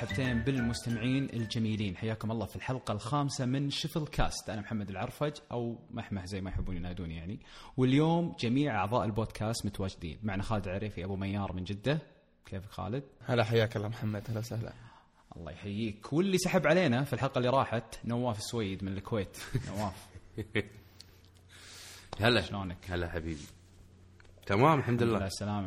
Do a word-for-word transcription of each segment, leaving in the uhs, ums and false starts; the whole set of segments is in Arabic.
مرحبتين بالمستمعين الجميلين، حياكم الله في الحلقة الخامسة من شفل كاست. أنا محمد العرفج أو محمه زي ما يحبون ينادوني يعني. واليوم جميع أعضاء البودكاست متواجدين معنا. خالد العريفي أبو ميار من جدة. كيفك خالد؟ هلا، حياك الله محمد. هلا وسهلا. الله يحييك. واللي سحب علينا في الحلقة اللي راحت نواف السويد من الكويت. نواف هلا، شلونك؟ هلا حبيبي. تمام الحمد لله. الله السلامة.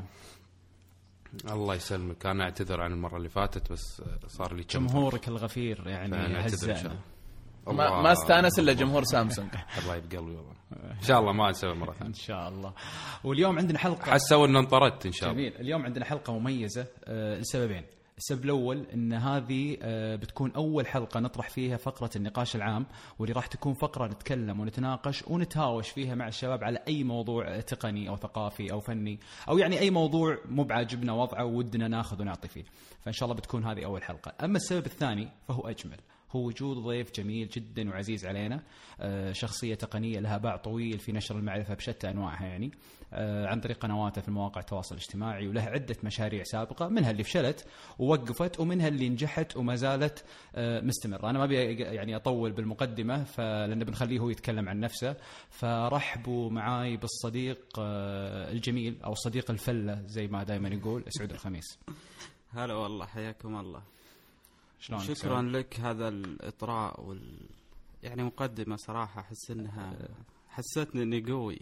الله يسلمك. أنا أعتذر عن المرة اللي فاتت بس صار لي جمهورك الغفير يعني هزأنا. ما, ما استانس إلا جمهور سامسونج. الله يبقلبي والله. إن شاء الله ما نسوي مرة ثانية إن شاء الله. واليوم عندنا حلقة حسوا إن انطردت إن شاء الله. جميل. اليوم عندنا حلقة مميزة آه لسببين. السبب الأول إن هذه بتكون أول حلقة نطرح فيها فقرة النقاش العام، واللي راح تكون فقرة نتكلم ونتناقش ونتهاوش فيها مع الشباب على أي موضوع تقني أو ثقافي أو فني أو يعني أي موضوع مو بعاجبنا وضعه ودنا ناخذ ونعطي فيه. فإن شاء الله بتكون هذه أول حلقة. أما السبب الثاني فهو أجمل، هو وجود ضيف جميل جدا وعزيز علينا، شخصية تقنية لها باع طويل في نشر المعرفة بشتى أنواعها يعني، عن طريق قنواته في المواقع التواصل الاجتماعي، وله عدة مشاريع سابقة، منها اللي فشلت ووقفت ومنها اللي نجحت وما زالت مستمرة. أنا ما أبي يعني أطول بالمقدمة فلأن بنخليه هو يتكلم عن نفسه. فرحبوا معاي بالصديق الجميل أو صديق الفلة زي ما دائما يقول سعود الخميس. هلا والله، حياكم الله. شكرا سعود؟ لك هذا الإطراء وال يعني مقدمة صراحة أحس إنها حسيتني إني قوي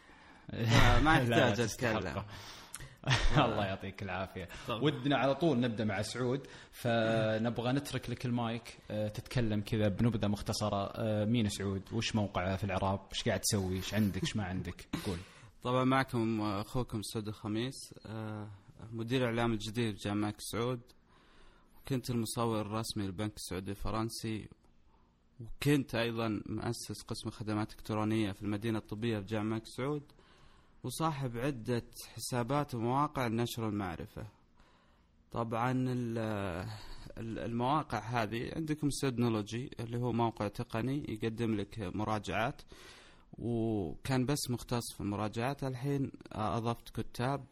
ما يحتاج أتكلم. الله يعطيك العافية. ودنا على طول نبدأ مع سعود، فنبغى نترك لك المايك تتكلم كذا بنبذة مختصرة. مين سعود؟ وش موقعه في العرب؟ وش قاعد تسوي؟ وش عندك؟ وش ما عندك؟ قول. طبعا معكم أخوكم سعود الخميس، مدير إعلام الجديد بجامعة سعود، كنت المصور الرسمي للبنك السعودي الفرنسي، وكنت أيضا مؤسس قسم خدمات إلكترونية في المدينة الطبية في جامعة سعود، وصاحب عدة حسابات ومواقع لنشر المعرفة. طبعا المواقع هذه عندكم سيدنولوجي اللي هو موقع تقني يقدم لك مراجعات، وكان بس مختص في المراجعات. الحين أضفت كتاب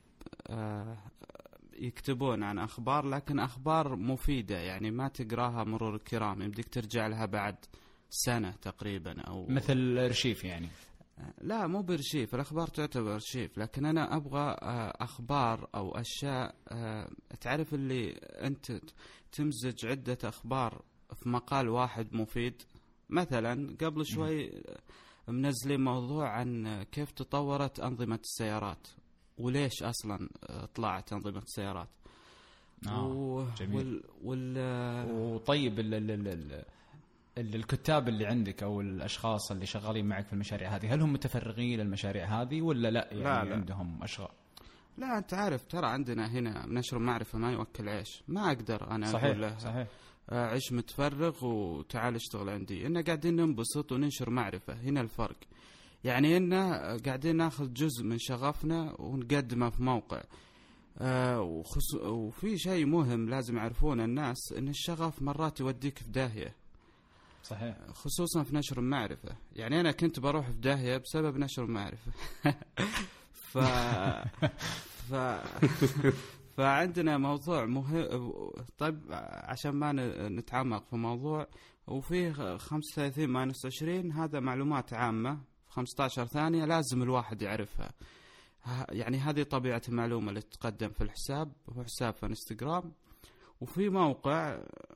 يكتبون عن أخبار، لكن أخبار مفيدة يعني ما تقراها مرور الكرام، يمديك ترجع لها بعد سنة تقريبا أو مثل أرشيف يعني. لا مو برشيف، الأخبار تعتبر أرشيف، لكن أنا أبغى أخبار أو أشياء تعرف اللي أنت تمزج عدة أخبار في مقال واحد مفيد. مثلا قبل شوي منزلين موضوع عن كيف تطورت أنظمة السيارات وليش أصلا طلعت أنظمة السيارات. آه و... جميل. وال... وال... وطيب ال... ال... ال... ال... الكتاب اللي عندك أو الأشخاص اللي شغالين معك في المشاريع هذه، هل هم متفرغين للمشاريع هذه ولا لا يعني لا لا. عندهم أشغال؟ لا أنت عارف ترى عندنا هنا نشر معرفة ما يوكل عيش، ما أقدر أنا صحيح. أقول له صحيح. عيش متفرغ وتعال اشتغل عندي. إننا قاعدين ننبسط وننشر معرفة، هنا الفرق. يعني إننا قاعدين ناخذ جزء من شغفنا ونقدمه في موقع. آه وخص... وفي شيء مهم لازم يعرفونه الناس، إن الشغف مرات يوديك في داهية. صحيح. خصوصا في نشر المعرفة. يعني أنا كنت بروح في داهية بسبب نشر المعرفة. ف... ف... فعندنا موضوع مهم. طيب عشان ما نتعمق في موضوع، وفيه خمسة وثلاثين ماينس عشرين هذا معلومات عامة خمسة عشر ثانية لازم الواحد يعرفها. يعني هذه طبيعة المعلومة اللي تقدم في الحساب، هو حساب في انستغرام، وفي موقع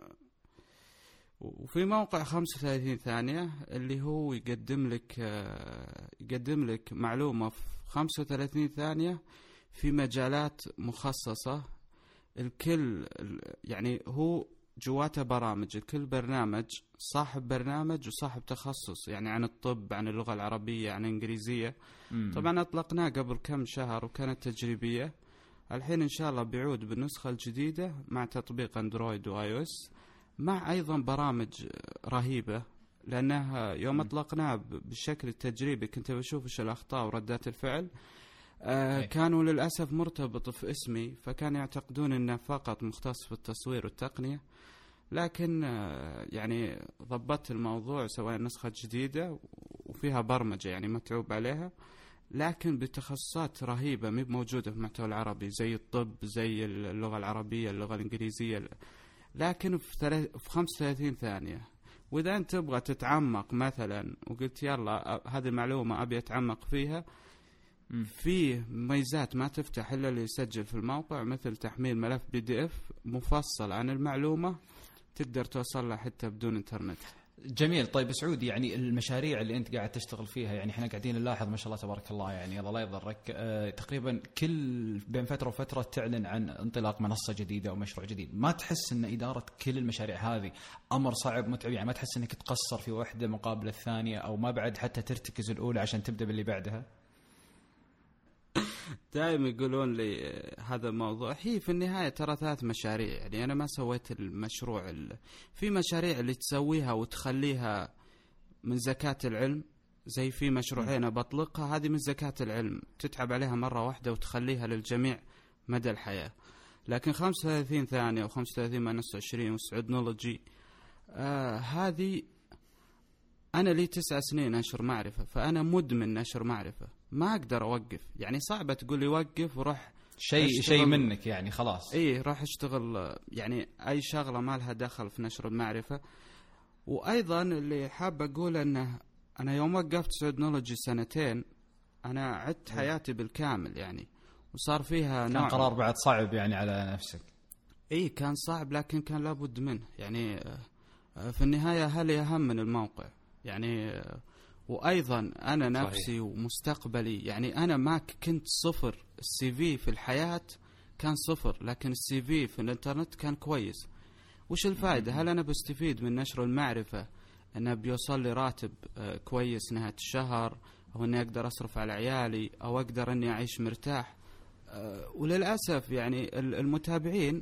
وفي موقع خمسة وثلاثين ثانية اللي هو يقدم لك يقدم لك معلومة في خمسة وثلاثين ثانية في مجالات مخصصة. الكل يعني هو جواته برامج، الكل برنامج صاحب برنامج وصاحب تخصص، يعني عن الطب، عن اللغة العربية، عن الإنجليزية. مم. طبعا أطلقناه قبل كم شهر وكانت تجريبية. الحين إن شاء الله بيعود بالنسخة الجديدة مع تطبيق أندرويد وآي أو إس، مع أيضا برامج رهيبة، لأنها يوم أطلقناه بالشكل التجريبي كنت بشوف إيش الأخطاء وردات الفعل. آه كانوا للأسف مرتبط في اسمي، فكانوا يعتقدون أنه فقط مختص في التصوير والتقنية. لكن آه يعني ضبطت الموضوع، سواء نسخة جديدة وفيها برمجة يعني متعوب عليها، لكن بتخصصات رهيبة مي موجودة في المحتوى العربي، زي الطب، زي اللغة العربية، اللغة الإنجليزية. لكن في, ثلاث في خمسة وثلاثين ثانية. وإذا أنت تبغى تتعمق مثلا وقلت يلا هذه المعلومة أبي أتعمق فيها، في ميزات ما تفتح إلا اللي يسجل في الموقع، مثل تحميل ملف بي دي اف مفصل عن المعلومة تقدر توصل له حتى بدون انترنت. جميل. طيب سعود، يعني المشاريع اللي انت قاعد تشتغل فيها، يعني احنا قاعدين نلاحظ ما شاء الله تبارك الله، يعني الله لا يضرك، اه تقريبا كل بين فتره وفتره تعلن عن انطلاق منصه جديده او مشروع جديد. ما تحس ان اداره كل المشاريع هذه امر صعب متعب؟ يعني ما تحس انك تقصر في واحده مقابل الثانيه، او ما بعد حتى ترتكز الاولى عشان تبدا باللي بعدها؟ دائما يقولون لي هذا الموضوع. هي في النهاية ترى ثلاث مشاريع، يعني أنا ما سويت المشروع ال... في مشاريع اللي تسويها وتخليها من زكاة العلم، زي في مشروعين بطلقها هذه من زكاة العلم تتعب عليها مرة واحدة وتخليها للجميع مدى الحياة. لكن خمسة وثلاثين ثانية وخمسة وثلاثين ماينس عشرين وسعودنولوجي آه هذه أنا لي تسع سنين أنشر معرفة، فأنا مدمن نشر معرفة، ما أقدر أوقف. يعني صعبة تقول لي وقف وروح شيء شيء منك، يعني خلاص إيه راح أشتغل يعني أي شغلة ما لها دخل في نشر المعرفة. وأيضا اللي حاب أقول أنه أنا يوم وقفت سعودنولوجي سنتين أنا عدت حياتي بالكامل، يعني وصار فيها كان نوع قرار بعد صعب يعني على نفسك. إيه كان صعب لكن كان لابد منه. يعني في النهاية هل أهم من الموقع يعني. وأيضا أنا نفسي صحيح. ومستقبلي، يعني أنا ما كنت صفر. السي في في الحياة كان صفر، لكن السي في في الانترنت كان كويس. وش الفائدة؟ هل أنا بستفيد من نشر المعرفة أنه بيوصل لي راتب كويس نهاية الشهر، أو أني أقدر أصرف على عيالي، أو أقدر أني أعيش مرتاح؟ وللأسف يعني المتابعين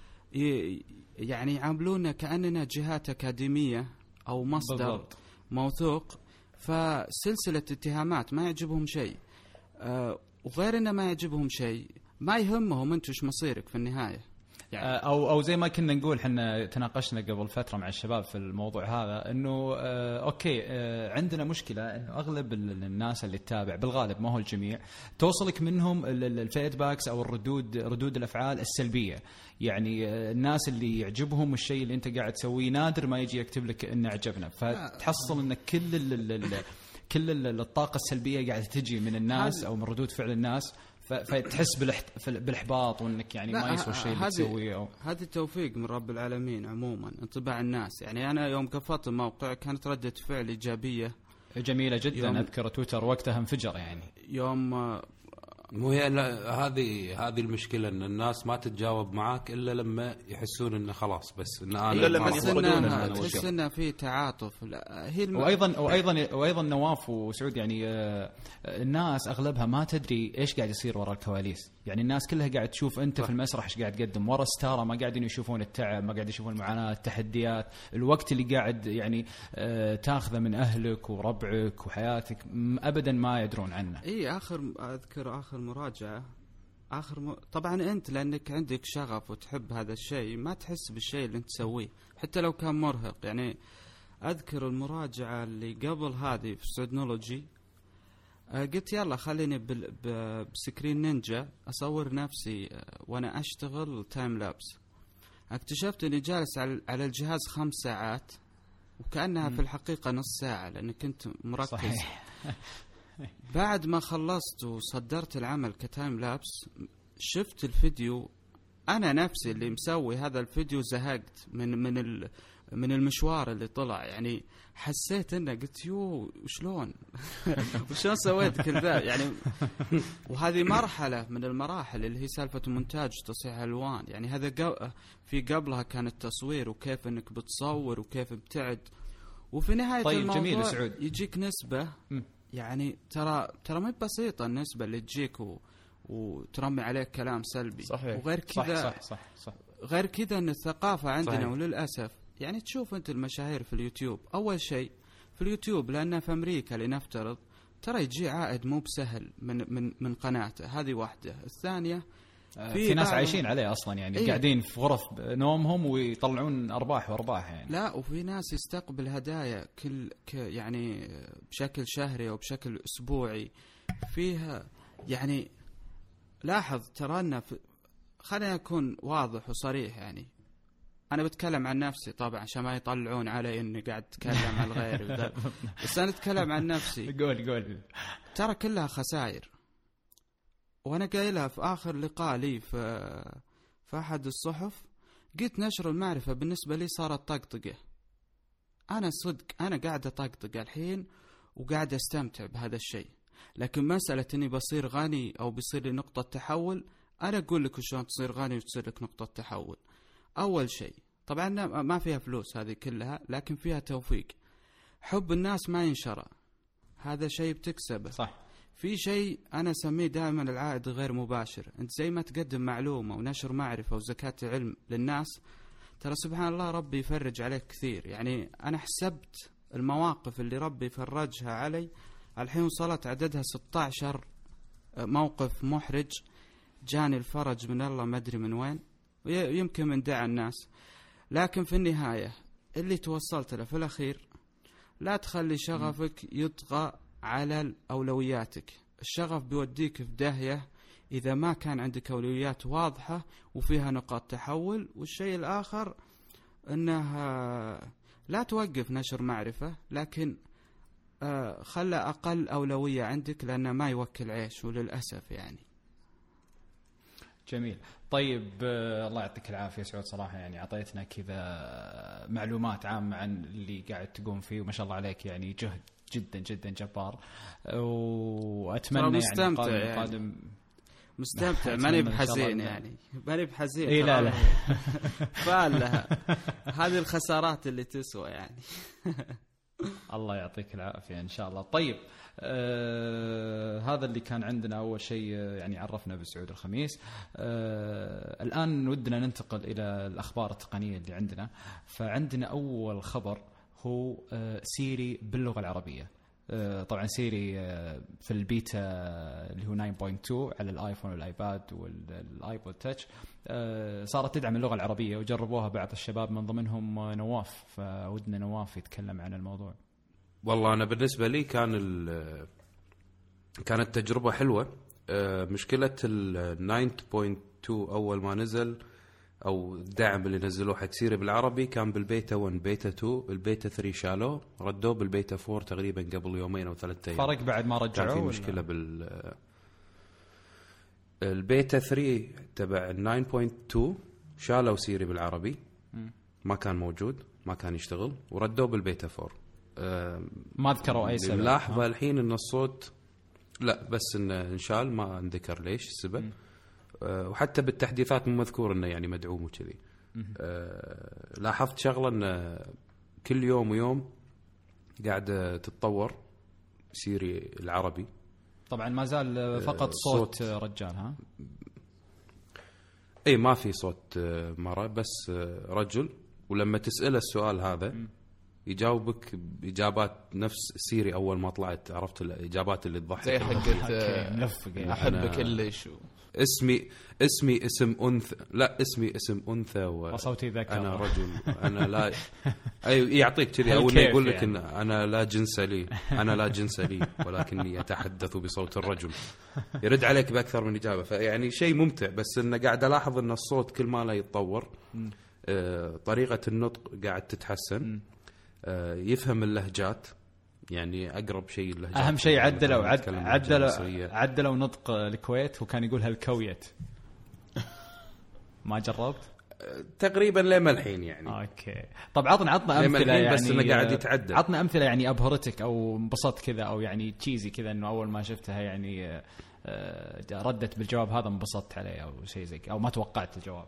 يعني يعاملونا كأننا جهات أكاديمية أو مصدر بالضبط. موثوق، فسلسلة اتهامات ما يعجبهم شيء. أه وغير إنه ما يعجبهم شيء، ما يهمهم أنت وش مصيرك في النهاية. يعني او او زي ما كنا نقول احنا تناقشنا قبل فتره مع الشباب في الموضوع هذا، انه اه اوكي اه عندنا مشكله انه اغلب الناس اللي تتابع بالغالب ما هو الجميع توصلك منهم الفيدباكس او الردود ردود الافعال السلبيه. يعني اه الناس اللي يعجبهم الشيء اللي انت قاعد تسويه نادر ما يجي يكتب لك انه عجبنا، فتحصل ان كل ال ال كل الطاقه السلبيه قاعده تجي من الناس او من ردود فعل الناس، فتحس بالإحباط وإنك يعني ما يسوى الشيء اللي تسويه. أو هذا توفيق من رب العالمين عموما انطباع الناس. يعني أنا يوم كفرت الموقع كانت ردة فعل إيجابية جميلة جدا. أذكر تويتر وقتها انفجر يعني. يوم مو هي هذه هذه المشكلة إن الناس ما تتجاوب معك إلا لما يحسون إنه خلاص، بس إن أنا إلا لما يفقدون تحس إنه في تعاطف. هي الم... وأيضا وأيضا وأيضا نواف وسعود، يعني آه الناس أغلبها ما تدري إيش قاعد يصير وراء الكواليس. يعني الناس كلها قاعد تشوف أنت في المسرح إيش قاعد تقدم، ورا ستارة ما قاعدين يشوفون التعب، ما قاعد يشوفون المعاناة، التحديات، الوقت اللي قاعد يعني آه تاخذه من أهلك وربعك وحياتك أبدا ما يدرون عنه. إيه آخر أذكر آخر مراجعة آخر م... طبعا أنت لأنك عندك شغف وتحب هذا الشيء ما تحس بالشيء اللي أنت تسويه حتى لو كان مرهق. يعني أذكر المراجعة اللي قبل هذه في سعودنولوجي، قلت يلا خليني بال... ب... بسكرين نينجا أصور نفسي وأنا أشتغل تايم لابس. اكتشفت أني جالس على, على الجهاز خمس ساعات وكأنها م. في الحقيقة نص ساعة لأني كنت مركز. صحيح. بعد ما خلصت وصدرت العمل كتايم لابس شفت الفيديو، أنا نفسي اللي مسوي هذا الفيديو زهقت من من من المشوار اللي طلع. يعني حسيت إنه قلت يو وشلون وشلون سويت كل ذا يعني. وهذه مرحلة من المراحل اللي هي سالفة مونتاج تصحيح ألوان. يعني هذا في قبلها كان التصوير وكيف إنك بتصور وكيف بتعد، وفي نهاية طيب الموضوع جميل سعود. يجيك نسبة م. يعني ترى ترى ما بسيطة النسبة اللي تجيك و... وترمي عليك كلام سلبي. صحيح. وغير كذا صح صح صح, صح. غير كذا ان الثقافة عندنا صحيح. وللأسف يعني تشوف انت المشاهير في اليوتيوب، اول شيء في اليوتيوب لأنه في امريكا لنفترض ترى يجي عائد مو بسهل من من من قناته، هذه واحدة. الثانية في, في ناس عايشين عليه اصلا يعني إيه؟ قاعدين في غرف نومهم ويطلعون ارباح وارباح يعني. لا وفي ناس يستقبل هدايا كل ك يعني بشكل شهري او بشكل اسبوعي فيها. يعني لاحظ ترانا خلينا نكون واضح وصريح، يعني انا بتكلم عن نفسي طبعا عشان ما يطلعون علي اني قاعد اتكلم عن غيري بس انا اتكلم عن نفسي. قول قول. ترى كلها خسائر، وانا قايلها في اخر لقاء لي في في احد الصحف، قلت نشر المعرفة بالنسبة لي صارت طقطقة. انا صدق انا قاعد اطقطق الحين وقاعد استمتع بهذا الشيء، لكن مسألة اني بصير غني او بيصير لي نقطة تحول، انا اقول لك شلون تصير غني وتصير لك نقطة تحول. اول شيء طبعا ما فيها فلوس هذه كلها، لكن فيها توفيق. حب الناس ما ينشرى، هذا شيء بتكسبه. صح. في شيء انا اسميه دائما العائد غير مباشر. انت زي ما تقدم معلومة ونشر معرفة وزكاة علم للناس، ترى سبحان الله ربي يفرج عليك كثير. يعني انا حسبت المواقف اللي ربي فرجها علي الحين وصلت عددها ستة عشر موقف محرج، جاني الفرج من الله ما ادري من وين، ويمكن من دعاء الناس. لكن في النهاية اللي توصلت له في الأخير، لا تخلي شغفك يطغى على أولوياتك. الشغف بيوديك في داهية إذا ما كان عندك أولويات واضحة وفيها نقاط تحول. والشيء الآخر أنه لا توقف نشر معرفة، لكن خلى أقل أولوية عندك لأنه ما يوكل عيش وللأسف يعني. جميل. طيب آه الله يعطيك العافية سعود، صراحة يعني أعطيتنا كذا معلومات عامة عن اللي قاعد تقوم فيه، وما شاء الله عليك يعني جهد جدا جدا جبار، وأتمنى يعني قادم يعني. قادم مستمتع ماني بحزين يعني ماني بحزين. إيه لا لا فعلا هذه الخسارات اللي تسوى يعني. الله يعطيك العافية إن شاء الله. طيب آه هذا اللي كان عندنا أول شيء، يعني عرفنا بسعود الخميس. آه الآن ودنا ننتقل إلى الأخبار التقنية اللي عندنا. فعندنا أول خبر هو آه سيري باللغة العربية. آه طبعا سيري آه في البيتا اللي هو تسعة نقطة اثنين على الآيفون والآيباد والآيبود تاتش آه صارت تدعم اللغة العربية، وجربوها بعض الشباب من ضمنهم نواف. فودنا نواف يتكلم عن الموضوع. والله أنا بالنسبة لي كان كانت تجربة حلوة. مشكلة ال تسعة نقطة اثنين أول ما نزل أو الدعم اللي نزلوه حق سيري بالعربي كان بالبيتا واحد، بيتا اثنين، البيتا ثلاثة شالوه، ردوه بالبيتا أربعة تقريبا قبل يومين أو ثلاثة أيام. فرق بعد ما رجعوه. كان في مشكلة بال البيتا ثلاثة تبع تسعة نقطة اثنين شالوا سيري بالعربي، ما كان موجود، ما كان يشتغل، وردوه بالبيتا أربعة. ما ذكروا أي سبب. لاحظة الحين إن الصوت لا، بس إنه انشال، ما نذكر ليش السبب. أه وحتى بالتحديثات مو مذكور إنه يعني مدعوم وكذي. أه لاحظت شغلة إن كل يوم ويوم قاعدة تتطور سيري العربي. طبعا ما زال فقط صوت, صوت رجال. ها أي ما في صوت مرة، بس رجل، ولما تسأله السؤال هذا م. يجاوبك بإجابات نفس سيري أول ما طلعت. عرفت الإجابات اللي تضحك زي حقت أحبك كلش اسمي اسمي اسم أنثى، لا اسمي اسم أنثى وصوتي ذكر، أنا رجل، أنا لا أي يعطيك كذي، أو إنه يقول لك يعني. إن أنا لا جنس لي، أنا لا جنس لي ولكني أتحدث بصوت الرجل. يرد عليك بأكثر من إجابة. فيعني شيء ممتع، بس إنه قاعد ألاحظ إن الصوت كل ما لا يتطور، آه طريقة النطق قاعد تتحسن، آه يفهم اللهجات، يعني أقرب شيء اللهجات. أهم شيء عدلوا عد عدلوا عدلوا نطق الكويت، وكان يقول هالكويت. ما جربت تقريبا لما الحين يعني. اوكي طب عطنا عطنا امثله يعني، بس انه قاعد يتعدل. عطنا امثله يعني ابهرتك او انبسطت كذا، او يعني تشيزي كذا انه اول ما شفتها يعني ردت بالجواب هذا انبسطت عليه، او شيء زي كذا، او ما توقعت الجواب.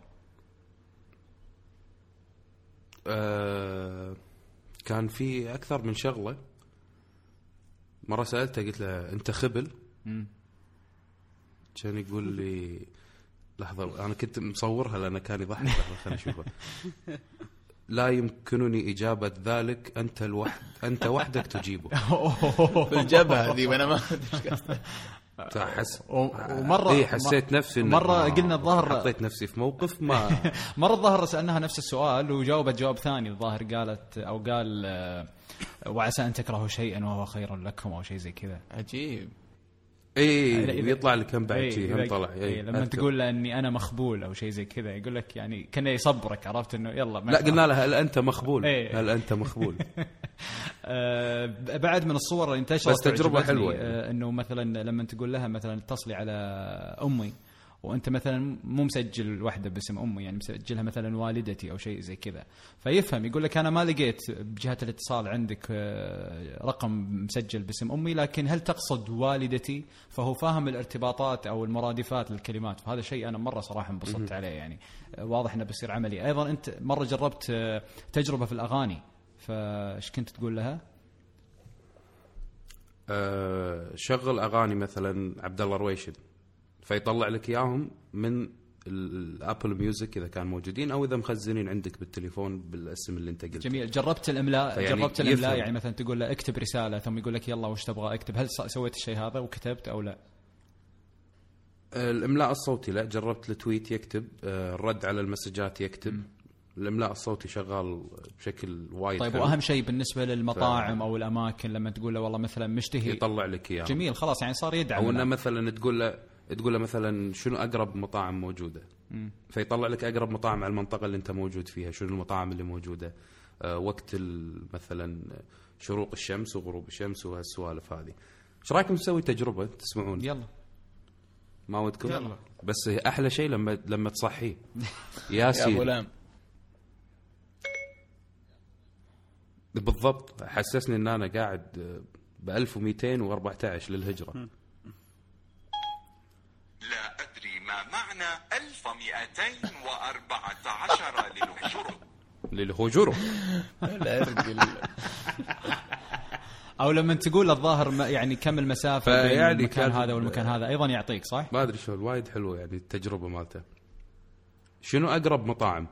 أه كان في اكثر من شغله. مره سالته قلت له انت خبل؟ امم كان يقول لي لحظة، أنا كنت مصورها لأن كان يضحك. لحظة خلينا نشوفها. لا يمكنني إجابة ذلك، أنت الوحد أنت وحدك تجيبه. في الجبهة هذه وأنا ما تحس. ومرة إيه حسيت نفسي مرة قلنا الظاهر حطيت نفسي في موقف ما. مرة الظاهر سألناها نفس السؤال وجاوبت جواب ثاني. الظاهر قالت أو قال وعسى أن تكرهوا شيئا وهو خير لكم أو شيء زي كذا. عجيب. اي يطلع لك كم بعد شيء هم طلع إيه إيه لما تقول له اني انا مخبول او شيء زي كذا يقول لك يعني كنا يصبرك عرفت انه يلا لا قلنا له هل انت مخبول إيه. هل انت مخبول آه بعد من الصور اللي انتشرت بس تجربه حلوه آه انه مثلا لما تقول لها مثلا اتصلي على امي وانت مثلا مو مسجل واحده باسم امي يعني مسجلها مثلا والدتي او شيء زي كذا فيفهم يقول لك انا ما لقيت بجهه الاتصال عندك رقم مسجل باسم امي لكن هل تقصد والدتي فهو فاهم الارتباطات او المرادفات للكلمات فهذا شيء انا مره صراحه انبسطت عليه يعني واضح انه بيصير عملي. ايضا انت مره جربت تجربه في الاغاني فايش كنت تقول لها؟ أه شغل اغاني مثلا عبد الله رويشد فيطلع لك اياهم من الابل ميوزك اذا كان موجودين او اذا مخزنين عندك بالتليفون بالاسم اللي انت قلته. جميل. جربت الاملاء جربت الاملاء يفهم. يعني مثلا تقول له اكتب رساله ثم يقول لك يلا وش تبغى اكتب هل سويت الشيء هذا وكتبت او لا؟ الاملاء الصوتي لا جربت التويت يكتب الرد على المسجات يكتب م. الاملاء الصوتي شغال بشكل وايد. طيب واهم شيء بالنسبه للمطاعم ف... او الاماكن لما تقول له والله مثلا مشتهي يطلع لك اياه. جميل خلاص يعني صار يدعم. او انه مثلا تقول له تقول له مثلا شنو اقرب مطاعم موجوده م. فيطلع لك اقرب مطاعم على المنطقه اللي انت موجود فيها شنو المطاعم اللي موجوده أه وقت مثلا شروق الشمس وغروب الشمس وهالسوالف هذه. ايش رايكم نسوي تجربه تسمعون؟ يلا ما ودكم؟ يلا. بس احلى شيء لما لما تصحيه ياسين يا غلام بالضبط حسسني ان انا قاعد ب ألف ومئتين وأربعة عشر للهجره. لا ادري ما معنى ألف ومئتين وأربعة عشر للهجره للهجره لا ارجل او لما تقول الظاهر يعني كم المسافه بين يعني المكان هذا والمكان هذا ايضا يعطيك صح؟ ما ادري شو وايد حلو يعني التجربه مالته. شنو اقرب مطاعم؟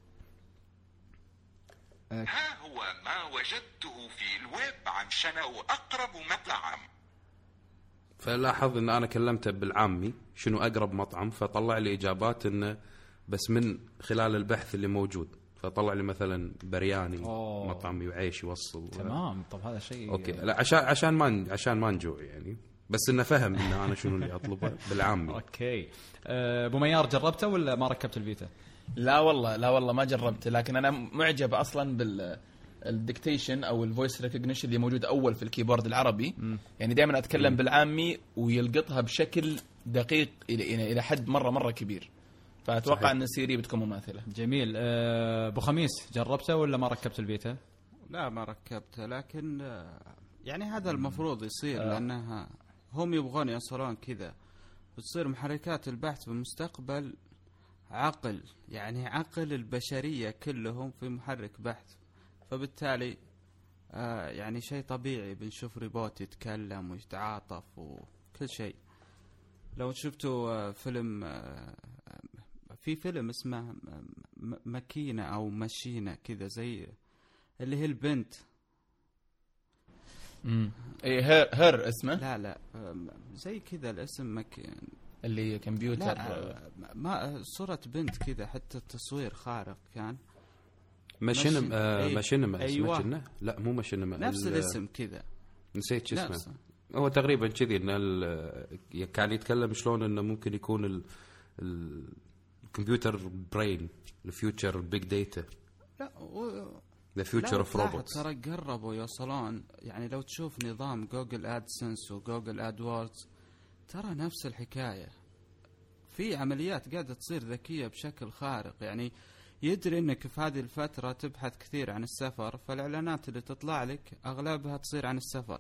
ها هو ما وجدته في الويب عن شنو اقرب مطعم. فلاحظ ان انا كلمته بالعامي شنو اقرب مطعم فطلع لي اجابات انه بس من خلال البحث اللي موجود فطلع لي مثلا برياني أوه. مطعم يعيش يوصل. تمام. طب هذا شيء اوكي لا عشان عشان ما عشان ما نجوع يعني بس انه فهم ان انا شنو اللي اطلبه بالعامي. اوكي ابو ميار جربته ولا ما ركبت الفيتا؟ لا والله لا والله ما جربت لكن انا معجب اصلا بال الديكتيشن او الفويس ريكوجنيشن اللي موجود اول في الكيبورد العربي م. يعني دائما اتكلم م. بالعامي ويلقطها بشكل دقيق الى الى حد مره مره كبير فاتوقع صحيح. ان سيري بتكون مماثله. جميل. ابو خميس جربته ولا ما ركبت الفيتا؟ لا ما ركبته لكن يعني هذا المفروض يصير آه. لانها هم يبغون يوصلون كذا وتصير محركات البحث في المستقبل عقل يعني عقل البشريه كلهم في محرك بحث فبالتالي آه يعني شيء طبيعي بنشوف ريبوت يتكلم ويتعاطف وكل شيء. لو شفتوا آه فيلم آه في فيلم اسمه ماكينة أو ماشينة كذا زي اللي هي البنت امم اي هير, هير اسمه لا لا زي كذا الاسم مك... اللي كمبيوتر لا ما صورة بنت كذا حتى التصوير خارق كان ماشين آه ماشين أيوة. ماشين لا مو ماشين نفس الاسم كذا نسيت شو اسمه هو تقريبا كذي ان كان يتكلم شلون انه ممكن يكون ال الكمبيوتر برين الفيوتشر بيج داتا لا و... ذا فيوتشر اوف روبوتس ترى قربوا يوصلون يعني لو تشوف نظام جوجل ادسنس وجوجل ادوردز ترى نفس الحكايه في عمليات قاعده تصير ذكيه بشكل خارق يعني يدري انك في هذه الفتره تبحث كثير عن السفر فالاعلانات اللي تطلع لك اغلبها تصير عن السفر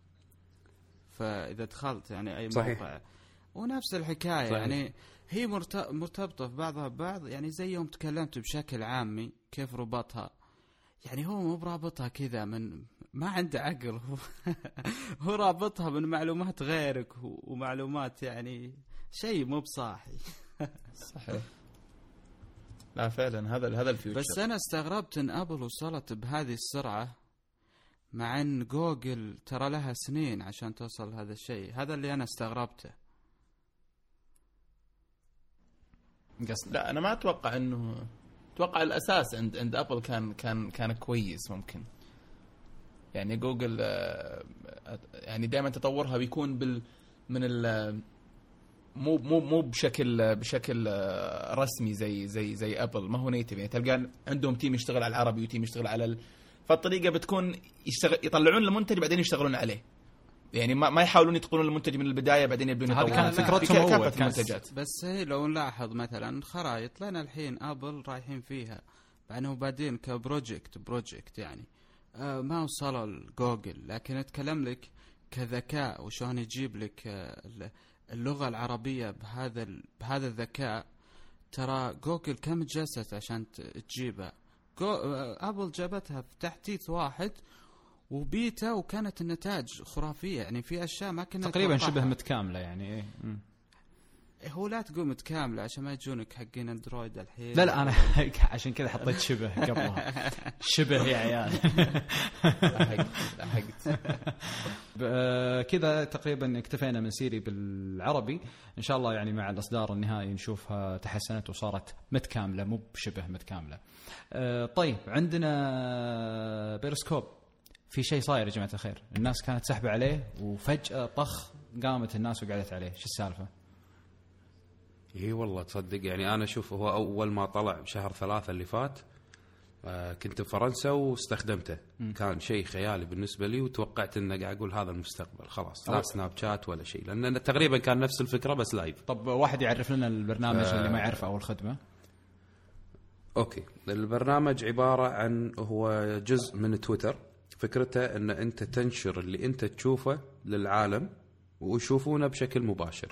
فاذا دخلت يعني اي صحيح. موقع ونفس الحكايه صحيح. يعني هي مرتبطه في بعضها ببعض يعني زي يوم تكلمت بشكل عامي كيف ربطها يعني هو مو برابطها كذا من ما عنده عقل هو رابطها من معلومات غيرك ومعلومات يعني شيء مو بصاحي صحيح. لا فعلا هذا هذا الفيوتشر. بس انا استغربت ان ابل وصلت بهذه السرعه مع ان جوجل ترى لها سنين عشان توصل هذا الشيء هذا اللي انا استغربته. لا انا ما اتوقع انه اتوقع الاساس عند عند ابل كان كان كان كويس ممكن يعني جوجل يعني دائما تطورها بيكون بال من ال مو مو مو بشكل بشكل رسمي زي زي زي ابل، ما هو نيتف يعني. تلقى عندهم تيم يشتغل على العربي وتيم يشتغل على ال... فالطريقه بتكون يشتغل يطلعون المنتج بعدين يشتغلون عليه، يعني ما ما يحاولون يتقنون المنتج من البدايه بعدين يبدون هذه يطورون. كانت فكرتهم اول المنتجات. بس هي لو نلاحظ مثلا خرائط لنا الحين ابل رايحين فيها بعدين وبعدين كبروجكت بروجكت يعني آه ما وصلوا لجوجل، لكن اتكلم لك كذكاء وشلون يجيب لك آه اللغة العربية بهذا بهذا الذكاء. ترى جوجل كم جلست عشان تجيبها، أبل جابتها في تحتيث واحد وبيتا وكانت النتائج خرافية يعني، في أشياء ما كنا تقريبا شبه متكاملة يعني. إيه هو لا تقول متكاملة عشان ما يجونك حقين اندرويد الحين. لا لا أنا عشان كذا حطيت شبه قبلها. شبه يا عيال. لحقت كذا تقريبا اكتفينا من سيري بالعربي. إن شاء الله يعني مع الإصدار النهائي نشوفها تحسنت وصارت متكاملة مو بشبه متكاملة. طيب عندنا بيرسكوب، في شيء صاير يا جماعة الخير، الناس كانت سحبة عليه وفجأة طخ قامت الناس وقعدت عليه، شو السالفة؟ اي والله تصدق يعني انا اشوف هو اول ما طلع بشهر ثلاثة اللي فات آه كنت بفرنسا واستخدمته. م. كان شيء خيالي بالنسبه لي وتوقعت انه قاعد اقول هذا المستقبل خلاص، لا سناب شات ولا شيء، لان تقريبا كان نفس الفكره بس لايف. طب واحد يعرف لنا البرنامج آه اللي ما يعرفه او الخدمه. اوكي، البرنامج عباره عن هو جزء من تويتر، فكرته ان انت تنشر اللي انت تشوفه للعالم ويشوفونه بشكل مباشر.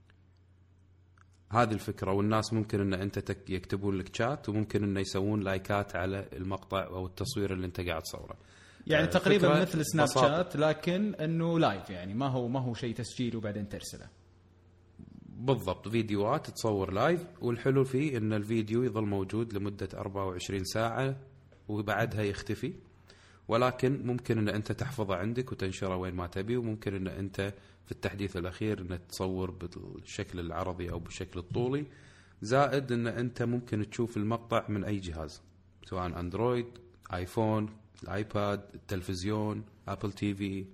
هذه الفكرة، والناس ممكن ان انت يكتبون لك شات وممكن ان يسوون لايكات على المقطع او التصوير اللي انت قاعد تصوره. يعني تقريبا مثل سناب شات لكن انه لايف، يعني ما هو ما هو شيء تسجيل وبعدين ترسله. بالضبط، فيديوهات تصور لايف، والحلو فيه ان الفيديو يظل موجود لمدة أربعة وعشرين ساعة وبعدها يختفي، ولكن ممكن ان انت تحفظه عندك وتنشره وين ما تبي، وممكن ان انت في التحديث الأخير أن تصور بالشكل العرضي أو بالشكل الطولي، زائد أن أنت ممكن تشوف المقطع من أي جهاز سواء أندرويد، آيفون، الآيباد، التلفزيون، أبل تي في،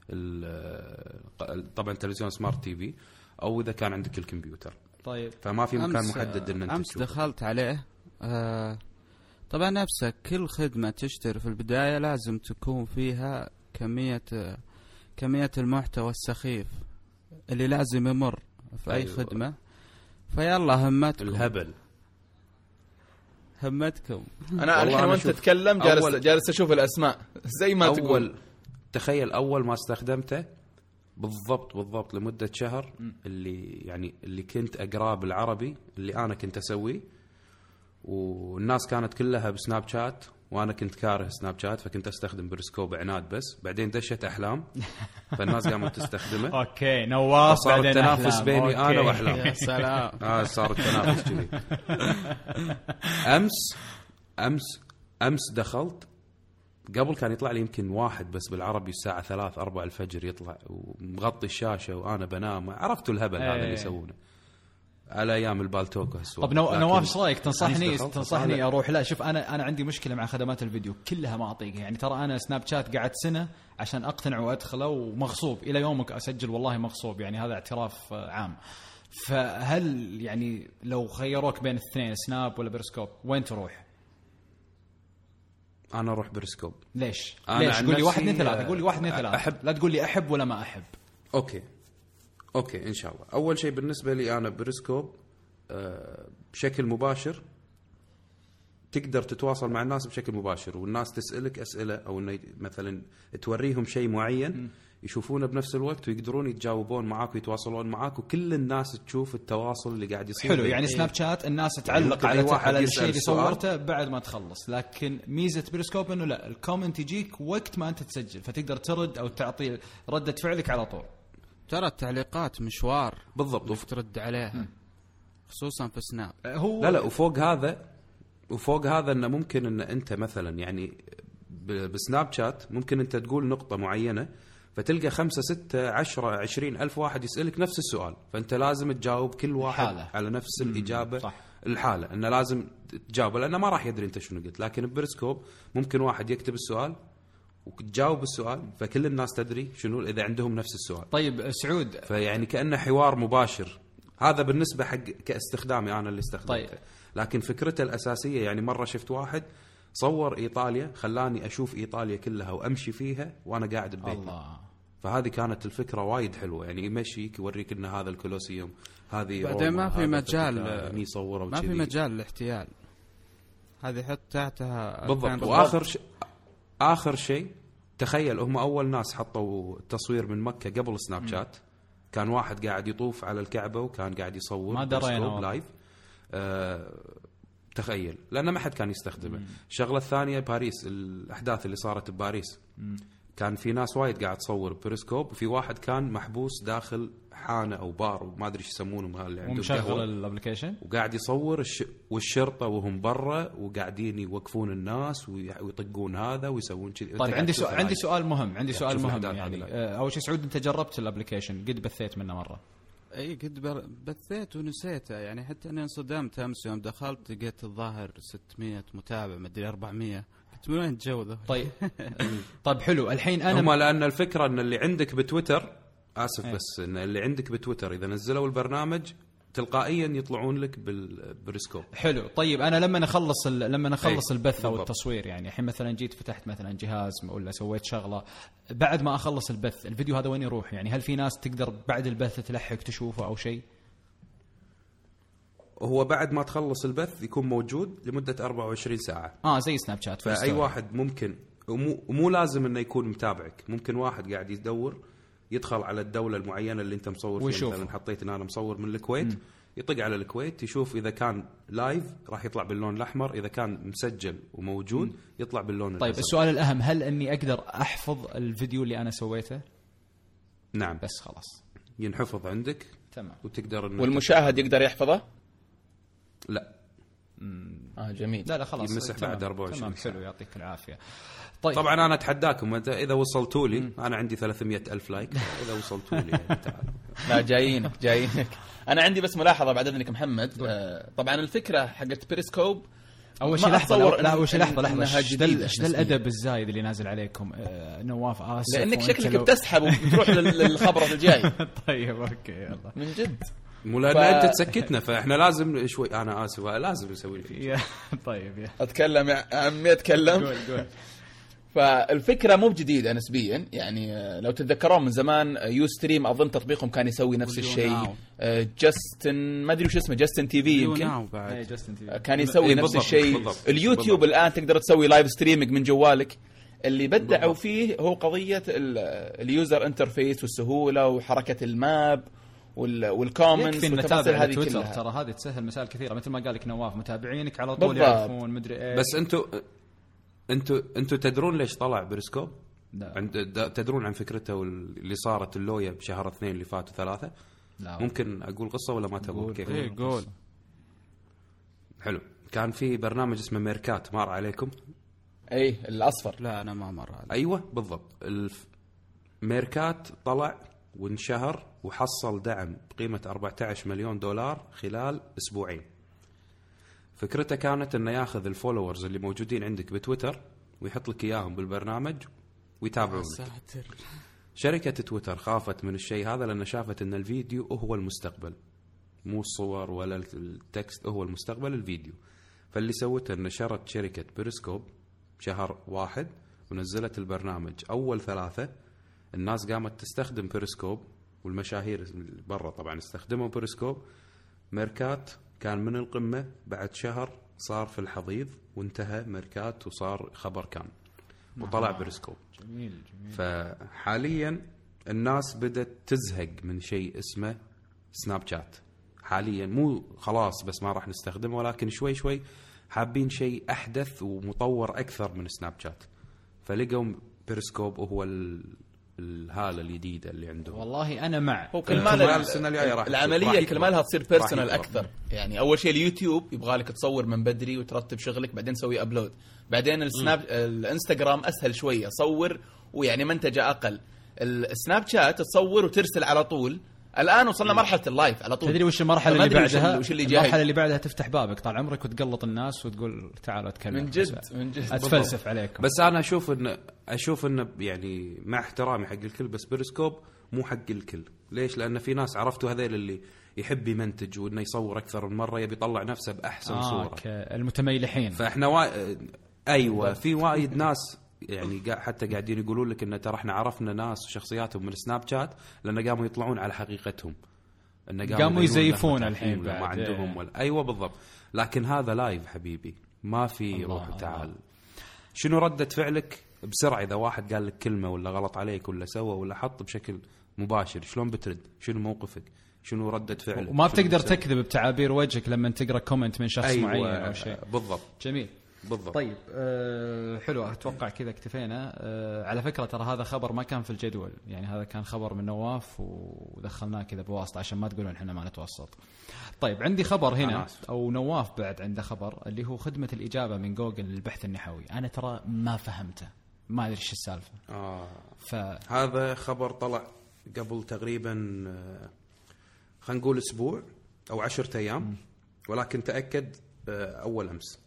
طبعا تلفزيون سمارت تي في، أو إذا كان عندك الكمبيوتر. طيب فما في مكان محدد أن أنت أمس تشوفه. دخلت عليه آه طبعا نفسك كل خدمة تشتري في البداية لازم تكون فيها كمية آه كمية المحتوى السخيف اللي لازم يمر في أي أيوة. خدمة. فيلا همتكم الهبل همتكم. أنا الحين وأنت تتكلم جالس جالس أشوف الأسماء زي ما أول تقول. تخيل أول ما استخدمته بالضبط بالضبط لمدة شهر م. اللي يعني اللي كنت أقراه بالعربي اللي أنا كنت أسويه، والناس كانت كلها بسناب شات وانا كنت كاره سناب شات، فكنت استخدم بيرسكوب عناد بس. بعدين دشت احلام فالناس قامت تستخدمه. اوكي نواف، صار التنافس بيني انا واحلام. يا سلام. اه صار التنافس كذي. امس امس امس دخلت، قبل كان يطلع لي يمكن واحد بس بالعربي الساعه ثلاث أربعة الفجر يطلع ومغطي الشاشه وانا بنام. عرفتوا الهبل هذا اللي يسوونه على ايام البالتوك هالسوالف. طب نواف ايش رايك؟ تنصحني تنصحني اروح؟ لا شوف، انا انا عندي مشكله مع خدمات الفيديو كلها ما اطيقها يعني. ترى انا سناب شات قعدت سنه عشان اقتنع وادخله ومغصوب الى يومك اسجل، والله مغصوب يعني، هذا اعتراف عام. فهل يعني لو خيروك بين الاثنين سناب ولا بيرسكوب وين تروح؟ انا اروح بيرسكوب. ليش؟ ليش؟ قول لي واحد اثنين ثلاثه. قول لي واحد اثنين ثلاثه. أحب. لا تقول لي احب ولا ما احب. اوكي اوكي ان شاء الله. اول شيء بالنسبه لي انا بيرسكوب أه بشكل مباشر تقدر تتواصل مع الناس بشكل مباشر، والناس تسألك أسئلة أو إنه مثلا توريهم شيء معين يشوفونه بنفس الوقت ويقدرون يتجاوبون معاك ويتواصلون معاك، وكل الناس تشوف التواصل اللي قاعد يصير. حلو يعني سناب شات الناس تعلق على على الشيء اللي صورته بعد ما تخلص، لكن ميزة بيرسكوب إنه لا، الكومنت يجيك وقت ما أنت تسجل فتقدر ترد أو تعطي ردة فعلك على طول. ترى التعليقات مشوار بالضبط وترد عليها خصوصا في سناب. هو لا لا وفوق هذا وفوق هذا انه ممكن ان انت مثلا يعني بسناب شات ممكن انت تقول نقطة معينة فتلقى خمسة ستة عشرة عشرين ألف واحد يسألك نفس السؤال، فأنت لازم تجاوب كل واحد الحالة. على نفس الإجابة صح. الحالة انه لازم تجاوب لأنه ما راح يدري انت شنو قلت. لكن ببيرسكوب ممكن واحد يكتب السؤال وتجاوب السؤال، فكل الناس تدري شنو اذا عندهم نفس السؤال. طيب سعود، فيعني كأنه حوار مباشر. هذا بالنسبة حق كاستخدامي أنا اللي استخدمته. طيب. لكن فكرته الأساسية يعني مرة شفت واحد صور إيطاليا، خلاني أشوف إيطاليا كلها وأمشي فيها وأنا قاعد ببيتي. الله. فهذه كانت الفكرة وايد حلوة، يعني يمشيك يوريك إن هذا الكولوسيوم، هذه بعدين ما في مجال ما في مجال الاحتيال، هذه حط تحتها بالضبط. وآخر ش... آخر شيء تخيل هم أول ناس حطوا التصوير من مكة قبل سناب شات. كان واحد قاعد يطوف على الكعبة وكان قاعد يصور ما درينا لايف. آه تخيل، لأنه ما حد كان يستخدمه. الشغلة الثانية باريس، الأحداث اللي صارت بباريس، مم. كان في ناس وايد قاعد تصور بيريسكوب، وفي واحد كان محبوس داخل حانة أو بار وما أدري ايش يسمونهم اللي عندهم ومشغل الابلكيشن وقاعد يصور الش... والشرطة وهم برا وقاعدين يوقفون الناس ويطقون هذا ويسوون كذي. طيب عندي سؤال عندي سؤال مهم عندي سؤال مهم يعني أول شيء سعود، أنت جربت الابلكيشن، قد بثيت منه مرة؟ اي قد بثيت ونسيته يعني، حتى انا انصدمت امس يوم دخلت لقيت الظاهر ستمية متابع مدري أربعمية، قلت من وين الجو ذا؟ طيب طيب حلو. الحين انا هم لان الفكره ان اللي عندك بتويتر اسف بس ان اللي عندك بتويتر اذا نزلوا البرنامج تلقائيا يطلعون لك بالبريسكوب. حلو. طيب انا لما نخلص لما نخلص البث او التصوير، يعني الحين مثلا جيت فتحت مثلا جهاز ولا سويت شغله، بعد ما اخلص البث الفيديو هذا وين يروح؟ يعني هل في ناس تقدر بعد البث تلحق تشوفه او شيء؟ هو بعد ما تخلص البث يكون موجود لمده أربعة وعشرين ساعة. اه زي سناب شات. فاي واحد ممكن، ومو مو لازم انه يكون متابعك، ممكن واحد قاعد يدور يدخل على الدولة المعينة اللي انت مصور فيها. مثلا حطيت ان انا مصور من الكويت، م. يطق على الكويت يشوف اذا كان لايف راح يطلع باللون الاحمر، اذا كان مسجل وموجود م. يطلع باللون طيب الأزرق. السؤال الاهم، هل اني اقدر احفظ الفيديو اللي انا سويته؟ نعم بس خلاص ينحفظ عندك. تمام. وتقدر إن والمشاهد يقدر يحفظه؟ لا. مم. اه جميل. لا لا خلاص يمسح بعد أربعة وعشرين ساعة. حلو يعطيك العافية. طيب طبعا انا اتحداكم اذا وصلتوا لي، انا عندي ثلاثمية ألف لايك، اذا وصلتوا لي يعني تعالوا. لا جايينك جايينك. انا عندي بس ملاحظه بعد اذنك محمد. آه طبعا الفكره حقت بيريسكوب اول شيء لحظه لا اول شيء لحظه لحظه ايش ذا الادب الزايد اللي نازل عليكم آه نواف اسف، لانك شكلك لو... بتسحب وبتروح للخبر الجاي. طيب اوكي يلا من جد مو لان ف... انت تسكتنا فاحنا لازم شوي. انا اسف لازم نسوي فيه. طيب يا اتكلم يا عمي اتكلم. قول قول. فالفكرة مو جديدة نسبيا، يعني لو تتذكرون من زمان يو ستريم أظن تطبيقهم كان يسوي نفس الشيء. جاستن ما أدري وش اسمه، جاستن تي في يمكن كان يسوي نفس الشيء. اليوتيوب الآن تقدر تسوي لايف ستريمينج من جوالك. اللي بدعوا فيه هو قضية اليوزر انترفيس والسهولة وحركة الماب والكومنتس والتفاصيل هذه كلها. ترى هذه تسهل مسائل كثيرة، مثل ما قال لك نواف، متابعينك على طول يعرفون مدري ايش. بس انتوا انتوا انتوا تدرون ليش طلع بيريسكوب؟ عند تدرون عن فكرته اللي صارت اللويا بشهر اثنين اللي فاتوا ثلاثة؟ لا. ممكن اقول قصة ولا ما تقول؟ كيف ايه قول. حلو. كان في برنامج اسمه ميركات، مر عليكم؟ اي الاصفر. لا انا ما مر علي. ايوه بالضبط. الف... ميركات طلع وانشهر وحصل دعم بقيمة أربعة عشر مليون دولار خلال اسبوعين. فكرته كانت انه ياخذ الفولورز اللي موجودين عندك بتويتر ويحط لك اياهم بالبرنامج ويتابعونك. شركة تويتر خافت من الشيء هذا لأن شافت ان الفيديو هو المستقبل، مو الصور ولا التكست، هو المستقبل الفيديو. فاللي سوته ان نشرت شركة بيريسكوب شهر واحد ونزلت البرنامج. اول ثلاثة الناس قامت تستخدم بيريسكوب، والمشاهير برا طبعا استخدموا بيريسكوب. ميركات كان من القمة، بعد شهر صار في الحضيض وانتهى ميركات وصار خبر كان وطلع آه. بيريسكوب. جميل جميل. فحاليا الناس بدأت تزهق من شيء اسمه سناب شات حاليا، مو خلاص بس ما راح نستخدمه، ولكن شوي شوي حابين شيء أحدث ومطور أكثر من سناب شات، فلقوا بيريسكوب وهو الهالة الجديدة اللي عندهم. والله أنا مع. هو كل ما العملية كل ما لها تصير بيرسونال أكثر. يعني أول شيء اليوتيوب يبغالك تصور من بدري وترتب شغلك، بعدين تسوي أبلود. بعدين السناب م. الانستغرام أسهل شوية، صور ويعني منتجة أقل. السناب شات تصور وترسل على طول. الآن وصلنا م. مرحلة اللايف على طول. تدري وش المرحلة اللي بعدها؟ وش اللي المرحلة اللي بعدها تفتح بابك طال عمرك وتقلط الناس وتقول تعالوا اتكلم. من جد من جد أتفلسف عليكم. بس أنا أشوف إن اشوف انه يعني مع احترامي حق الكل بس بيرسكوب مو حق الكل. ليش؟ لان في ناس عرفتوا هذيل اللي يحب يمنتج وانه يصور اكثر من مره، يبي يطلع نفسه باحسن آه صوره، المتميلحين. فاحنا وا... ايوه في وايد ناس يعني حتى قاعدين يقولون لك ان ترى احنا عرفنا ناس وشخصياتهم من سناب شات لان قاموا يطلعون على حقيقتهم، ان قاموا يزيفون الحين ما عندهم ولا ايوه بالضبط. لكن هذا لايف حبيبي، ما في روح وتعال. شنو ردة فعلك بسرعه اذا واحد قال لك كلمه ولا غلط عليك ولا سوى ولا حط بشكل مباشر؟ شلون بترد؟ شنو موقفك؟ شنو ردة فعلك؟ وما بتقدر تكذب بتعابير وجهك لما تقرا كومنت من شخص أيوة معين او شيء. بالضبط. جميل بالضبط. طيب أه حلو، اتوقع كذا اكتفينا. أه على فكره ترى هذا خبر ما كان في الجدول، يعني هذا كان خبر من نواف ودخلناه كذا بواسطه عشان ما تقولون احنا ما نتوسط. طيب عندي خبر هنا، او نواف بعد عنده خبر اللي هو خدمه الاجابه من جوجل للبحث النحوي. انا ترى ما فهمته، ما ادري ايش السالفه. اه فهذا خبر طلع قبل تقريبا خلينا نقول اسبوع او عشرة ايام م. ولكن تاكد اول امس.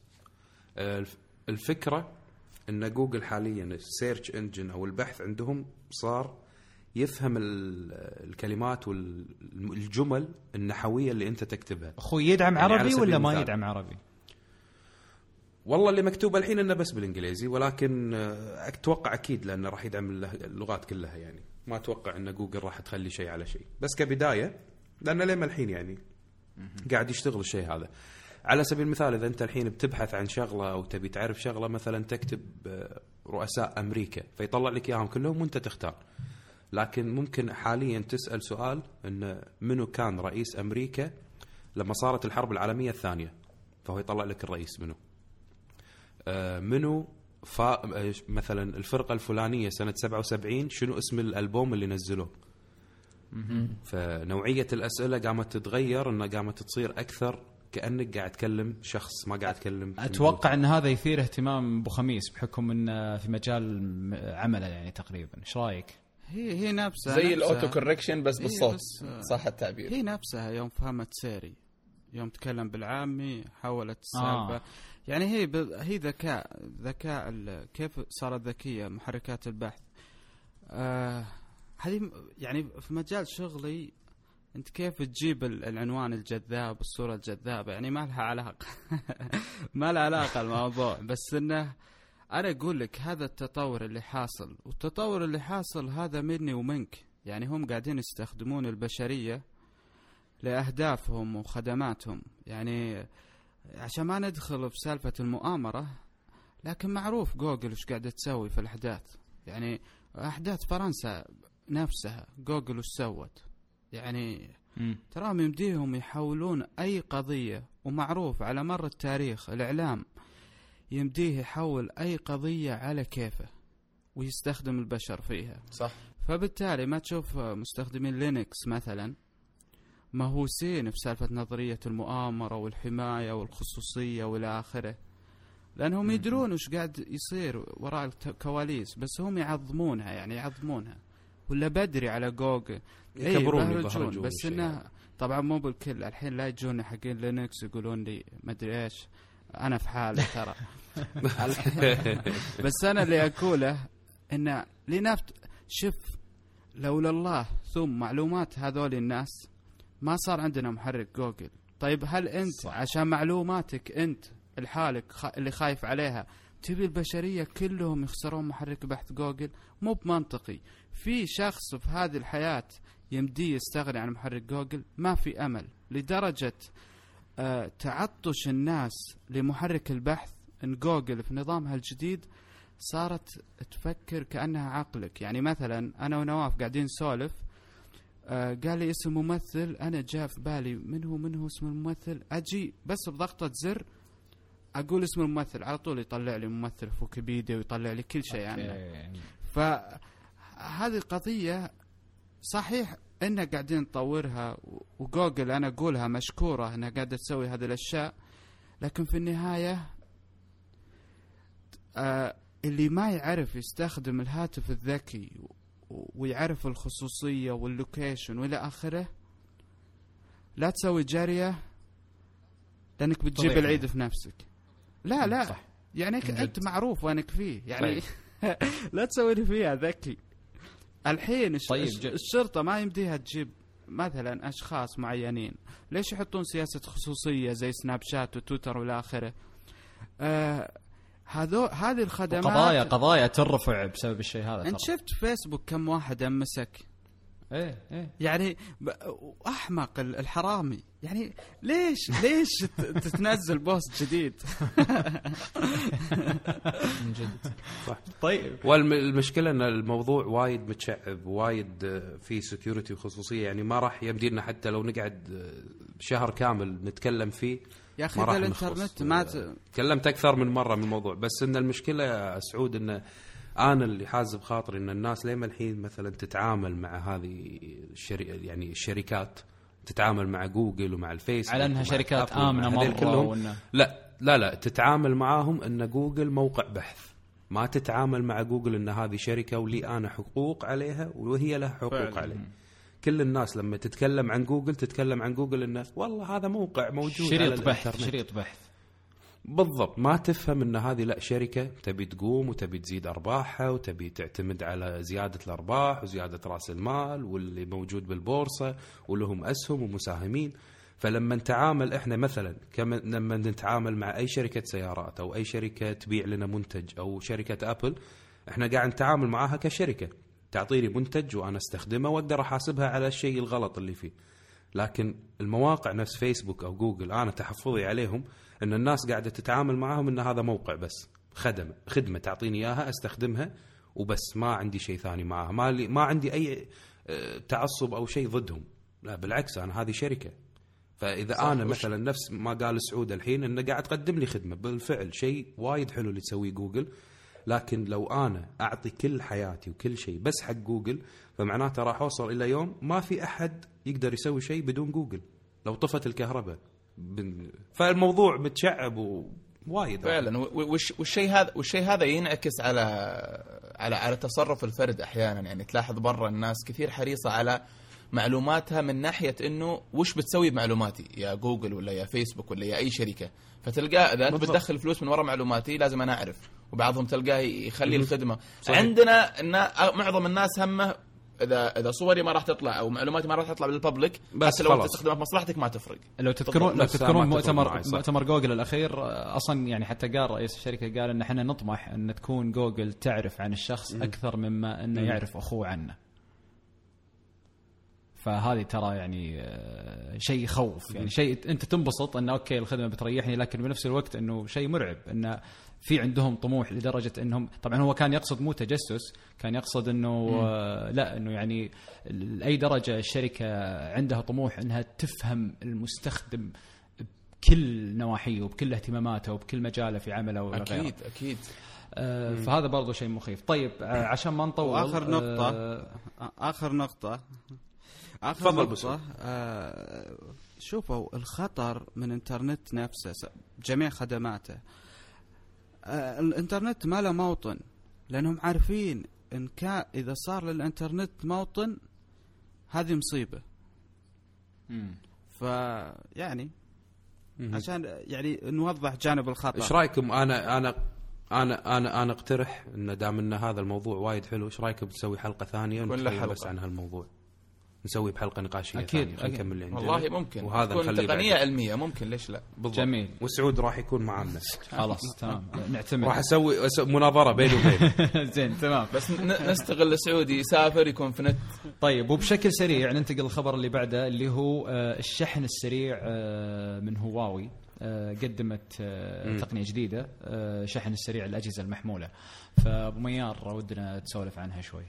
الفكره ان جوجل حاليا السيرش انجن او البحث عندهم صار يفهم الكلمات والجمل النحويه اللي انت تكتبها. اخوي يدعم يعني عربي ولا ما يدعم عربي؟ والله اللي مكتوبه الحين انه بس بالانجليزي، ولكن اتوقع اكيد لانه راح يدعم اللغات كلها. يعني ما اتوقع ان جوجل راح تخلي شيء على شيء، بس كبدايه لان لما الحين يعني قاعد يشتغل الشيء هذا. على سبيل المثال اذا انت الحين بتبحث عن شغله او تبي تعرف شغله، مثلا تكتب رؤساء امريكا فيطلع لك اياهم كلهم وانت تختار. لكن ممكن حاليا تسال سؤال ان منو كان رئيس امريكا لما صارت الحرب العالميه الثانيه، فهو يطلع لك الرئيس منو. آه منو فا مثلا الفرقه الفلانيه سنه سبعة وسبعين شنو اسم الالبوم اللي نزلوه. فنوعيه الاسئله قامت تتغير، انها قامت تصير اكثر كأنك قاعد تكلم شخص ما قاعد تكلم. أتوقع أن هذا يثير اهتمام أبو خميس بحكم أنه في مجال عمله يعني تقريبا. إيش رأيك؟ هي هي نفسها زي الأوتو كوركشن بس بالصوت، صح التعبير. هي نفسها يوم فهمت سيري، يوم تكلم بالعامي حولت السالفة. آه. يعني هي ب... هي ذكاء ذكاء ال... كيف صارت ذكية محركات البحث. آه... هذه يعني في مجال شغلي انت كيف تجيب العنوان الجذاب الصورة الجذابة، يعني ما لها علاقة ما لها علاقة الموضوع، بس انه انا اقول لك هذا التطور اللي حاصل، والتطور اللي حاصل هذا مني ومنك. يعني هم قاعدين يستخدمون البشرية لأهدافهم وخدماتهم، يعني عشان ما ندخل في سالفة المؤامرة، لكن معروف جوجل وش قاعدة تسوي في الأحداث. يعني أحداث فرنسا نفسها جوجل وش سوت، يعني تراهم يمديهم يحولون أي قضية، ومعروف على مر التاريخ الإعلام يمديه يحول أي قضية على كيفه ويستخدم البشر فيها. صح. فبالتالي ما تشوف مستخدمين لينكس مثلا مهووسين في سالفة نظرية المؤامرة والحماية والخصوصية والى آخره، لأنهم يدرون وش قاعد يصير وراء الكواليس، بس هم يعظمونها، يعني يعظمونها. ولا بدري على جوجل يكبرون يبهرجون، بس انه طبعا مو بالكل. الحين لا يجون حقين لينكس يقولون لي ما ادري ايش، انا في حالي ترى بس انا اللي اقوله ان لنفت شوف، لولا الله ثم معلومات هذول الناس ما صار عندنا محرك جوجل. طيب هل انت صح. عشان معلوماتك انت الحالك خ... اللي خايف عليها تبي البشرية كلهم يخسرون محرك بحث جوجل؟ مو بمنطقي. في شخص في هذه الحياة يمدي يستغني عن محرك جوجل؟ ما في أمل. لدرجة آه تعطش الناس لمحرك البحث ان جوجل في نظامها الجديد صارت تفكر كأنها عقلك. يعني مثلا أنا ونواف قاعدين نسولف، آه قال لي اسم ممثل، أنا جاء في بالي من هو من هو اسم الممثل، أجي بس بضغطة زر أقول اسم الممثل على طول يطلع لي ممثل في ويكيبيديا ويطلع لي كل شيء عنه. يعني. فهذه قضية صحيح إنها قاعدين نطورها، وجوجل أنا أقولها مشكورة إنها قاعدة تسوي هذه الأشياء، لكن في النهاية آه اللي ما يعرف يستخدم الهاتف الذكي ويعرف الخصوصية واللوكيشن وإلى آخره، لا تسوي جارية لأنك بتجيب العيد في نفسك. لا لا صح. يعني أنت معروف وأنك فيه يعني لا تسوي لي فيها ذكي. الحين الش... طيب الش... الشرطة ما يمديها تجيب مثلا أشخاص معينين، ليش يحطون سياسة خصوصية زي سناب شات وتويتر والى آخره؟ آه هذو هذه الخدمات قضايا قضايا ترفع بسبب الشيء هذا. أنت شفت فيسبوك كم واحد أمسك؟ ايه ايه يعني احمق الحرامي، يعني ليش ليش تتنزل بوست جديد؟ من جد. صح. طيب والمشكله ان الموضوع وايد متشعب، وايد في سكيورتي وخصوصيه، يعني ما راح يمدينا حتى لو نقعد شهر كامل نتكلم فيه. يا اخي اذا الانترنت ما ت... تكلمت اكثر من مره من الموضوع، بس ان المشكله يا سعود ان انا اللي حاز بخاطري ان الناس ليه الحين مثلا تتعامل مع هذه الشري... يعني الشركات تتعامل مع جوجل ومع الفيسبوك على انها شركات امنه مره وإنه... لا لا لا تتعامل معاهم ان جوجل موقع بحث، ما تتعامل مع جوجل ان هذه شركه ولي انا حقوق عليها وهي لها حقوق علي. كل الناس لما تتكلم عن جوجل تتكلم عن جوجل انه والله هذا موقع موجود شريط على بحث الانترنت. شريط بحث بالضبط. ما تفهم ان هذه لا شركه تبي تقوم وتبي تزيد ارباحها وتبي تعتمد على زياده الارباح وزياده راس المال واللي موجود بالبورصه ولهم اسهم ومساهمين. فلما نتعامل احنا مثلا كما لما نتعامل مع اي شركه سيارات او اي شركه تبيع لنا منتج او شركه ابل، احنا قاعد نتعامل معاها كشركه تعطيني منتج وانا استخدمه واقدر احاسبها على الشيء الغلط اللي فيه. لكن المواقع نفس فيسبوك او جوجل انا تحفظي عليهم ان الناس قاعده تتعامل معاهم ان هذا موقع بس خدمه خدمه تعطيني اياها استخدمها وبس، ما عندي شيء ثاني معاها، ما لي ما عندي اي تعصب او شيء ضدهم، لا بالعكس انا هذه شركه. فاذا انا مثلا نفس ما قال سعود الحين انه قاعد تقدم لي خدمه بالفعل شيء وايد حلو اللي تسويه جوجل، لكن لو انا اعطي كل حياتي وكل شيء بس حق جوجل فمعناته راح اوصل الى يوم ما في احد يقدر يسوي شيء بدون جوجل لو طفت الكهرباء. فالموضوع متشعب ووايد فعلا. والشيء هذا والشيء هذا ينعكس على على على تصرف الفرد احيانا. يعني تلاحظ برا الناس كثير حريصه على معلوماتها من ناحيه انه وش بتسوي بمعلوماتي يا جوجل ولا يا فيسبوك ولا يا اي شركه، فتلقاه اذا انت بتدخل فلوس من وراء معلوماتي لازم انا اعرف. وبعضهم تلقاه يخلي الخدمه صحيح. عندنا إن معظم الناس همه اذا اذا صوري ما راح تطلع او معلوماتي ما راح تطلع بالببليك، بس لو تستخدمها في مصلحتك ما تفرق. لو تذكرون لو تذكرون مؤتمر مؤتمر جوجل الاخير اصلا، يعني حتى قال رئيس الشركه قال ان احنا نطمح ان تكون جوجل تعرف عن الشخص اكثر مما انه يعرف اخوه عنه. فهذه ترى يعني شيء يخوف، يعني شيء انت تنبسط انه اوكي الخدمه بتريحني، لكن بنفس الوقت انه شيء مرعب انه في عندهم طموح لدرجه انهم طبعا هو كان يقصد مو تجسس، كان يقصد انه آه لا انه يعني لاي درجه الشركه عندها طموح انها تفهم المستخدم بكل نواحيه وبكل اهتماماته وبكل مجاله في عمله وغيره. اكيد اكيد. آه فهذا برضو شيء مخيف. طيب آه عشان ما نطول، اخر نقطه آه اخر نقطه اخر نقطه آه شوفوا الخطر من الانترنت نفسه جميع خدماته. آه الانترنت ما له موطن، لانهم عارفين ان كان اذا صار للانترنت موطن هذه مصيبه. امم فيعني عشان يعني نوضح جانب الخطر. ايش رايكم؟ انا انا انا انا انا اقترح ان دام ان هذا الموضوع وايد حلو، ايش رايكم نسوي حلقه ثانيه ونتكلم بس عن هالموضوع، نسوي بحلقه نقاشيه أكيد ثانيه نكمل اللي عندنا. والله ممكن وهذا تكون تقنيه علميه ممكن، ليش لا؟ بالضبط. جميل. وسعود راح يكون معنا خلاص تمام نعتمد. راح اسوي مناظره بيني وبينه. زين تمام. بس نستغل سعودي يسافر يكون في نت. طيب وبشكل سريع ننتقل الخبر اللي بعده اللي هو الشحن السريع من هواوي. قدمت تقنية جديدة شحن السريع الأجهزة المحمولة. فأبو ميار ودنا تسولف عنها شوي.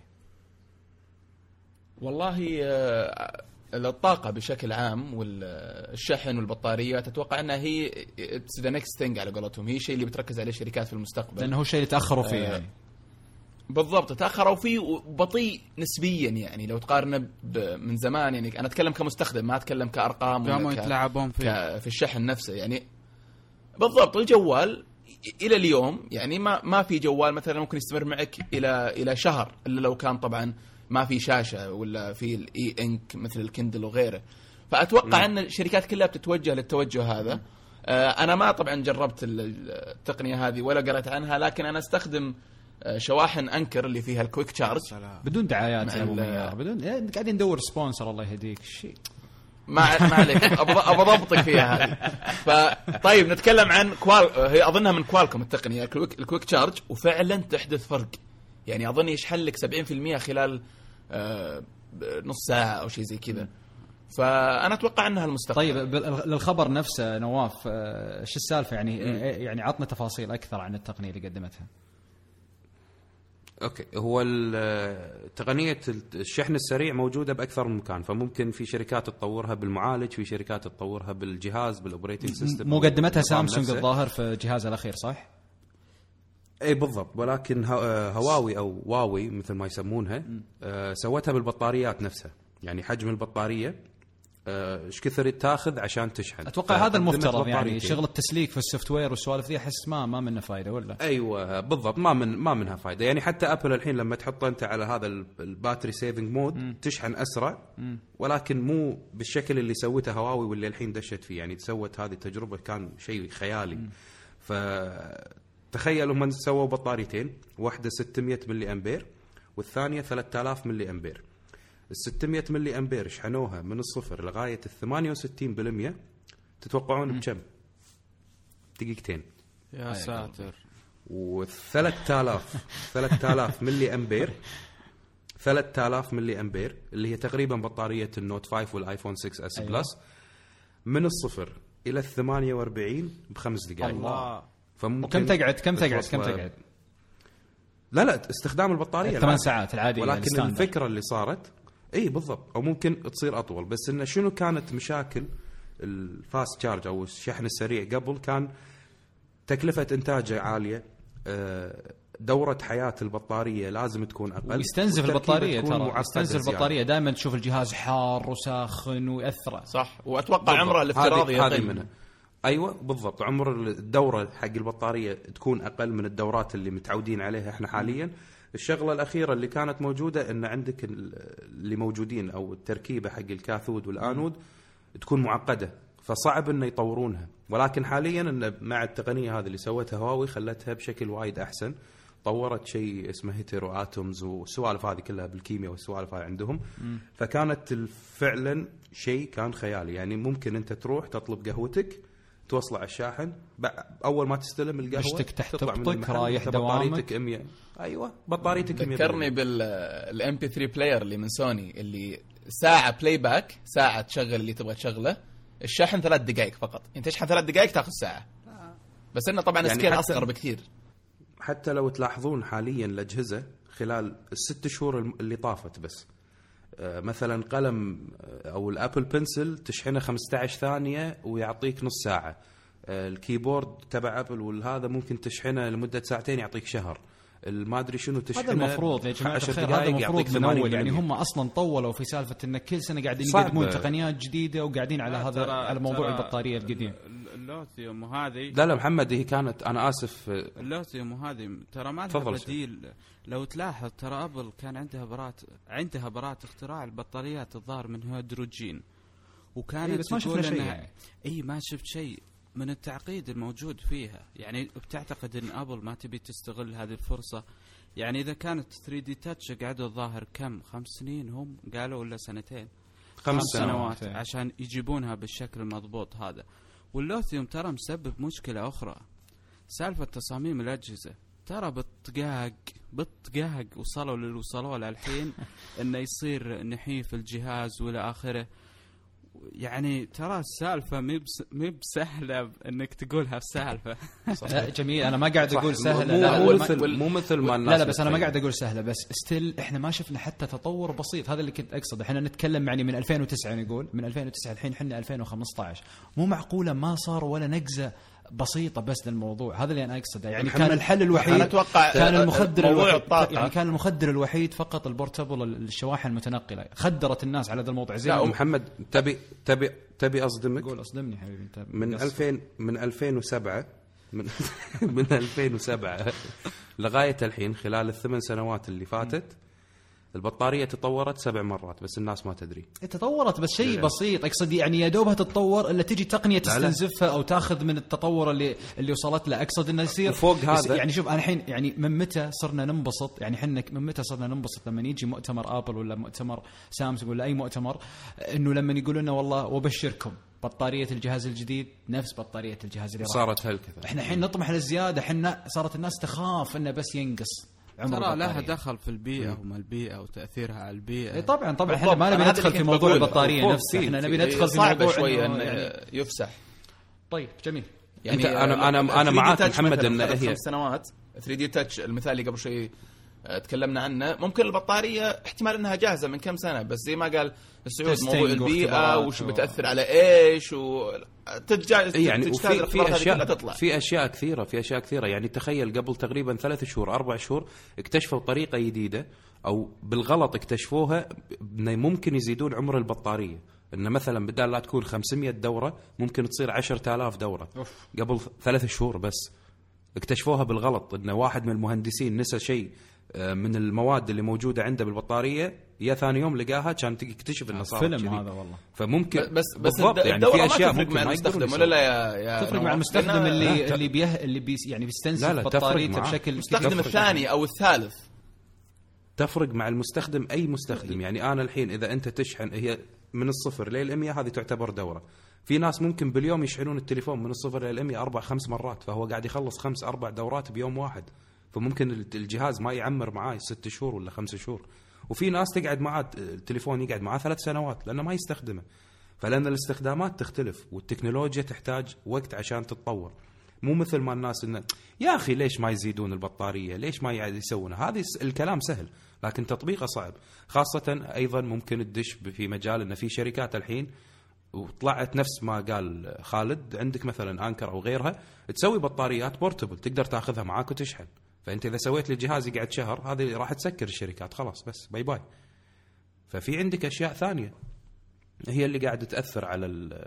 والله الطاقة بشكل عام والشحن والبطاريات أتوقع أنها هي it's the next thing على قولتهم، هي شيء اللي بتركز عليه الشركات في المستقبل، لأنه هو شيء اللي تأخروا فيه. يعني بالضبط تأخروا فيه وبطيء نسبيا، يعني لو تقارنه من زمان. يعني أنا أتكلم كمستخدم ما أتكلم كأرقام قاموا يتلاعبون فيه في الشحن نفسه. يعني بالضبط الجوال إلى اليوم يعني ما ما في جوال مثلا ممكن يستمر معك إلى إلى شهر إلا لو كان طبعا ما في شاشة ولا في الإي إنك مثل الكندل وغيره. فأتوقع أن الشركات كلها بتتوجه للتوجه هذا. آه أنا ما طبعا جربت التقنية هذه ولا قرأت عنها، لكن أنا استخدم شواحن انكر اللي فيها الكويك تشارج بدون دعايات يا ابو ميار، بدون يعني قاعدين ندور سبونسر الله يهديك شيء ما ما عليك ابى اضبطك فيها هذه. فطيب نتكلم عن كوال، هي اظنها من كوالكوم التقنيه الكويك, الكويك تشارج، وفعلا تحدث فرق. يعني اظن يشحن لك سبعين بالمئة خلال آه نص ساعه او شيء زي كذا. فانا اتوقع انها المستقبل. طيب للخبر نفسه نواف آه شو السالفه يعني م. يعني عطنا تفاصيل اكثر عن التقنيه اللي قدمتها. اوكي، هو تقنيه الشحن السريع موجوده باكثر من مكان، فممكن في شركات تطورها بالمعالج، في شركات تطورها بالجهاز بالاوبريتنج سيستم. مو قدمتها سامسونج الظاهر في جهازها الاخير صح؟ اي بالضبط، ولكن هواوي او واوي مثل ما يسمونها آه سوتها بالبطاريات نفسها. يعني حجم البطاريه ايش كثر تاخذ عشان تشحن. اتوقع هذا المفترض يعني شغل التسليك في السوفت وير والسوالف ذي احس ما ما منه فايده ولا. ايوه بالضبط، ما من ما منها فايده. يعني حتى ابل الحين لما تحط انت على هذا الباتري سيفنج مود م. تشحن اسرع م. ولكن مو بالشكل اللي سوته هواوي واللي الحين دشت فيه. يعني تسوت هذه التجربه كان شيء خيالي. م. فتخيلوا هم سووا بطاريتين، واحده ستمية ملي امبير والثانيه ثلاثة آلاف ملي امبير. الستمية ملي أمبير شحنوها من الصفر لغاية الثمانية وستين بالمية. تتوقعون بكم؟ دقيقتين. يا ساتر. والثلاثة آلاف ثلاثة آلاف ملي أمبير ثلاثة آلاف ملي أمبير اللي هي تقريبا بطارية النوت خمسة والآيفون ستة اس أيوة. بلس من الصفر إلى الثمانية وأربعين بخمس دقائق. الله. وكم تقعد كم تقعد كم تقعد؟ لا لا استخدام البطارية ثمان ساعات العادية. ولكن الستاندر. الفكرة اللي صارت اي بالضبط، او ممكن تصير اطول، بس انه شنو كانت مشاكل الفاست تشارج او الشحن السريع قبل؟ كان تكلفه انتاجه عاليه، دوره حياه البطاريه لازم تكون اقل، ويستنزف البطاريه ترى يستنزف البطاريه دائما تشوف الجهاز حار وساخن ويأثر. صح، واتوقع عمره الافتراضي هذه منها. ايوه بالضبط، عمر الدوره حق البطاريه تكون اقل من الدورات اللي متعودين عليها احنا حاليا. الشغله الاخيره اللي كانت موجوده ان عندك اللي موجودين او التركيبه حق الكاثود والانود تكون معقده، فصعب انه يطورونها. ولكن حاليا إن مع التقنيه هذه اللي سوتها هواوي خلتها بشكل وايد احسن. طورت شيء اسمه هيتيرو اتومز والسوالف هذه كلها بالكيمياء والسوالف هذه عندهم. فكانت فعلا شيء كان خيالي. يعني ممكن انت تروح تطلب قهوتك توصل على الشاحن، اول ما تستلم القهوه تطلع من المحل رايح دوامك. مية. ايوه بطاريتك مية. ذكرني بالام بي ثري بلاير اللي من سوني اللي ساعه بلاي باك، ساعه تشغل اللي تبغى تشغله، الشاحن ثلاث دقائق فقط. انت تشحن ثلاث دقائق تاخذ ساعه. بس انه طبعا يعني سكيل اصغر بكثير. حتى لو تلاحظون حاليا الاجهزه خلال الست شهور اللي طافت بس مثلا قلم او الابل بنسل تشحنه خمسة عشر ثانيه ويعطيك نص ساعه. الكيبورد تبع ابل والهذا ممكن تشحنه لمده ساعتين يعطيك شهر. ما ادري شنو تشحنه. هذا المفروض يا جماعه الخير، هذا المفروض من اول. يعني هم اصلا طولوا في سالفه ان كل سنه قاعدين يقدمون تقنيات جديده وقاعدين على هذا على موضوع البطاريه القديم. اللوثيوم وهذه لا لا محمد هي كانت انا اسف اللوثيوم وهذه ترى ما لها بديل. لو تلاحظ ترى ابل كان عندها برات عندها برات اختراع البطاريات الظاهر من هيدروجين، وكانت بس ما شفنا شيء. اي ما شفت شيء من التعقيد الموجود فيها. يعني بتعتقد ان ابل ما تبي تستغل هذه الفرصه؟ يعني اذا كانت ثري دي تاتش قعدوا الظاهر كم خمس سنين هم قالوا ولا سنتين خمس سنوات, سنوات عشان يجيبونها بالشكل المضبوط هذا. واللوثيوم ترى مسبب مشكله اخرى، سالفه تصاميم الاجهزه ترى بتقاق بتقاق وصلوا اللي وصلوا له الحين انه يصير نحيف الجهاز والى اخره. يعني ترى السالفه مو بسهله انك تقولها بسالفه. لا جميل، انا ما قاعد اقول سهله. مو, لا مو مثل مو مثل ما الناس. لا لا بس انا ما قاعد اقول سهله، بس ستيل احنا ما شفنا حتى تطور بسيط. هذا اللي كنت اقصد. احنا نتكلم يعني من ألفين وتسعة، نقول من ألفين وتسعة الحين احنا ألفين وخمسة عشر. مو معقوله ما صار ولا نقزه بسيطه بس للموضوع. هذا اللي انا اقصده. يعني كان الحل الوحيد أنا أتوقع كان المخدر الوحيد يعني كان المخدر الوحيد فقط البورتابل الشواحن المتنقله. خدرت الناس على هذا الموضوع. زين لا محمد تبي تبي تبي اصدمك. قول اصدمني حبيبي انت. من ألفين من ألفين وسبعة من من ألفين وسبعة لغايه الحين خلال الثمان سنوات اللي فاتت البطاريه تطورت سبع مرات بس الناس ما تدري. تطورت بس شيء بسيط، اقصد يعني يا دوبها تتطور الا تجي تقنيه تستنزفها او تاخذ من التطور اللي اللي وصلت له. اقصد انه يصير فوق هذا. يعني شوف انا الحين يعني من متى صرنا ننبسط، يعني احنا من متى صرنا ننبسط لما يجي مؤتمر ابل ولا مؤتمر سامسونج ولا اي مؤتمر، انه لما يقولوا لنا والله وبشركم بطاريه الجهاز الجديد نفس بطاريه الجهاز اللي صارت هالكثر. احنا الحين نطمح للزياده، احنا صارت الناس تخاف انه بس ينقص عمر ترى البطارية. لها دخل في البيئة وما البيئة وتأثيرها على البيئة. إيه طبعا طبعا احنا ما نبي ندخل في موضوع البطارية نفسه، احنا نبي ندخل في موضوع شوية إنه يعني يفسح. طيب جميل. يعني انا انا انا معاك محمد ان هي خمس سنوات ثري دي تاتش المثال اللي قبل شوي تكلمنا عنه، ممكن البطارية احتمال انها جاهزة من كم سنة، بس زي ما قال السعود موضوع البيئة وش بتأثر على ايش وتتجاوز يعني وفي في اشياء في اشياء كثيرة في اشياء كثيرة يعني تخيل قبل تقريبا ثلاث شهور اربع شهور اكتشفوا طريقة جديدة او بالغلط اكتشفوها انه ممكن يزيدون عمر البطارية، إن مثلا بدال لا تكون خمسمية دورة ممكن تصير عشرة آلاف دورة. أوف. قبل ثلاث شهور بس اكتشفوها بالغلط، إن واحد من المهندسين نسى شيء من المواد اللي موجودة عنده بالبطارية، يا ثاني يوم لقاها كان تكتشف إنه صار فيلم هذا والله. فممكن بس بس يعني في أشياء ممكن مع المستخدم ولا لا يا, يا تفرق مع المستخدم اللي اللي بيه اللي بيس يعني بيستنزف بطاريته بشكل المستخدم الثاني أو الثالث. تفرق مع المستخدم أي مستخدم. يعني أنا الحين إذا أنت تشحن هي من الصفر للمية هذه تعتبر دورة. في ناس ممكن باليوم يشحنون التليفون من الصفر للمية أربع خمس مرات، فهو قاعد يخلص خمس أربع دورات بيوم واحد، فممكن الجهاز ما يعمر معاه ست شهور ولا خمس شهور. وفي ناس تقعد معاه التليفون يقعد معاه ثلاث سنوات لأنه ما يستخدمه، فلأن الاستخدامات تختلف والتكنولوجيا تحتاج وقت عشان تتطور. مو مثل ما الناس إنه يا أخي ليش ما يزيدون البطارية، ليش ما يسوونه، هذا الكلام سهل لكن تطبيقه صعب. خاصة أيضا ممكن الدش في مجال إن في شركات الحين وطلعت نفس ما قال خالد، عندك مثلا أنكر أو غيرها تسوي بطاريات بورتبل تقدر تأخذها معاك وتشحن. فأنت إذا سويت لي جهاز يقعد شهر هذه راح تسكر الشركات خلاص بس باي باي. ففي عندك أشياء ثانية هي اللي قاعدة تأثر على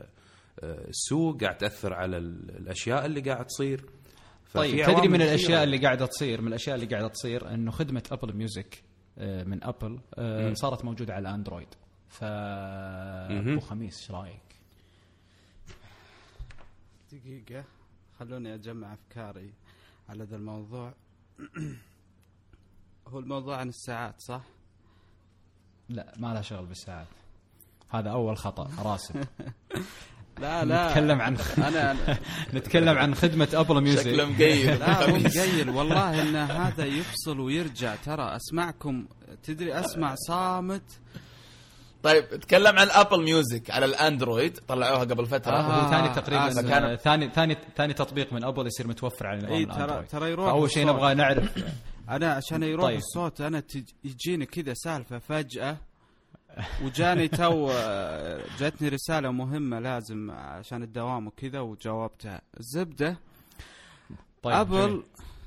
السوق، قاعد تأثر على الأشياء اللي قاعد تصير. طيب تدري من الأشياء اللي قاعدة تصير من الأشياء اللي قاعدة تصير إنه خدمة أبل ميوزك من أبل صارت موجودة على الأندرويد. فأبو خميس إيش رأيك؟ دقيقة خلوني أجمع أفكاري على هذا الموضوع. هو الموضوع عن الساعات صح؟ لا ما لها شغل بالساعات، هذا أول خطأ راسب. لا لا نتكلم عن أنا نتكلم عن خدمة أبل ميوزك. شكله مقيل. لا هو مقيل والله إن هذا يفصل ويرجع. ترى أسمعكم تدري أسمع صامت. طيب تكلم عن أبل ميوزك على الأندرويد، طلعوها قبل فترة. آه ثاني تقريبا آه ثاني ثاني ثاني تطبيق من أبل يصير متوفر على الأندرويد. إيه ترى ترى يروح. أول شيء نبغى نعرف أنا عشان يروح طيب. الصوت أنا يجيني كذا سالفة فجأة وجاني تو جاتني رسالة مهمة لازم عشان الدوام وكذا وجاوبتها. الزبدة طيب أبل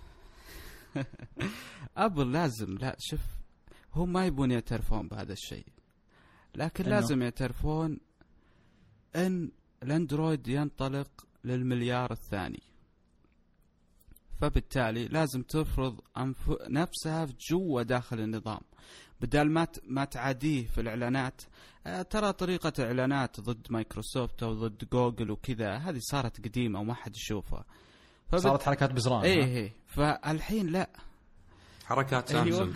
أبل لازم لا شوف هم ما يبون يعترفون بهذا الشيء، لكن لازم يعترفون ان الاندرويد ينطلق للمليار الثاني، فبالتالي لازم تفرض نفسها جوا داخل النظام بدل ما ما تعاديه في الاعلانات. ترى طريقة اعلانات ضد مايكروسوفت او ضد جوجل وكذا هذه صارت قديمة وما حد يشوفها، فبت... صارت حركات بزران. ايه ايه فالحين لا حركات سامسونج.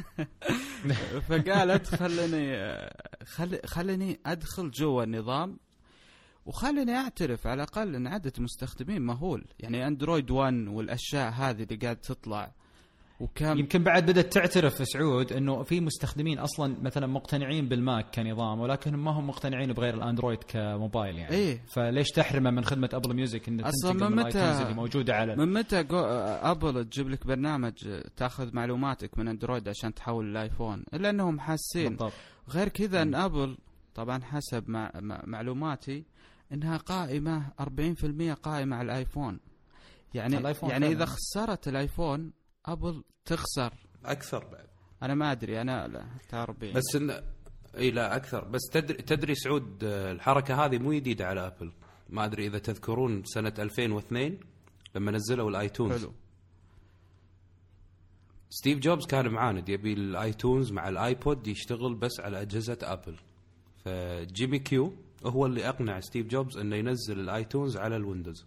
فقالت خلني خل... خلني ادخل جوا النظام وخلني اعترف على الاقل ان عدد مستخدمين مهول. يعني اندرويد واحد والاشياء هذه اللي قاعد تطلع وكم يمكن بعد بدأت تعترف سعود انه في مستخدمين اصلا مثلا مقتنعين بالماك كنظام ولكن ما هم مقتنعين بغير الاندرويد كموبايل يعني. إيه؟ فليش تحرمه من خدمة ابل ميوزك ان تنتقل من الايكونز اللي موجودة على من متى ابل تجيب لك برنامج تاخذ معلوماتك من اندرويد عشان تحول الايفون؟ الا انهم حاسين بالضبط. غير كذا ان ابل طبعا حسب مع معلوماتي انها قائمة أربعين بالمئة قائمة على الايفون. يعني الآيفون يعني فعلا. اذا خسرت الايفون ابل تخسر اكثر بعد. انا ما ادري انا لا تعربي بس إن... اي لا اكثر. بس تدري تدري سعود الحركه هذه مو جديده على ابل. ما ادري اذا تذكرون سنه ألفين واثنين لما نزلوا الايتونز. حلو. ستيف جوبز كان معاند يبي الايتونز مع الايبود يشتغل بس على اجهزه ابل. فجيمي كيو هو اللي اقنع ستيف جوبز انه ينزل الايتونز على الويندوز.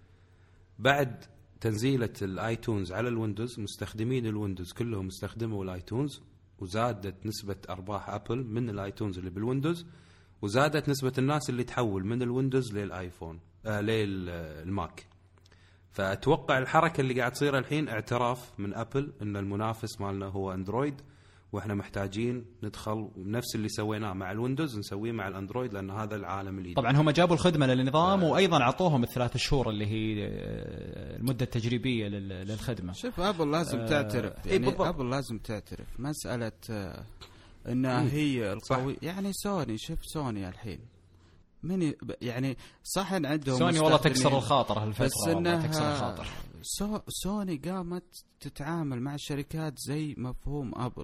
بعد تنزيله الايتونز على الويندوز مستخدمين الويندوز كلهم استخدموا الايتونز، وزادت نسبه ارباح ابل من الايتونز اللي بالويندوز، وزادت نسبه الناس اللي تحول من الويندوز للايفون آه للماك. فأتوقع الحركة اللي قاعد تصير الحين اعتراف من أبل إن المنافس مالنا هو أندرويد، وإحنا محتاجين ندخل نفس اللي سويناه مع الويندوز نسويه مع الأندرويد، لأن هذا العالم الجديد. طبعا هم جابوا الخدمة للنظام، وأيضا عطوهم الثلاث شهور اللي هي المدة التجريبية للخدمة. شوف أبل لازم آه تعترف يعني إيه أبل لازم تعترف مسألة آه إنها هي القوي. يعني سوني، شوف سوني الحين من يعني صح ان عندهم سوني والله تكسر الخاطر هالفتره، بس انها تكسر الخاطر. سو سوني قامت تتعامل مع الشركات زي مفهوم ابل،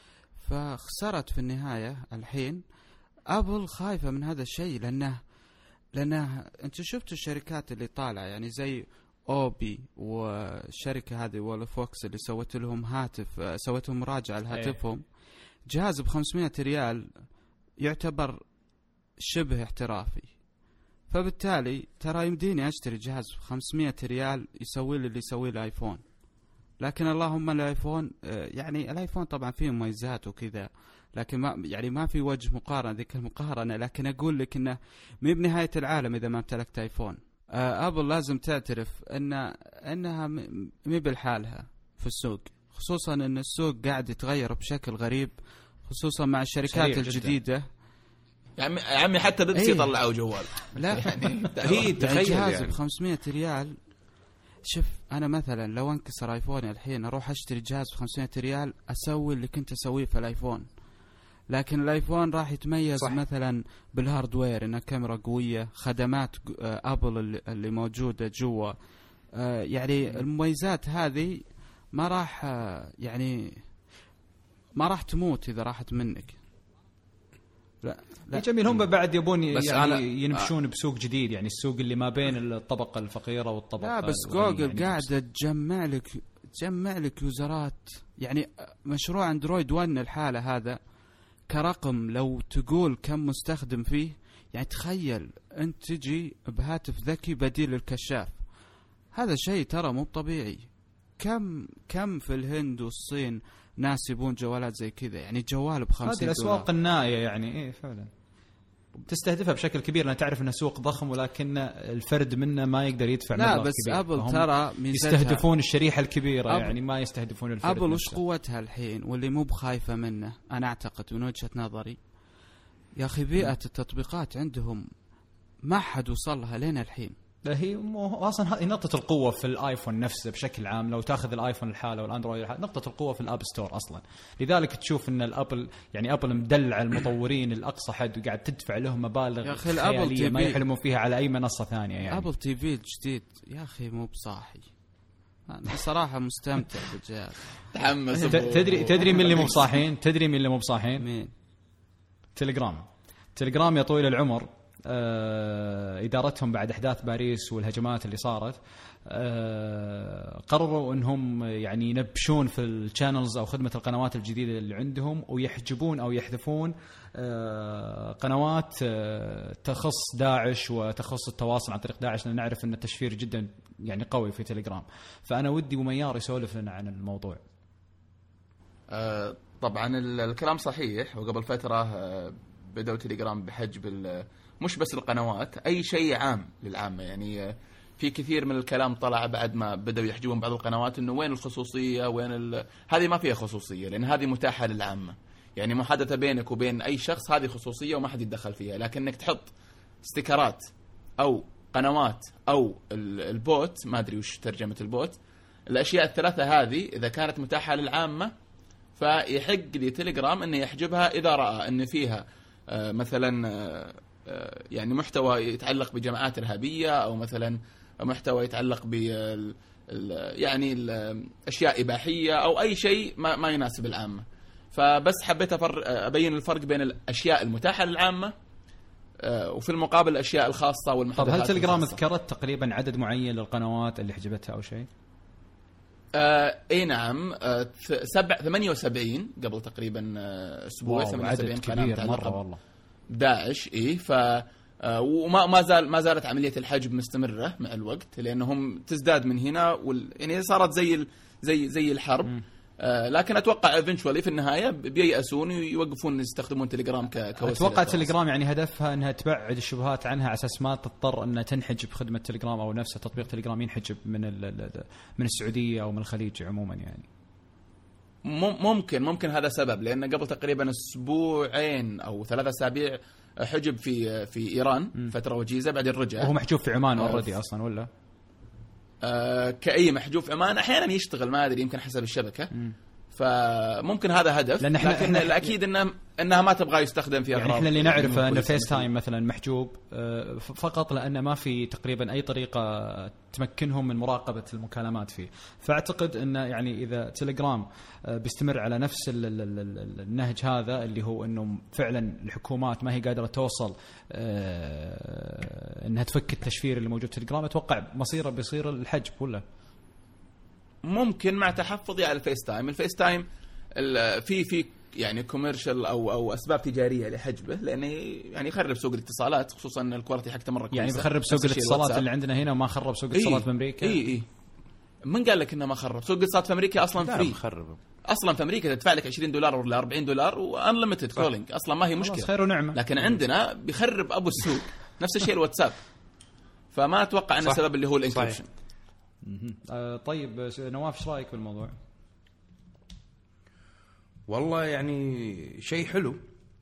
فخسرت في النهايه. الحين ابل خايفه من هذا الشيء، لانه لانه انت شفتوا الشركات اللي طالعه يعني زي اوبي والشركه هذه ولا فوكس اللي سوت لهم هاتف، سوت لهم مراجعه لهاتفهم، جهاز ب خمسمية ريال يعتبر شبه احترافي. فبالتالي ترى يمديني اشتري جهاز خمسمية ريال يسوي لي اللي يسوي الايفون، لكن اللهم الايفون يعني الايفون طبعا فيه مميزات وكذا، لكن ما يعني ما في وجه مقارنه ذيك المقارنه. لكن اقول لك انه مو بنهايه العالم اذا ما امتلكت ايفون. ابل لازم تعترف ان انها مو بالحالها في السوق، خصوصا ان السوق قاعد يتغير بشكل غريب، خصوصا مع الشركات الجديده جداً. يا عمي يا عمي حتى ريدسي أيه. طلعوا جوال. لا يعني هي تخيل جهاز يعني. ب خمسمية ريال. شوف انا مثلا لو انكسر ايفوني الحين اروح اشتري جهاز ب خمسمية ريال اسوي اللي كنت اسويه في الايفون، لكن الايفون راح يتميز صح. مثلا بالهاردوير، انها كاميرا قويه، خدمات ابل اللي موجوده جوا، يعني المميزات هذه ما راح يعني ما راح تموت اذا راحت منك. لا لا جميل. هم بعد يبون يعني ينبشون آه. بسوق جديد، يعني السوق اللي ما بين الطبقة الفقيرة والطبقة. لا بس جوجل يعني قاعدة تجمع لك تجمع لك يوزرات. يعني مشروع اندرويد ون الحالة هذا كرقم لو تقول كم مستخدم فيه، يعني تخيل انت تجي بهاتف ذكي بديل للكشاف، هذا شيء ترى مو طبيعي. كم كم في الهند والصين ناس يبون جوالات زي كذا، يعني جوال بخمسين دولار. هذه الأسواق النائية يعني إيه فعلا تستهدفها بشكل كبير، لأن تعرف أنه سوق ضخم ولكن الفرد منه ما يقدر يدفع مبلغ كبير. لا بس أبل ترى يستهدفون الشريحة الكبيرة، يعني ما يستهدفون الفرد. أبل وش قوتها الحين واللي مو بخايفة منه أنا أعتقد من وجهة نظري يا أخي بيئة التطبيقات عندهم ما حد وصلها لين الحين. هي اصلا هذه نقطه القوه في الايفون نفسه بشكل عام. لو تاخذ الايفون الحاله والاندرويد الحالة، نقطه القوه في الاب ستور اصلا. لذلك تشوف ان الابل يعني ابل مدلع المطورين الاقصى حد، وقاعد تدفع لهم مبالغ خياليه ما يحلمون فيها على اي منصه ثانيه. يعني ابل تي في الجديد يا اخي مو بصاحي، انا صراحه مستمتع بالجهاز. تحمس. تدري تدري من اللي مو بصاحين؟ تدري من اللي مو بصاحين؟ مين؟ تليجرام. تليجرام يا طويل العمر آه إدارتهم بعد أحداث باريس والهجمات اللي صارت آه قرروا أنهم يعني ينبشون في الشانلز أو خدمة القنوات الجديدة اللي عندهم، ويحجبون أو يحذفون آه قنوات آه تخص داعش وتخص التواصل عن طريق داعش، لأن نعرف أن التشفير جدا يعني قوي في تليجرام. فأنا ودي وميار يسولف لنا عن الموضوع. آه طبعا الكلام صحيح، وقبل فترة آه بدأوا تليجرام بحجب مش بس القنوات، أي شيء عام للعامة. يعني في كثير من الكلام طلع بعد ما بدأوا يحجبون بعض القنوات إنه وين الخصوصية، وين ال... هذه ما فيها خصوصية، لأن هذه متاحة للعامة. يعني محادثة بينك وبين أي شخص هذه خصوصية وما حد يتدخل فيها. لكنك تحط استيكرات أو قنوات أو البوت، ما أدري وش ترجمة البوت، الأشياء الثلاثة هذه إذا كانت متاحة للعامة فيحق لتليجرام إنه يحجبها إذا رأى إن فيها آه مثلا آه يعني محتوى يتعلق بجماعات إرهابية، أو مثلا محتوى يتعلق ب يعني الأشياء إباحية، أو أي شيء ما, ما يناسب العامة. فبس حبيت أبين الفرق بين الأشياء المتاحة للعامة وفي المقابل الأشياء الخاصة والمحادثات. طب هل تليجرام ذكرت تقريبا عدد معين للقنوات اللي حجبتها أو شيء؟ آه اي نعم. آه سبع ثمانية وسبعين قبل تقريبا آه اسبوع. ثمانية وسبعين كبير مره والله. داعش اي ف آه وما ما زال ما زالت عمليه الحجب مستمره مع الوقت، لانهم تزداد من هنا وال... يعني صارت زي ال... زي زي الحرب. م. آه لكن اتوقع ايفنتشولي في النهايه بييأسون ويوقفون يستخدمون تليجرام ك كوسيله. اتوقع تليجرام يعني هدفها انها تبعد الشبهات عنها على اساس ما تضطر انها تنحجب خدمه تليجرام او نفسه تطبيق تليجرام ينحجب من من السعوديه او من الخليج عموما. يعني ممكن ممكن هذا سبب، لان قبل تقريبا اسبوعين او ثلاثة اسابيع حجب في في ايران م. فتره وجيزه بعدين رجع. وهو محجوب في عمان اوريدي اصلا ولا؟ آه كأي محجوب في عمان احيانا يشتغل ما ادري يمكن حسب الشبكه. م. فممكن هذا هدف، لكن إحنا الاكيد انها انها ما تبغى يستخدم فيها. يعني احنا اللي نعرفه ان فيس تايم مثلا محجوب فقط لان ما في تقريبا اي طريقه تمكنهم من مراقبه المكالمات فيه. فاعتقد ان يعني اذا تليجرام بيستمر على نفس النهج هذا اللي هو انه فعلا الحكومات ما هي قادره توصل انها تفك التشفير اللي موجود في تليجرام، اتوقع مصيره بيصير الحجب ولا ممكن مع تحفظي على الفيس تايم. الفيس تايم في في يعني كوميرشال او او اسباب تجاريه لحجبه، لانه يعني يخرب سوق الاتصالات، خصوصا ان الكواليتي حقته مره كويسه. يعني بيخرب سوق الاتصالات اللي عندنا هنا وما خرب سوق الاتصالات إيه في امريكا. اي اي من قال لك انه ما خرب سوق الاتصالات في امريكا؟ اصلا فري مخرب. اصلا في امريكا تدفع لك عشرين دولار ولا أربعين دولار وانليمتد كولينج، اصلا ما هي مشكله، خير ونعمه. لكن عندنا بيخرب ابو السوق. نفس الشيء الواتساب. فما اتوقع ان السبب اللي هو الانكريبشن. آه طيب نواف ايش رايك بالموضوع؟ والله يعني شيء حلو،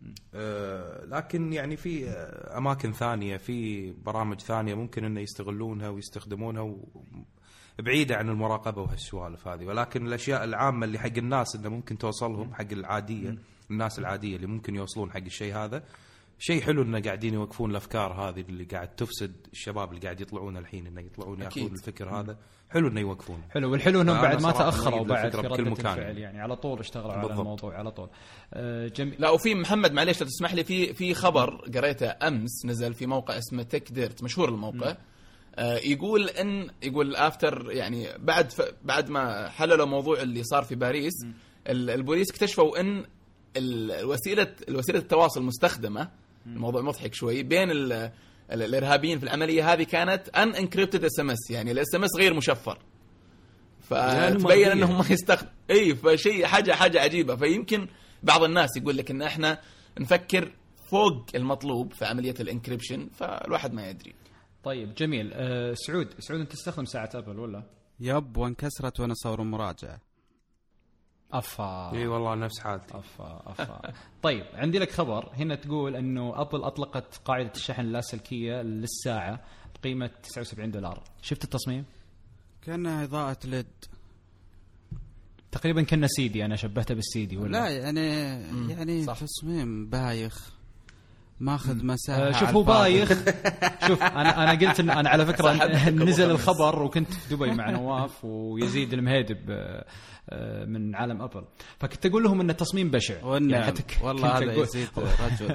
آه لكن يعني في اماكن ثانيه، في برامج ثانيه ممكن انه يستغلونها ويستخدمونها بعيده عن المراقبه وهالسوالف هذه. ولكن الاشياء العامه اللي حق الناس انه ممكن توصلهم، حق العاديه الناس العاديه اللي ممكن يوصلون حق الشيء هذا، شيء حلو انه قاعدين يوقفون الافكار هذه اللي قاعد تفسد الشباب اللي قاعد يطلعون الحين، انه يطلعون ياخذون الفكر هذا. حلو انه يوقفون. حلو، والحلو انهم بعد ما تاخروا بعد في ردة الفعل، يعني على طول اشتغلوا على الموضوع على طول. آه جميل. لا وفي محمد معليش لو تسمح لي، في في خبر قريته امس نزل في موقع اسمه تك ديرت، مشهور الموقع. آه يقول ان يقول افتر يعني بعد بعد ما حللوا موضوع اللي صار في باريس، البوليس اكتشفوا ان الوسيله الوسيله التواصل المستخدمه، الموضوع مضحك شوي، بين ال الارهابيين في العمليه هذه كانت ان انكريبتد اس ام اس، يعني الاس ام اس غير مشفر. فتبين انهم ما يستخدم اي فشيء حاجه حاجه عجيبه. فيمكن بعض الناس يقول لك ان احنا نفكر فوق المطلوب في عمليه الانكريبشن، فالواحد ما يدري. طيب جميل. أه سعود سعود انت تستخدم ساعه ابل ولا؟ يب، وانكسرت وانا اصور مراجعه. افا اي والله نفس حالتي. افا افا طيب عندي لك خبر هنا تقول انه ابل اطلقت قاعده الشحن اللاسلكيه للساعه بقيمه تسعة وسبعين دولار. شفت التصميم؟ كانها اضاءه ليد تقريبا، كنا سيدي، انا شبهته بالسيدي ولا لا؟ يعني مم. يعني صح. تصميم بايخ ماخذ مساحه. آه شوف هو بايخ. شوف انا انا قلت إن انا على فكره نزل الخبر وكنت في دبي مع نواف ويزيد المهيدب من عالم ابل، فكنت اقول لهم ان التصميم بشع يعني والله هذا يزيد رجل.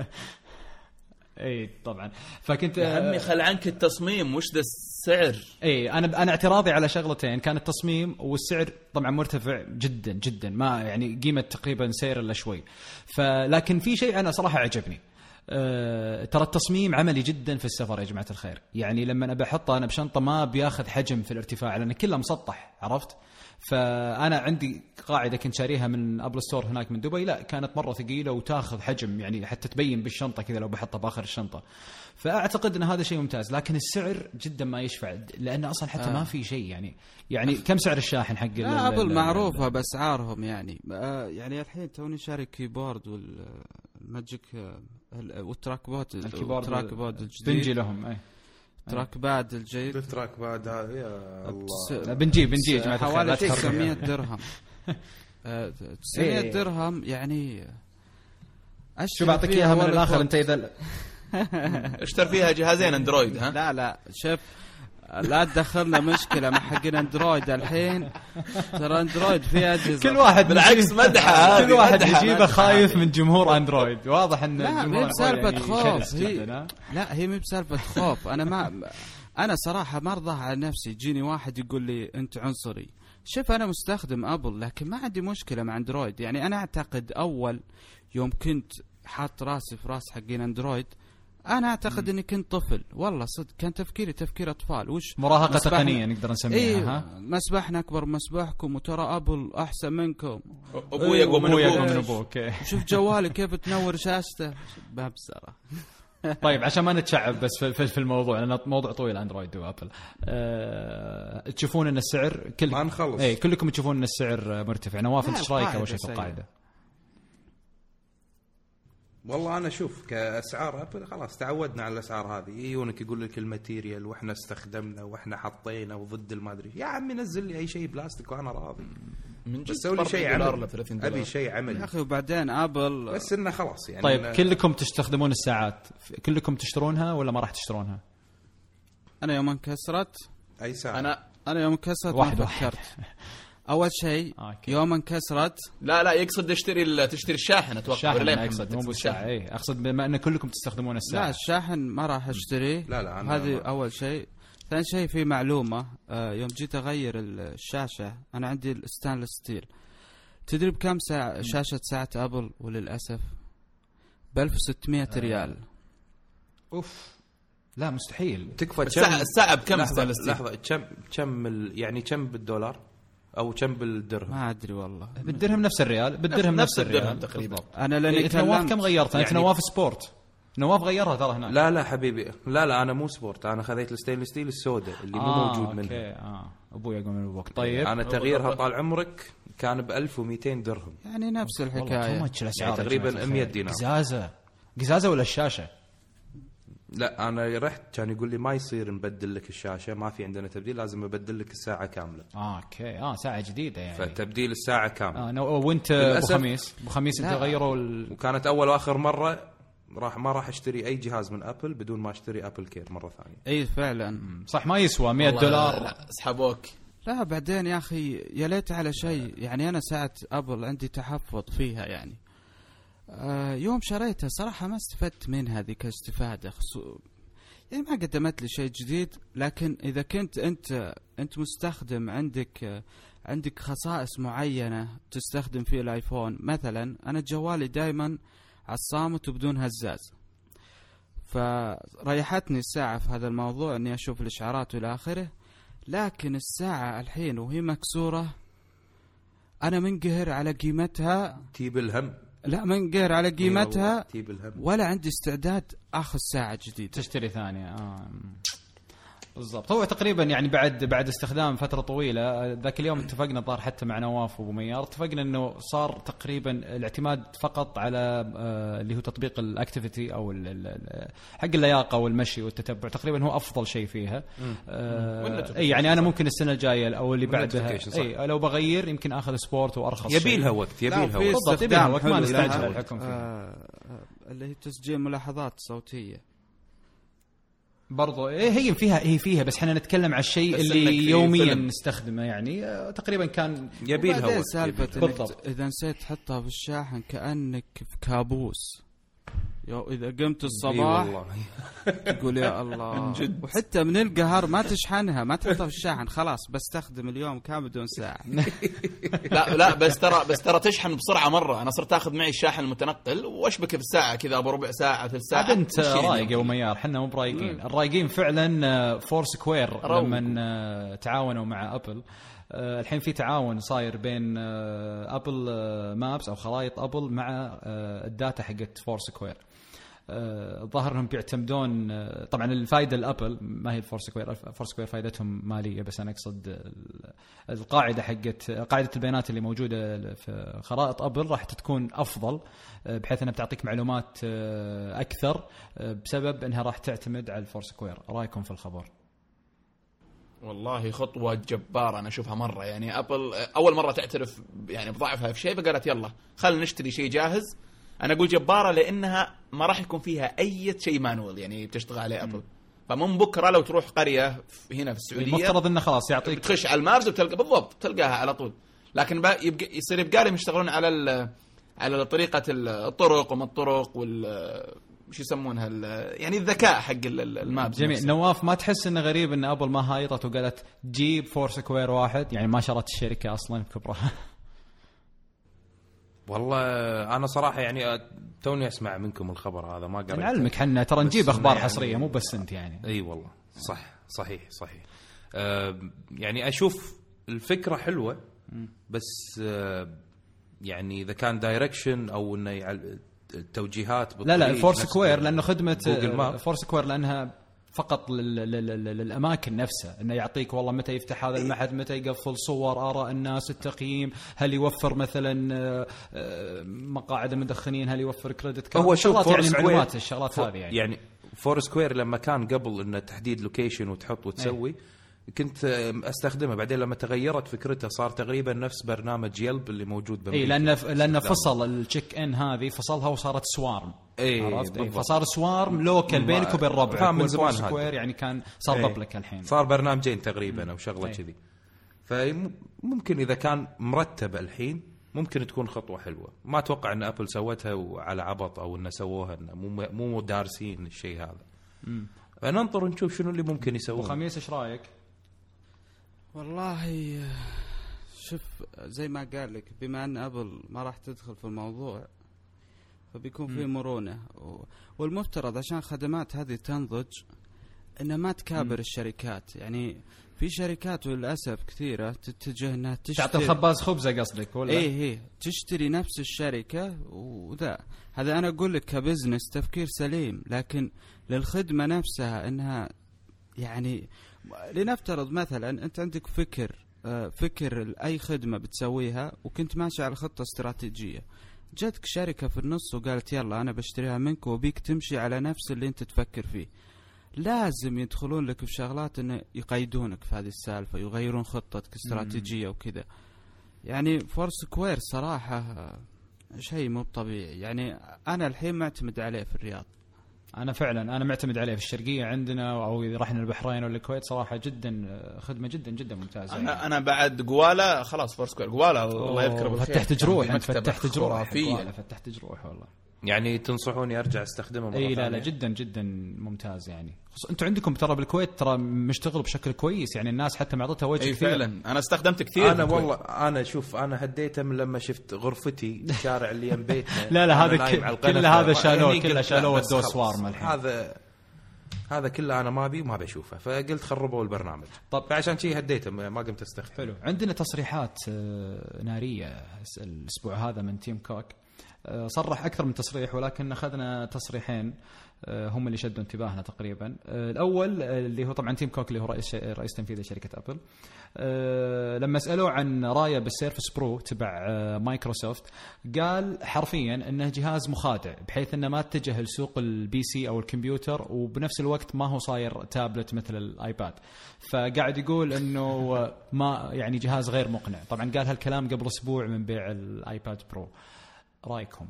اي طبعا. فكنت يا عمي خل عنك التصميم، وش ذا السعر؟ اي انا انا اعتراضي على شغلتين، كان التصميم والسعر طبعا مرتفع جدا جدا، ما يعني قيمه تقريبا سعر الا شوي. فلكن في شيء انا صراحه عجبني، أه ترى التصميم عملي جدا في السفر يا جماعه الخير. يعني لما انا بحطه انا بشنطه ما بياخذ حجم في الارتفاع لان كله مسطح، عرفت؟ فانا عندي قاعده كنت شاريها من ابل ستور هناك من دبي، لا كانت مره ثقيله وتاخذ حجم يعني حتى تبين بالشنطه كذا لو بحطها باخر الشنطه. فاعتقد ان هذا شيء ممتاز، لكن السعر جدا ما يشفع لان اصلا حتى آه. ما في شيء يعني يعني كم سعر الشاحن حق ابل معروفه باسعارهم يعني آه يعني الحين توني شاري كيبورد والماجيك والتراك بود التراك بود الجديد بنجي لهم اي تراك باد الجيد التراك باد هذا يا الله بنجي بنجي يا جماعه حوالي تسعمية درهم. تسعمية درهم يعني شو بعطيك اياها من الاخر انت اذا اشتري فيها جهازين اندرويد. ها لا لا شوف لا تدخلنا مشكله مع حقين اندرويد الحين، ترى اندرويد فيه اجهزه كل واحد بالعكس مدحه، كل واحد يجيبه خايف من جمهور اندرويد. واضح ان لا مو بسالفه خوف هي لا هي مو بسالفه خوف. انا ما انا صراحه ما ارضى على نفسي يجيني واحد يقول لي انت عنصري شوف أنا مستخدم أبل لكن ما عندي مشكلة مع أندرويد. يعني أنا أعتقد أول يوم كنت حاط راسي في راس حقين أندرويد أنا أعتقد أني كنت طفل والله صدق. كان تفكيري تفكير أطفال. وش مراهقة تقنية نقدر نسميها. إيه ها مسبحنا أكبر مسبحكم وترى أبل أحسن منكم. أبويا إيه قوم من أبويا أبوك. من أبوك. شوف جوالي كيف تنور شاشته ببصرة. طيب عشان ما نتشعب بس في, في, في الموضوع لأن موضوع طويل أندرويد وأبل. أه تشوفون أن السعر كل ما نخلص. إيه كلكم تشوفون أن السعر مرتفع. نواف أنت إيش رأيك أول شيء في القاعدة؟ والله انا اشوف كاسعار ابل خلاص تعودنا على الاسعار هذه. يجونك يقول لك الماتيريال واحنا استخدمنا واحنا حطينا وضد المادري. يا عمي نزل لي اي شيء بلاستيك وانا راضي. من جد بس سوي لي شيء عملي. ابي شيء يا عملي أخي وبعدين أبل بس انه خلاص يعني. طيب كلكم تستخدمون الساعات كلكم تشترونها ولا ما راح تشترونها؟ أنا يوم انكسرت اي ساعه أنا أنا يوم انكسرت واحد ما واحد. فكرت. أول شيء أوكي. يوم انكسرت لا لا يقصد تشتري ال- تشتري الشاحن اتوقع الشاحن ولا أنا لا أقصد مو تقصد بالساعة. الشاحن. إيه أقصد بما أن كلكم تستخدمون لا الساعة. الشاحن ما راح اشتريه. لا لا أنا هذه ما- اول شيء. ثاني شيء في معلومه آه يوم جيت اغير الشاشه انا عندي الستانلس ستيل. تدري بكم ساعه شاشه ساعه ابل؟ وللاسف ب ألف وستمية ريال. أوف لا مستحيل. تكفى الساعة الساعة بكم لحظه ستانلس لحظه كم كم ال- يعني كم بالدولار او كم بالدرهم؟ ما ادري والله. بالدرهم نفس الريال. بالدرهم نفس نفس الدرهم الريال تقريبا. انا لاني إيه نواف كم كلمت غيرت؟ أنت يعني- نواف سبورت. نواف غيرها ترى هناك. لا لا حبيبي لا لا انا مو سبورت. انا خذيت الستينلس ستيل السوداء اللي مو آه موجود أوكي. منها. آه أبويا يقوم من أبوك. طيب انا تغييرها طال عمرك كان ب ألف ومئتين درهم. يعني نفس والله الحكايه. كم الأسعار يعني تقريباً يا جماعة مية الخير؟ دينار. قزازة قزازة ولا الشاشة؟ لا انا رحت كان يقول لي ما يصير نبدل لك الشاشه ما في عندنا تبديل لازم ابدل لك الساعه كامله. آه أوكي آه ساعة جديدة يعني. فتبديل الساعه كامله. آه نو... وأنت أبو للأسف- خميس أبو خميس أنت لا. غيروا ال... وكانت اول واخر مره راح ما راح اشتري اي جهاز من ابل بدون ما اشتري ابل كير مره ثانيه. اي فعلا. صح ما يسوى مية والله دولار. لا، اسحبوك. لا بعدين يا اخي يا ليت على شيء. يعني انا ساعه ابل عندي تحفظ فيها يعني. آه يوم شريتها صراحه ما استفدت منها ذيك استفاده. خصو يعني ما قدمت لي شيء جديد. لكن اذا كنت انت انت مستخدم عندك عندك خصائص معينه تستخدم فيه الايفون. مثلا انا جوالي دائما على الصامت وبدون هزاز. فريحتني الساعه في هذا الموضوع اني اشوف الاشعارات والى اخره. لكن الساعه الحين وهي مكسوره انا منقهر على قيمتها. تجيب الهم. لا منقهر على قيمتها تجيب الهم. ولا عندي استعداد اخذ ساعه جديده. تشتري ثانية. آه. بالضبط. هو تقريبا يعني بعد بعد استخدام فترة طويلة ذاك اليوم اتفقنا ظهر حتى مع نواف وابو ميار اتفقنا انه صار تقريبا الاعتماد فقط على آه اللي هو تطبيق الاكتيفيتي او ال ال حق اللياقة والمشي والتتبع تقريبا هو افضل شيء فيها. آه اي يعني انا ممكن السنة الجاية او اللي بعدها اي لو بغير يمكن اخذ سبورت وارخص. يبي لها وقت يبي لها وقت. بالضبط يبي لها وقت ما نستعجل الحكم فيه. آه اللي هي تسجيل ملاحظات صوتيه برضو إيه هي فيها هي فيها بس احنا نتكلم على الشيء اللي يوميا نستخدمه يعني آه تقريبا كان يبي لها وقت. سالفه بالضبط. اذا نسيت تحطها في الشاحن كانك في كابوس. يو اذا قمت الصباح والله. تقول يا الله. وحتى من القهر ما تشحنها ما تحطها في الشاحن خلاص بستخدم اليوم كامل بدون ساعه. لا لا بس ترى بس ترى تشحن بسرعه مره. انا صرت اخذ معي الشاحن المتنقل واشبك في الساعه كذا ابو ربع ساعه ثلث ساعه. انت رايق يا ميار احنا مو برايقين. الرايقين فعلا فور سكوير لما تعاونوا مع ابل. أه الحين في تعاون صاير بين أه ابل أه مابس او خرائط ابل مع أه الداتا حقت فور سكوير. الظاهر انهم بيعتمدون أه طبعا الفائده الابل ما هي الفور سكوير. الفور سكوير فائدتهم ماليه بس انا اقصد القاعده حقت قاعده البيانات اللي موجوده في خرائط ابل راح تكون افضل بحيث انها بتعطيك معلومات أه اكثر أه بسبب انها راح تعتمد على الفور سكوير. رايكم في الخبر؟ والله خطوة جبارة أنا أشوفها مرة. يعني أبل أول مرة تعترف يعني بضعفها في شيء فقالت يلا خلنا نشتري شيء جاهز. أنا أقول جبارة لأنها ما راح يكون فيها أي شيء مانوال يعني بتشتغل عليه أبل. فمن بكرة لو تروح قرية هنا في السعودية المفترض إنه خلاص يعطيك تخش على المابس وتلقى بالضبط تلقاها على طول. لكن بقى يبقى يصير يبقى لهم يشتغلون على على طريقة الطرق وما الطرق وال شو يسمونها يعني الذكاء حق الماب. جميل. نواف ما تحس انه غريب ان ابل ما هايطت وقالت جيب فور سكوير واحد يعني ما شرت الشركه اصلا بكبرها؟ والله انا صراحه يعني توني اسمع منكم الخبر هذا، ما قريت. نعلمك حنا ترى نجيب اخبار يعني حصريه مو بس انت يعني. اي والله صح صحيح صحيح. أه يعني اشوف الفكره حلوه بس أه يعني اذا كان دايركشن او انه التوجيهات لا لا الفور سكوير لانه خدمه فور سكوير لانها فقط للأماكن نفسها، إنه يعطيك والله متى يفتح هذا المحل، متى يقفل، صور، آراء الناس، التقييم، هل يوفر مثلا مقاعد المدخنين، هل يوفر كريدت كارد، هو شغلات يعني معلومات الشغلات هذه يعني. يعني فور سكوير لما كان قبل إنه تحديد لوكيشن وتحط وتسوي أي. كنت استخدمه، بعدين لما تغيرت فكرته صار تقريبا نفس برنامج يلب اللي موجود بأمريكا. اي لان لان فصل التشيك ان هذه فصلها وصارت سوارم. اي عرفت أي فصار سوارم لوكال بينك وبين ربعك من زمان سكوير يعني كان صار بابليك الحين صار برنامجين تقريبا او شغله كذي. فممكن اذا كان مرتب الحين ممكن تكون خطوه حلوه. ما اتوقع ان ابل سوتها على عبط او ان سووها إن مو مو دارسين الشيء هذا. فننطر ونشوف شنو اللي ممكن يسوون. وخميس ايش رايك؟ والله شوف زي ما قال لك، بما أن أبل ما راح تدخل في الموضوع فبيكون في مرونة، والمفترض عشان خدمات هذه تنضج إنها ما تكابر م. الشركات. يعني في شركات وللأسف كثيرة تتجه إنها تشتري تعطي الخباز خبزة قصدك ولا؟ إيه إيه تشتري نفس الشركة وذا. هذا أنا أقول لك كبزنس تفكير سليم، لكن للخدمة نفسها إنها يعني لنفترض مثلا أنت عندك فكر فكر أي خدمة بتسويها وكنت ماشي على خطة استراتيجية، جاتك شركة في النص وقالت يلا أنا بشتريها منك وبيك تمشي على نفس اللي أنت تفكر فيه. لازم يدخلون لك في شغلات إنه يقيدونك في هذه السالفة، يغيرون خطتك استراتيجية وكذا. يعني فور سكوير صراحة شيء مو طبيعي. يعني أنا الحين معتمد عليه في الرياض. أنا فعلا أنا معتمد عليه في الشرقية عندنا أو إذا رحنا البحرين ولا الكويت. صراحة جدا خدمة جدا جدا ممتازة. أنا يعني. أنا بعد قوالة خلاص فور سكوير قوالة الله يذكره بالخير. فتحت جروح أنت فتحت جروح فتحت جروح والله. يعني تنصحوني أرجع استخدمه مرة ثانية؟ إيه لا لا جدا جدا ممتاز. يعني أنتوا عندكم ترى بالكويت ترى مشتغل بشكل كويس، يعني الناس حتى معطتها وجه كثير. فعلا أنا استخدمت كثير. أنا والله أنا شوف أنا هديته من لما شفت غرفتي الشارع اللي يم بيتنا. لا لا هذا كل هذا شالوه كله شالوه ودوه سوارم الحين. هذا هذا كله أنا ما بي وما بشوفه، فقلت خربوا البرنامج. طب عشان شيء هديته ما قمت استخدمه. حلو. عندنا تصريحات نارية الأسبوع هذا من تيم كوك. صرح أكثر من تصريح ولكن أخذنا تصريحين هم اللي شدوا انتباهنا تقريبا. الأول اللي هو طبعا تيم كوك اللي هو رئيس رئيس تنفيذي شركة أبل، لما سألوه عن رايه بالسيرفس برو تبع مايكروسوفت قال حرفيا أنه جهاز مخادع، بحيث أنه ما اتجه لسوق البي سي أو الكمبيوتر، وبنفس الوقت ما هو صاير تابلت مثل الآيباد. فقاعد يقول أنه ما يعني جهاز غير مقنع. طبعا قال هالكلام قبل أسبوع من بيع الآيباد برو. رأيكم؟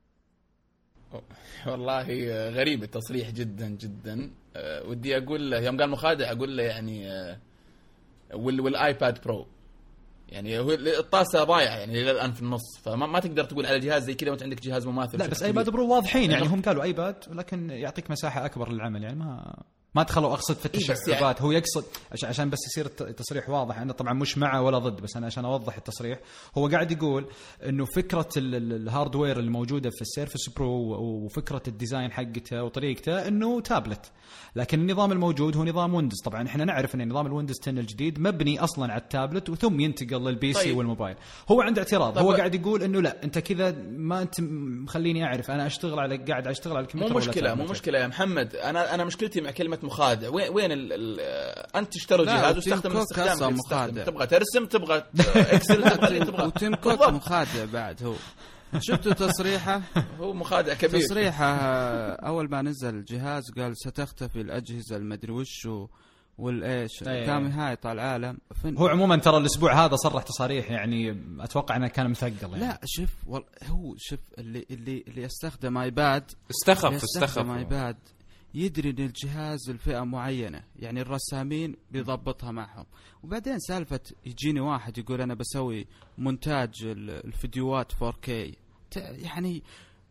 والله غريب التصريح جدا جدا. أه ودي أقول له يوم قال مخادع أقول له يعني أه وال والآيباد برو يعني هو الطاسة ضايعة يعني الآن في النص، فما ما تقدر تقول على جهاز زي كذا وأنت عندك جهاز مماثل. لا بس آيباد برو واضحين يعني هم قالوا آيباد ولكن يعطيك مساحة أكبر للعمل. يعني ما ما دخلوا أقصد في التشعبات. يعني هو يقصد عشان بس يصير التصريح واضح. أنا طبعا مش معه ولا ضد، بس أنا عشان أوضح التصريح. هو قاعد يقول إنه فكرة الهاردوير اللي موجودة في السيرفس برو وفكرة الديزاين حقته وطريقته إنه تابلت، لكن النظام الموجود هو نظام ويندوز. طبعا إحنا نعرف إن نظام الويندوز عشرة الجديد مبني أصلا على التابلت وثم ينتقل للبي سي طيب. والموبايل. هو عنده اعتراض. هو قاعد يقول إنه لا أنت كذا ما أنت مخليني أعرف أنا أشتغل على قاعد أشتغل على الكمبيوتر. مو مشكلة مو مشكلة يا محمد. أنا أنا مشكلتي مع كلمة مخادع. وين وين ال ال أنت تشتري جهاز واستخدم الاستخدام مخادع. تبغى ترسم تبغى إكسل تبغى وتيم كوك مخادع بعد. هو شفتوا تصريحه؟ هو مخادع كبير. تصريحه أول ما نزل الجهاز قال ستختفي الأجهزة المدري وش والإيش كان هايط على العالم. هو عموما ترى الأسبوع هذا صرح تصاريح يعني أتوقع أنه كان مثقل يعني. لا شوف هو شوف اللي اللي اللي يستخدم آيباد استخف استخف آيباد يدري ان الجهاز الفئة معينة، يعني الرسامين بيضبطها معهم. وبعدين سالفة يجيني واحد يقول انا بسوي مونتاج الفيديوهات فور كي، يعني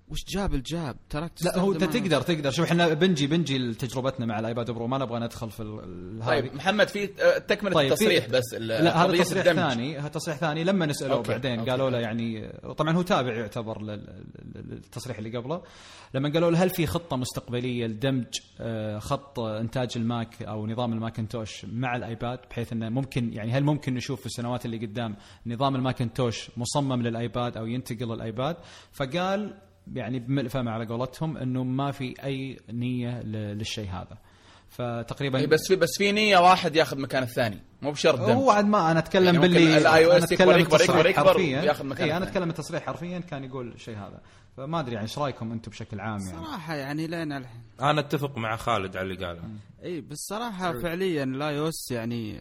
وش جاب الجاب تراك لا هو انت تقدر تقدر شوف احنا بنجي بنجي تجربتنا مع الايباد برو ما نبغى ندخل في هذه. طيب محمد في تكمله طيب التصريح بس لا هذا تصريح ثاني هذا تصريح ثاني لما نساله أوكي. بعدين أوكي. قالوا له يعني طبعا هو تابع يعتبر للتصريح اللي قبله لما قالوا له هل في خطه مستقبليه لدمج خط انتاج الماك او نظام الماكنتوش مع الايباد بحيث انه ممكن يعني هل ممكن نشوف في السنوات اللي قدام نظام الماكنتوش مصمم للايباد او ينتقل للايباد؟ فقال يعني بملفمة على قولتهم انه ما في اي نيه للشيء هذا. فتقريبا بس في بس في نيه واحد ياخذ مكان الثاني مو بشرط دمج. هو عاد ما انا اتكلم يعني باللي الاي او اس يكبر يكبر يكبر يكبر ياخذ مكان اي انا اتكلم التصريح حرفيا كان يقول شيء هذا. فما ادري يعني ايش رايكم انتم بشكل عام؟ يعني صراحه يعني لين الحين انا اتفق مع خالد على اللي قاله. اي بالصراحه فعليا الاي او اس يعني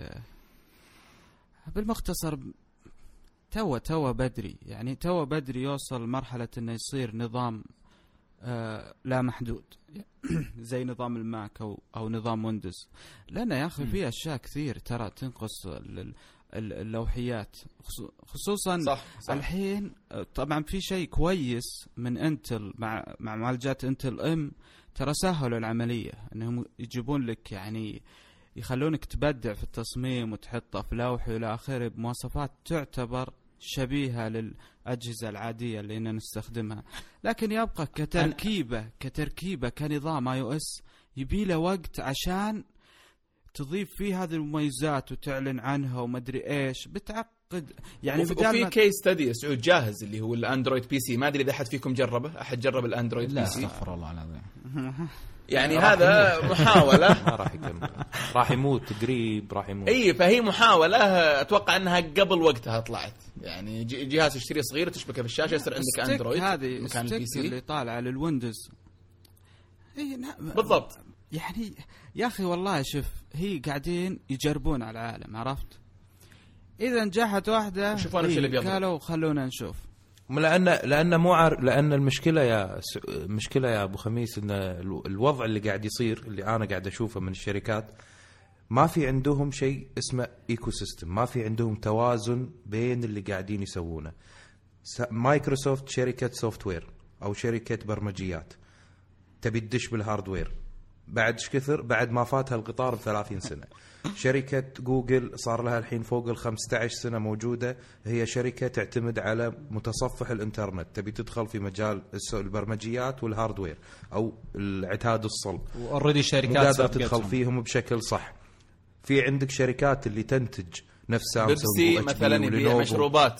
بالمختصر تو تو بدري يعني تو بدري يوصل مرحلة انه يصير نظام آه لا محدود زي نظام الماك او او نظام ويندوز. لان يا اخي في اشياء كثير ترى تنقص اللوحيات خصوصا صح صح. الحين طبعا في شيء كويس من انتل مع مع معالجات انتل ام ترى سهلوا العملية انهم يجيبون لك يعني يخلونك تبدع في التصميم وتحطه في لوح والى اخره بمواصفات تعتبر شبيهة للأجهزة العادية اللي نستخدمها. لكن يبقى كتركيبة كتركيبة كنظام اي او اس يبي له وقت عشان تضيف فيه هذه المميزات وتعلن عنها وما ادري ايش بتعقد يعني. وفي, وفي كيس ستدي سعود جاهز اللي هو الاندرويد بي سي. ما ادري اذا احد فيكم جربه. احد جرب الاندرويد لا بي سي؟ استغفر الله العظيم. يعني هذا محاولة ما راح يكمل راح يموت قريب راح يموت. اي فهي محاولة اتوقع انها قبل وقتها طلعت يعني جهاز تشتريه صغير تشبكه في الشاشة يصير عندك اندرويد هذه مكان البي سي اللي طالعة للويندوز. اي نعم بالضبط. يعني يا اخي والله شوف هي قاعدين يجربون على العالم عرفت. اذا نجحت واحدة إيه قالوا خلونا نشوف. لأن لأن مو عار لأن المشكلة يا مشكلة يا أبو خميس إن الوضع اللي قاعد يصير اللي أنا قاعد أشوفه من الشركات ما في عندهم شيء اسمه إيكو سيستم. ما في عندهم توازن بين اللي قاعدين يسوونه. مايكروسوفت شركة سوفت وير أو شركة برمجيات تبي تدش بالهاردوير بعد ايش كثر بعد ما فاتها القطار بثلاثين سنة. شركة جوجل صار لها الحين فوق الخمسة عشر سنة موجودة. هي شركة تعتمد على متصفح الانترنت تبي تدخل في مجال البرمجيات والهاردوير أو العتاد الصلب اوريدي شركات قادر تدخل فيهم بشكل صح. في عندك شركات اللي تنتج نفس سامسونج مثلا يبيع مشروبات.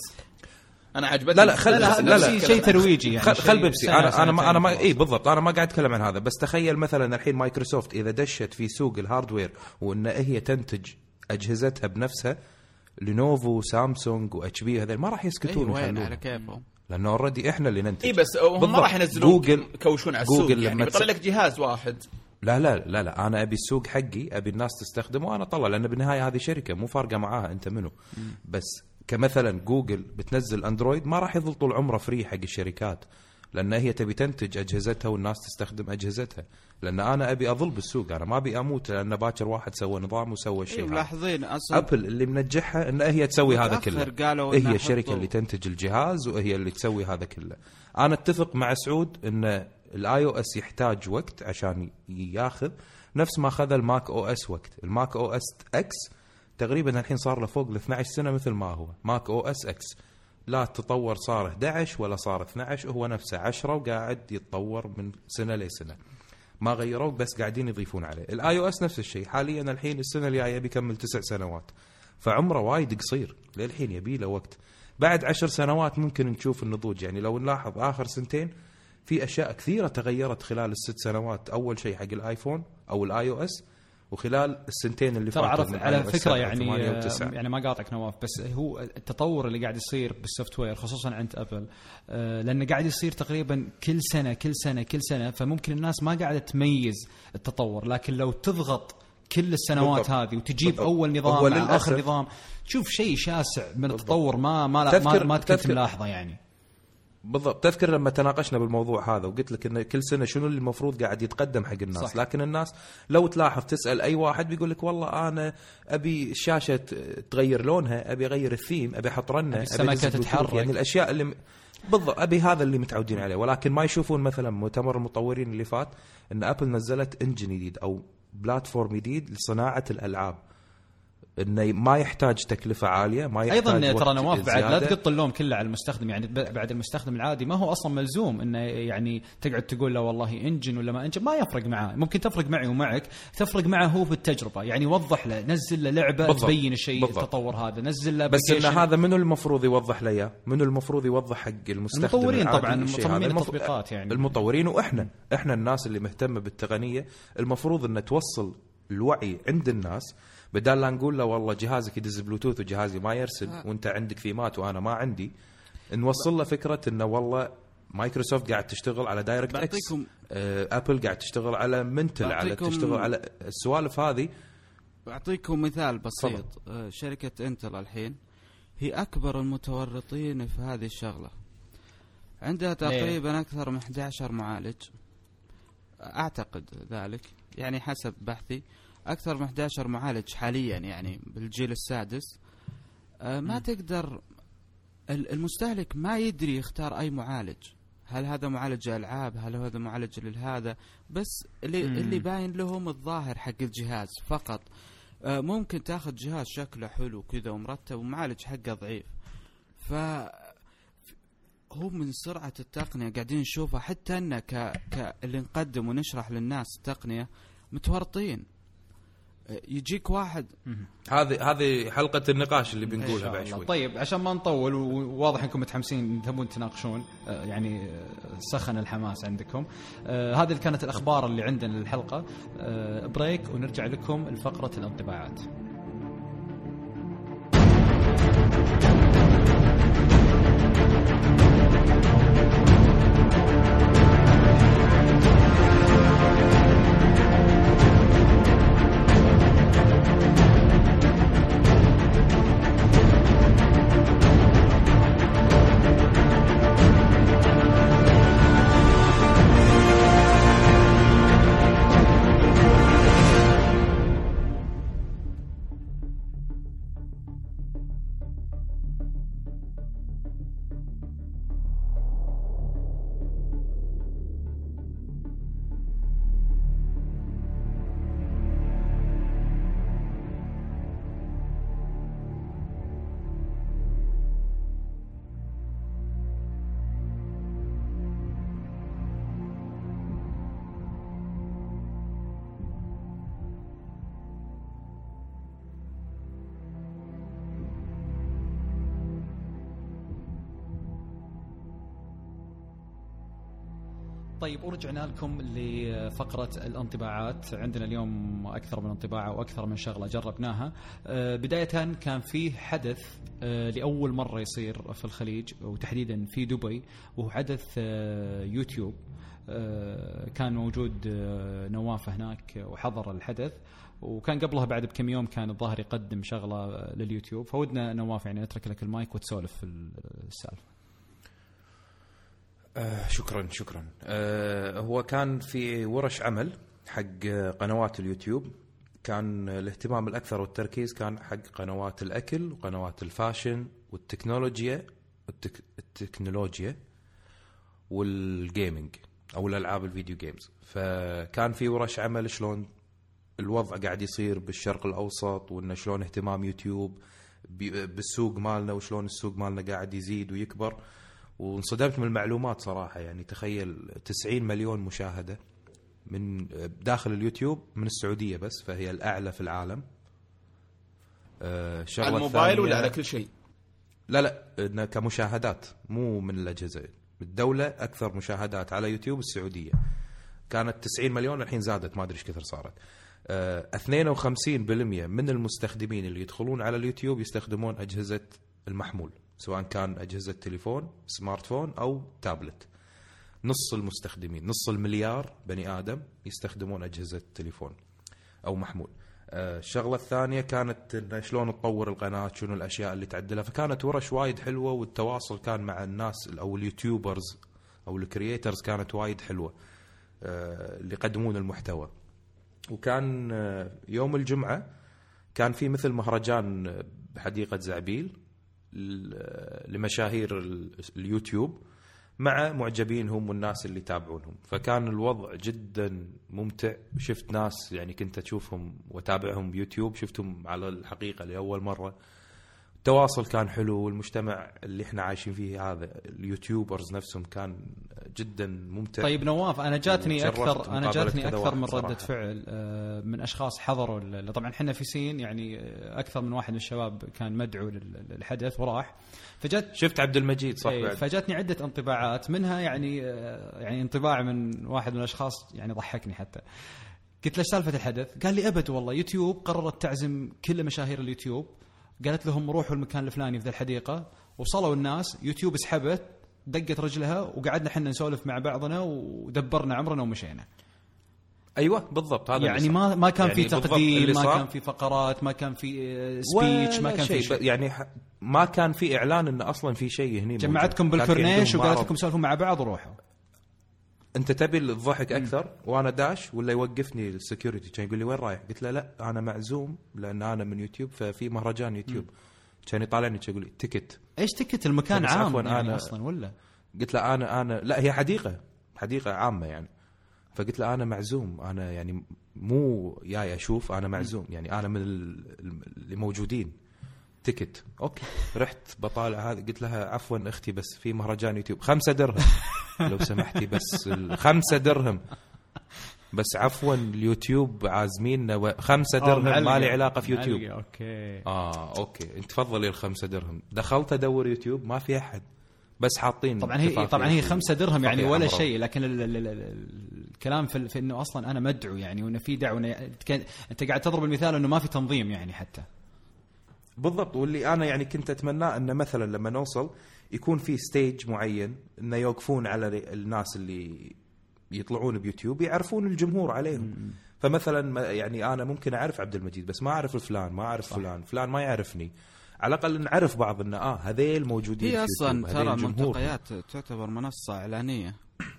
انا عجبتني. لا لا خل لا, لا, لا شيء ترويجي يعني خل بيبسي. انا انا ما انا ما اي بالضبط انا ما قاعد اتكلم عن هذا. بس تخيل مثلا الحين مايكروسوفت اذا دشت في سوق الهاردوير وان هي تنتج اجهزتها بنفسها لينوفو سامسونج واتش بي هذول ما راح يسكتون وين على كيفهم لانه اوريدي احنا اللي ننتج. اي بس هم ما راح ينزلون جوجل كوشون على السوق يعني بيطلع لك جهاز واحد. لا لا لا لا انا ابي السوق حقي ابي الناس تستخدمه وانا طلع لان بالنهايه هذه شركه مو فارقه معاها انت منو. بس كمثلا جوجل بتنزل اندرويد ما راح يظل طول عمره فري حق الشركات لان هي تبي تنتج اجهزتها والناس تستخدم اجهزتها. لان انا ابي اظل بالسوق انا ما ابي اموت لان باكر واحد سوى نظام وسوى الشيء هذا. ملاحظين اصلا ابل اللي منجحها ان هي تسوي هذا كله. هي الشركه اللي تنتج الجهاز وهي اللي تسوي هذا كله. انا اتفق مع سعود ان الاي او اس يحتاج وقت عشان ياخذ نفس ما اخذ الماك او اس وقت. الماك او اس اكس تقريبا الحين صار له فوق ل اثني عشر سنه مثل ما هو ماك او اس اكس. لا تطور صار أحد عشر ولا صار اثني عشر هو نفسه عشرة وقاعد يتطور من سنه لسنه ما غيروه بس قاعدين يضيفون عليه. الاي او اس نفس الشيء حاليا الحين السنه الجايه بيكمل تسع سنوات فعمره وايد قصير للحين يبي له وقت. بعد عشر سنوات ممكن نشوف النضوج. يعني لو نلاحظ اخر سنتين في اشياء كثيره تغيرت خلال الست سنوات. اول شيء حق الايفون او الاي او اس وخلال السنتين اللي فاتوا عرف على فكره يعني يعني ما قاطعك نواف بس هو التطور اللي قاعد يصير بالسوفت وير خصوصا عند ابل آه لانه قاعد يصير تقريبا كل سنه كل سنه كل سنه فممكن الناس ما قاعده تميز التطور. لكن لو تضغط كل السنوات بالضبط. هذه وتجيب بالضبط. اول نظام مع اخر نظام تشوف شيء شاسع من بالضبط. التطور ما ما ما, ما كنت ملاحظه يعني. بالضبط. تذكر لما تناقشنا بالموضوع هذا وقلت لك ان كل سنه شنو اللي المفروض قاعد يتقدم حق الناس صح. لكن الناس لو تلاحظ تسال اي واحد بيقول لك والله انا ابي الشاشه تغير لونها ابي اغير الثيم ابي احط رنه ابي السمكه تتحرك. يعني الاشياء اللي بالضبط ابي هذا اللي متعودين عليه، ولكن ما يشوفون مثلا مؤتمر المطورين اللي فات ان ابل نزلت انجن جديد او بلاتفورم جديد لصناعه الالعاب، انه ما يحتاج تكلفه عاليه، ما يحتاج ايضا ترى نواف بعد لا زيادة. تقط اللوم كله على المستخدم، يعني بعد المستخدم العادي ما هو اصلا ملزوم انه يعني تقعد تقول له والله انجن ولا ما انجن، ما يفرق معاه. ممكن تفرق معي ومعك، تفرق معه هو بالتجربه، يعني وضح له، نزل له لعبه بالضبط. تبين الشيء التطور هذا، نزل له بس ان هذا منو المفروض يوضح له اياه؟ منو المفروض يوضح حق المستخدم؟ المطورين طبعا، مصممين التطبيقات، يعني المطورين، واحنا احنا الناس اللي مهتمه بالتقنيه المفروض ان توصل الوعي عند الناس، بدال لا نقول له والله جهازك يدز بلوتوث وجهازي ما يرسل آه. وانت عندك ثيمات وانا ما عندي. نوصل له فكره انه والله مايكروسوفت قاعد تشتغل على دايركت اكس، آه، ابل قاعد تشتغل على منتل، على تشتغل على السوالف هذه. بعطيكم مثال بسيط. آه، شركه انتل الحين هي اكبر المتورطين في هذه الشغله، عندها تقريبا اكثر من أحد عشر معالج، اعتقد ذلك يعني حسب بحثي أكثر من أحد عشر معالج حاليا يعني بالجيل السادس. آه ما م. تقدر المستهلك ما يدري يختار أي معالج، هل هذا معالج ألعاب، هل هذا معالج للهذا، بس اللي, اللي باين لهم الظاهر حق الجهاز فقط. آه ممكن تاخذ جهاز شكله حلو كذا ومرتب ومعالج حقه ضعيف، ف هو من سرعة التقنية قاعدين نشوفها، حتى أننا ك... ك... اللي نقدم ونشرح للناس التقنية متورطين. يجيك واحد، هذه هذه حلقة النقاش اللي بنقولها بعد شوي. طيب عشان ما نطول، وواضح انكم متحمسين تبون تناقشون، يعني سخن الحماس عندكم. هذه كانت الأخبار اللي عندنا للحلقة. بريك ونرجع لكم الفقرة الانطباعات. طيب ورجعنا لكم لفقرة الانطباعات. عندنا اليوم أكثر من انطباع وأكثر من شغلة جربناها. بداية كان فيه حدث لأول مرة يصير في الخليج وتحديدا في دبي، وهو حدث يوتيوب. كان موجود نواف هناك وحضر الحدث، وكان قبلها بعد بكم يوم كان الظاهر يقدم شغلة لليوتيوب. فودنا نواف يعني نترك لك المايك وتسولف في السالفة. آه شكرا شكرا. آه هو كان في ورش عمل حق قنوات اليوتيوب، كان الاهتمام الأكثر والتركيز كان حق قنوات الأكل وقنوات الفاشن والتكنولوجيا التك... التكنولوجيا والجيمينج أو الألعاب الفيديو جيمز. فكان في ورش عمل شلون الوضع قاعد يصير بالشرق الأوسط، وإنه شلون اهتمام يوتيوب بالسوق مالنا، وشلون السوق مالنا قاعد يزيد ويكبر. وانصدمت من المعلومات صراحة، يعني تخيل تسعين مليون مشاهدة من داخل اليوتيوب من السعودية بس، فهي الأعلى في العالم. آه على الموبايل ولا على كل شيء؟ لا لا كمشاهدات، مو من الأجهزة. الدولة أكثر مشاهدات على يوتيوب السعودية، كانت تسعين مليون، الحين زادت ما أدري إيش كثر صارت. آه اثنين وخمسين بالمئة من المستخدمين اللي يدخلون على اليوتيوب يستخدمون أجهزة المحمول، سواء كان أجهزة تليفون سمارت فون أو تابلت. نص المستخدمين، نص المليار بني آدم يستخدمون أجهزة تليفون أو محمول. آه الشغلة الثانية كانت شلون تطور القناة، شنو الأشياء اللي تعدلها. فكانت ورش وايد حلوة، والتواصل كان مع الناس أو اليوتيوبرز أو الكرييترز كانت وايد حلوة آه اللي يقدمون المحتوى. وكان آه يوم الجمعة كان في مثل مهرجان بحديقة زعبيل، لمشاهير اليوتيوب مع معجبينهم والناس اللي يتابعونهم. فكان الوضع جدا ممتع. شفت ناس يعني كنت أشوفهم وتابعهم بيوتيوب شفتهم على الحقيقة لأول مرة. التواصل كان حلو والمجتمع اللي احنا عايشين فيه هذا اليوتيوبرز نفسهم كان جدا ممتع. طيب نواف انا جاتني اكثر انا جاتني اكثر من ردة فعل من اشخاص حضروا. طبعا احنا في سين يعني اكثر من واحد من الشباب كان مدعو للحدث وراح. فجت شفت عبد المجيد صح بعد. فجاتني عدة انطباعات منها يعني يعني انطباع من واحد من الاشخاص يعني ضحكني حتى. قلت له سالفة الحدث؟ قال لي ابد والله يوتيوب قررت تعزم كل مشاهير اليوتيوب، قالت لهم روحوا المكان الفلاني في ذا الحديقة، وصلوا الناس يوتيوب اسحبت دقت رجلها وقعدنا حنا نسولف مع بعضنا ودبرنا عمرنا ومشينا. ايوه بالضبط هذا يعني ما ما كان يعني في تقديم، ما كان في فقرات، ما كان في سبيتش، ما كان في شيء. يعني ما كان في اعلان انه اصلا في شيء هني. جمعتكم بالكورنيش وقالت لكم سولفوا مع بعض وروحوا. انت تبي الضحك اكثر وانا داش ولا يوقفني السكيورتي كان يقول لي وين رايح؟ قلت له لا انا معزوم لان انا من يوتيوب ففي مهرجان يوتيوب. كان يطالعني يقول لي تيكت. ايش تيكت؟ المكان عام يعني أنا اصلا ولا؟ قلت له انا انا لا هي حديقه حديقه عامه يعني. فقلت له انا معزوم، انا يعني مو جاي اشوف، انا معزوم يعني انا من اللي موجودين. تيكت اوكي. رحت بطالع هذا قلت لها عفوا اختي بس في مهرجان يوتيوب خمسة درهم لو سمحتي بس خمسة درهم بس عفوا اليوتيوب عازمين خمسة درهم ما لي علاقة في يوتيوب. اوكي اه اوكي انت تفضلي الخمسة درهم. دخلت ادور يوتيوب ما في احد بس حاطين. طبعا هي طبعا هي خمسة درهم يعني ولا شيء، لكن ال ال ال ال الكلام في, في انه اصلا انا مدعو يعني وانه في دعوه. انت قاعد تضرب المثال انه ما في تنظيم يعني حتى. بالضبط. واللي انا يعني كنت اتمناه انه مثلا لما نوصل يكون في ستيج معين انه يوقفون على الناس اللي يطلعون بيوتيوب يعرفون الجمهور عليهم. م- فمثلا يعني انا ممكن اعرف عبد المجيد بس ما اعرف فلان، ما اعرف صح. فلان فلان ما يعرفني. على الاقل نعرف بعض انه اه هذيل موجودين هي اصلا ترى المنتقيات تعتبر منصه اعلانيه.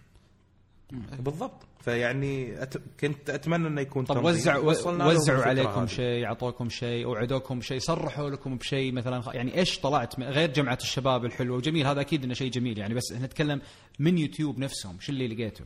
بالضبط. فيعني أت... كنت اتمنى انه يكون طب وزع وزعوا عليكم شيء، اعطوكم شيء، اوعدوكم شيء، صرحوا لكم بشيء مثلا يعني ايش طلعت غير جمعه الشباب الحلوه وجميل هذا اكيد انه شيء جميل يعني، بس نتكلم من يوتيوب نفسهم شو اللي لقيته؟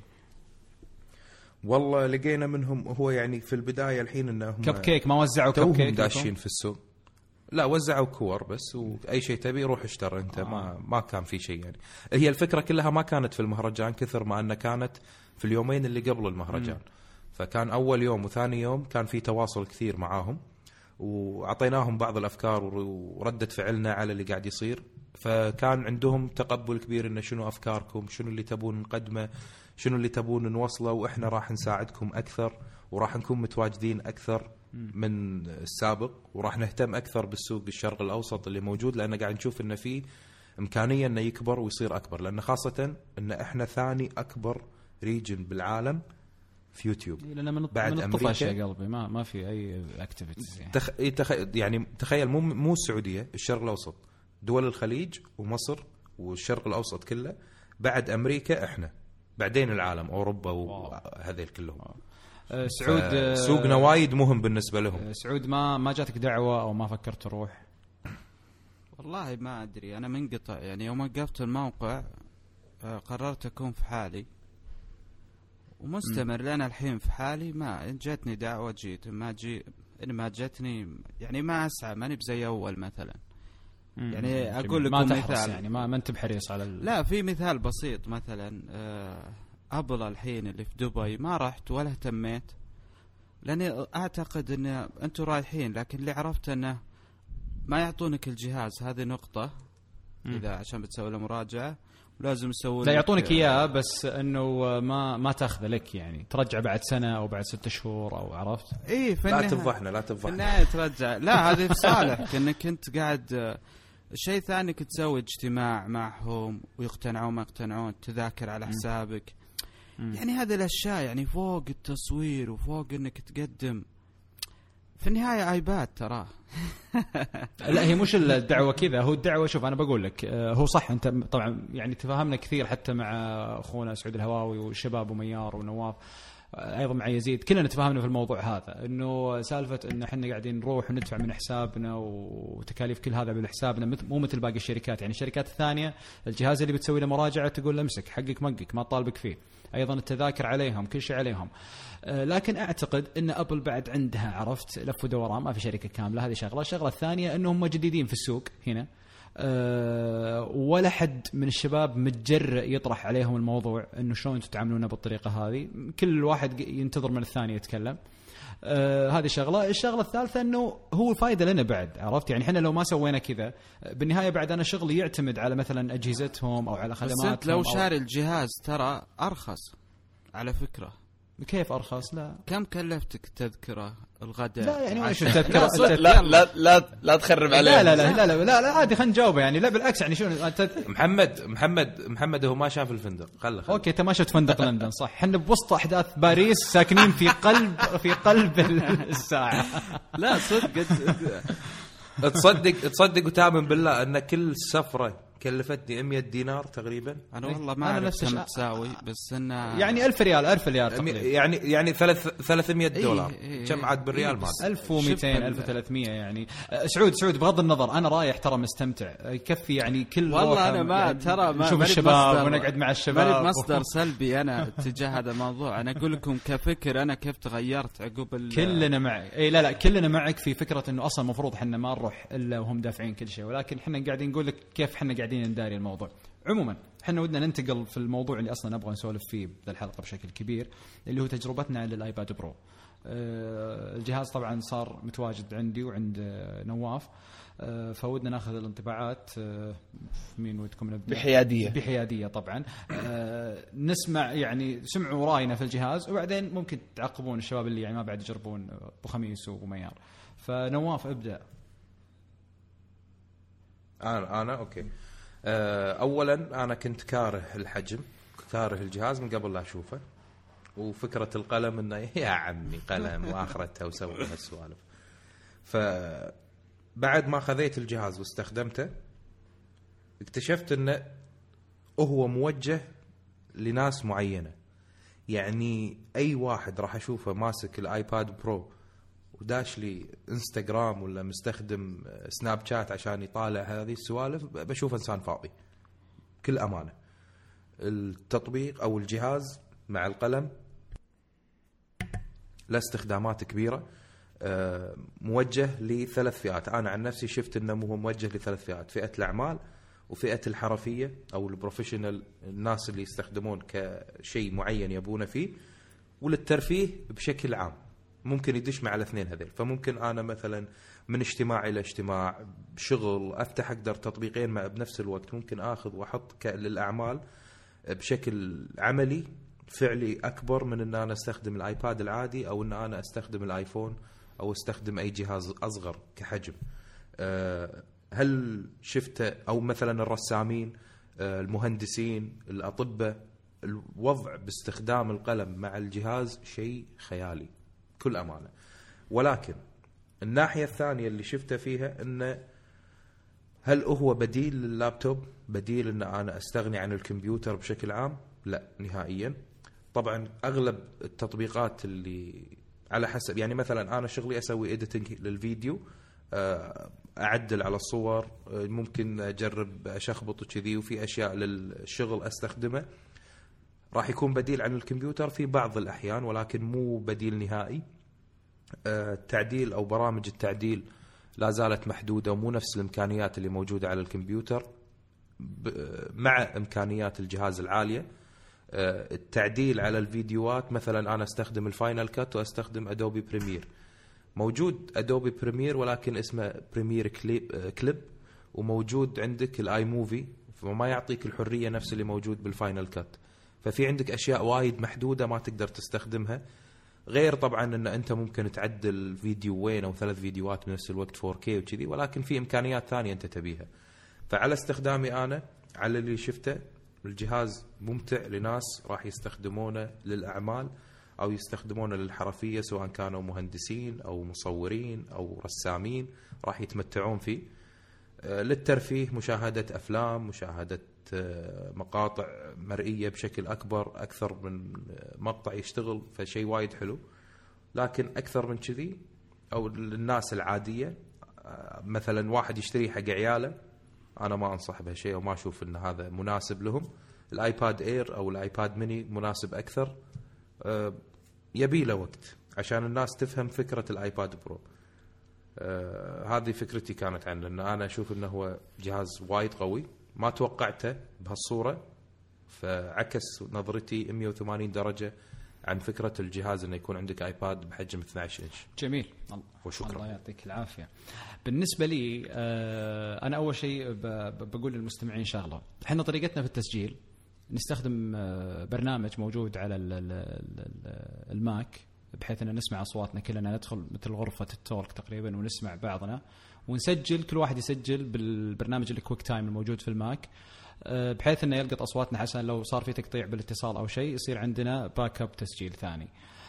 والله لقينا منهم هو يعني في البدايه الحين انهم كب كيك. ما وزعوا كب كيك داشين في السوق؟ لا وزعوا كور بس، واي شيء تبي روح اشتري انت. آه. ما ما كان في شيء يعني. هي الفكره كلها ما كانت في المهرجان كثر ما انها كانت في اليومين اللي قبل المهرجان. م. فكان اول يوم وثاني يوم كان في تواصل كثير معاهم واعطيناهم بعض الافكار وردة فعلنا على اللي قاعد يصير. فكان عندهم تقبل كبير انه شنو افكاركم، شنو اللي تبون نقدمه، شنو اللي تبون نوصله، واحنا راح نساعدكم اكثر وراح نكون متواجدين اكثر من السابق، وراح نهتم اكثر بالسوق الشرق الاوسط اللي موجود، لان قاعد نشوف انه في امكانيه انه يكبر ويصير اكبر، لان خاصه ان احنا ثاني اكبر ريجن بالعالم في يوتيوب. لان من بعد من امريكا يا قلبي ما ما في اي اكتيفيتيز يعني. تخ... تخ... يعني تخيل مو مو السعوديه، الشرق الاوسط، دول الخليج ومصر والشرق الاوسط كله، بعد امريكا احنا، بعدين العالم اوروبا وهذيل كلهم. أه سعود سوقنا وايد مهم بالنسبه لهم. سعود ما ما جاتك دعوه او ما فكرت تروح؟ والله ما ادري، انا منقطع يعني. يوم وقفت الموقع قررت اكون في حالي ومستمر لأنا الحين في حالي. ما جاتني دعوة جيت، ما جي إن ما جاتني يعني ما أسعى، ماني بزي أول مثلا. يعني أقول لكم مثال يعني ما ما أنت بحريص على ال... لا في مثال بسيط مثلا أبل الحين اللي في دبي ما رحت ولا اهتميت، لأني أعتقد أن أنتم رايحين، لكن اللي عرفت أنه ما يعطونك الجهاز. هذه نقطة إذا عشان بتسوي له مراجعة لازم يسوون، لا يعطونك اياه بس انه ما ما تاخذه لك يعني، ترجع بعد سنه او بعد ستة شهور او عرفت. اي لا تفضحنا لا تفضحنا في النهايه ترجع. لا هذه في صالح انك انت قاعد. شيء ثاني كنت تسوي اجتماع معهم ويقتنعون ما يقتنعون، تذاكر على حسابك. م. يعني هذه الاشياء يعني فوق التصوير وفوق انك تقدم في النهاية ايباد ترى. لا هي مش الدعوة كذا، هو الدعوة شوف أنا بقول لك هو صح. أنت طبعا يعني تفاهمنا كثير حتى مع أخونا سعود الهواوي والشباب وميار ونواف. ايضا مع يزيد كلنا تفاهمنا في الموضوع هذا، انه سالفه ان احنا قاعدين نروح وندفع من حسابنا وتكاليف كل هذا بالحسابنا، مو مثل باقي الشركات. يعني الشركات الثانيه الجهاز اللي بتسوي له مراجعه تقول له امسك حقك مقك ما طالبك فيه، ايضا التذاكر عليهم كل شيء عليهم. لكن اعتقد ان ابل بعد عندها عرفت لف ودوران، ما في شركه كامله. هذه شغله. الشغله الثانيه انهم جديدين في السوق هنا، أه ولا حد من الشباب متجرئ يطرح عليهم الموضوع انه شلون تتعاملون بالطريقه هذه. كل واحد ينتظر من الثاني يتكلم. أه هذه شغله. الشغله الثالثه انه هو فايده لنا بعد، عرفت يعني احنا لو ما سوينا كذا بالنهايه بعد انا شغلي يعتمد على مثلا اجهزتهم او على خدماتهم. بس لو شاري الجهاز ترى ارخص على فكره. كيف ارخص؟ لا كم كلفتك تذكره الغداء؟ لا يعني وش التذكره؟ لا لا لا لا تخرب عليه. لا لا لا لا لا لا, لا عادي خلينا نجاوبه يعني. لا بالعكس يعني شو محمد محمد محمد هو ما شاف الفندق. خله اوكي انت ما شفت فندق لندن صح؟ احنا بوسط احداث باريس ساكنين في قلب في قلب الساعه. لا صدق تصدق تصدق وتامن بالله ان كل سفره كلفتني مية دينار تقريبا. انا والله ما اعرف كم تساوي بس انه يعني ألف ريال ألف ريال تقريبا. يعني يعني ثلاث ثلاثمية دولار. إيه كم عاد بالريال مال؟ ألف ومئتين ألف وثلاثمية يعني. سعود سعود بغض النظر انا رايح ترى مستمتع يكفي يعني كل والله انا ما يعني ترى ما نشوف الشباب ونقعد مع الشباب. ما مصدر سلبي انا تجاه هذا الموضوع. انا اقول لكم كفكر انا كيف تغيرت عقب كلنا معك. اي لا لا كلنا معك في فكره انه اصلا المفروض احنا ما نروح الا وهم دافعين كل شيء، ولكن احنا قاعدين نقول لك كيف احنا قاعدين نداري الموضوع. عموما احنا ودنا ننتقل في الموضوع اللي اصلا نبغى نسولف فيه بهذه الحلقه بشكل كبير، اللي هو تجربتنا على الايباد برو. أه الجهاز طبعا صار متواجد عندي وعند نواف، أه فودنا ناخذ الانطباعات. أه مين ودكم نبدا؟ بحياديه بحياديه طبعا. أه نسمع يعني سمعوا راينا في الجهاز وبعدين ممكن تعقبون الشباب اللي يعني ما بعد يجربون ابو خميس وميار. فنواف ابدا. انا انا اوكي. اولا انا كنت كاره الحجم، كاره الجهاز من قبل لا اشوفه، وفكره القلم انه يا عمي قلم واخرتها وسوي هالسوالف. فبعد ما خذيت الجهاز واستخدمته اكتشفت انه هو موجه لناس معينه. يعني اي واحد راح اشوفه ماسك الايباد برو وداش لي انستغرام ولا مستخدم سناب شات عشان يطالع هذه السوالف بشوف انسان فاضي كل امانه. التطبيق او الجهاز مع القلم له استخدامات كبيره، موجه لثلاث فئات. انا عن نفسي شفت انه هو موجه لثلاث فئات: فئه الاعمال وفئه الحرفيه او البروفيشنال، الناس اللي يستخدمون كشيء معين يبونه فيه، وللترفيه بشكل عام. ممكن يدش مع الاثنين هذيل. فممكن انا مثلا من اجتماع الى اجتماع بشغل افتح اقدر تطبيقين مع بنفس الوقت، ممكن اخذ واحط للاعمال بشكل عملي فعلي اكبر من ان انا استخدم الايباد العادي او ان انا استخدم الايفون او استخدم اي جهاز اصغر كحجم. هل شفت او مثلا الرسامين، المهندسين، الاطباء، الوضع باستخدام القلم مع الجهاز شيء خيالي كل أمانة. ولكن الناحية الثانية اللي شفته فيها إنه هل هو بديل لللابتوب؟ بديل إن أنا أستغني عن الكمبيوتر بشكل عام؟ لا نهائيا. طبعا أغلب التطبيقات اللي على حسب، يعني مثلا أنا شغلي أسوي إديتنج للفيديو، أعدل على الصور، ممكن أجرب أشخبط وكذي، وفي أشياء للشغل أستخدمه. راح يكون بديل عن الكمبيوتر في بعض الأحيان ولكن مو بديل نهائي. التعديل أو برامج التعديل لا زالت محدودة ومو نفس الإمكانيات اللي موجودة على الكمبيوتر مع إمكانيات الجهاز العالية. التعديل على الفيديوهات مثلا أنا أستخدم الفاينل كات وأستخدم أدوبي بريمير. موجود أدوبي بريمير ولكن اسمه بريمير كليب, كليب وموجود عندك الآي موفي، فما يعطيك الحرية نفس اللي موجود بالفاينل كات. ففي عندك أشياء وايد محدودة ما تقدر تستخدمها. غير طبعا أن أنت ممكن تعدل فيديوين أو ثلاث فيديوهات بنفس الوقت فور كي وكذي، ولكن في إمكانيات ثانية أنت تبيها. فعلى استخدامي أنا على اللي شفته الجهاز ممتع لناس راح يستخدمونه للأعمال أو يستخدمونه للحرفية، سواء كانوا مهندسين أو مصورين أو رسامين راح يتمتعون فيه. للترفيه، مشاهدة أفلام، مشاهدة مقاطع مرئية بشكل أكبر، أكثر من مقطع يشتغل، فشيء وايد حلو. لكن أكثر من كذي أو للناس العادية مثلا واحد يشتري حق عياله، أنا ما أنصح بهالشيء وما أشوف أن هذا مناسب لهم. الآيباد إير أو الآيباد ميني مناسب أكثر، يبي له وقت عشان الناس تفهم فكرة الآيباد برو. هذه فكرتي كانت عنه، لأن أنا أشوف أنه هو جهاز وايد قوي، ما توقعته بهالصورة، فعكس نظرتي مية وثمانين درجة عن فكرة الجهاز أنه يكون عندك آيباد بحجم اثني عشر إنش. جميل، وشكرا. الله يعطيك العافية. بالنسبة لي آه أنا أول شيء بقول للمستمعين شغلة. إحنا طريقتنا في التسجيل نستخدم آه برنامج موجود على الماك، بحيث أن نسمع أصواتنا كلنا، ندخل مثل غرفة التورك تقريبا ونسمع بعضنا ونسجل، كل واحد يسجل بالبرنامج الكويك تايم الموجود في الماك، بحيث انه يلقط اصواتنا حسنا لو صار في تقطيع بالاتصال او شيء يصير عندنا باك اب تسجيل ثاني.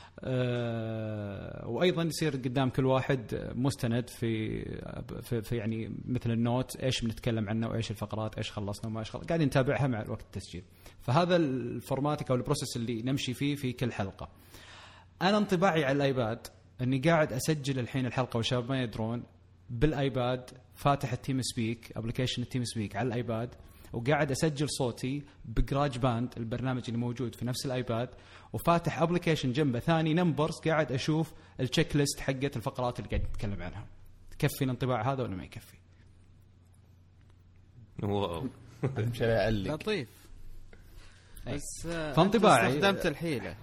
وايضا يصير قدام كل واحد مستند في في, في يعني مثل النوت ايش بنتكلم عنه وايش الفقرات، ايش خلصنا وما ايش خلصنا، قاعدين نتابعها مع وقت التسجيل. فهذا الفورماتيك او البروسيس اللي نمشي فيه في كل حلقه. انا انطباعي على الايباد اني قاعد اسجل الحين الحلقه، والشباب ما يدرون، بالايباد فاتح التيم سبيك، ابلكيشن التيم سبيك على الايباد، وقاعد أسجل صوتي بجراج باند البرنامج اللي موجود في نفس الآيباد، وفاتح أبليكيشن جنبه ثاني نمبرز، قاعد أشوف التشيك ليست حقت الفقرات اللي قاعد نتكلم عنها. تكفي الانطباع هذا ولا ما يكفي؟ واو مش أقلق. لطيف. بس فانطباعي استخدمت الحيلة.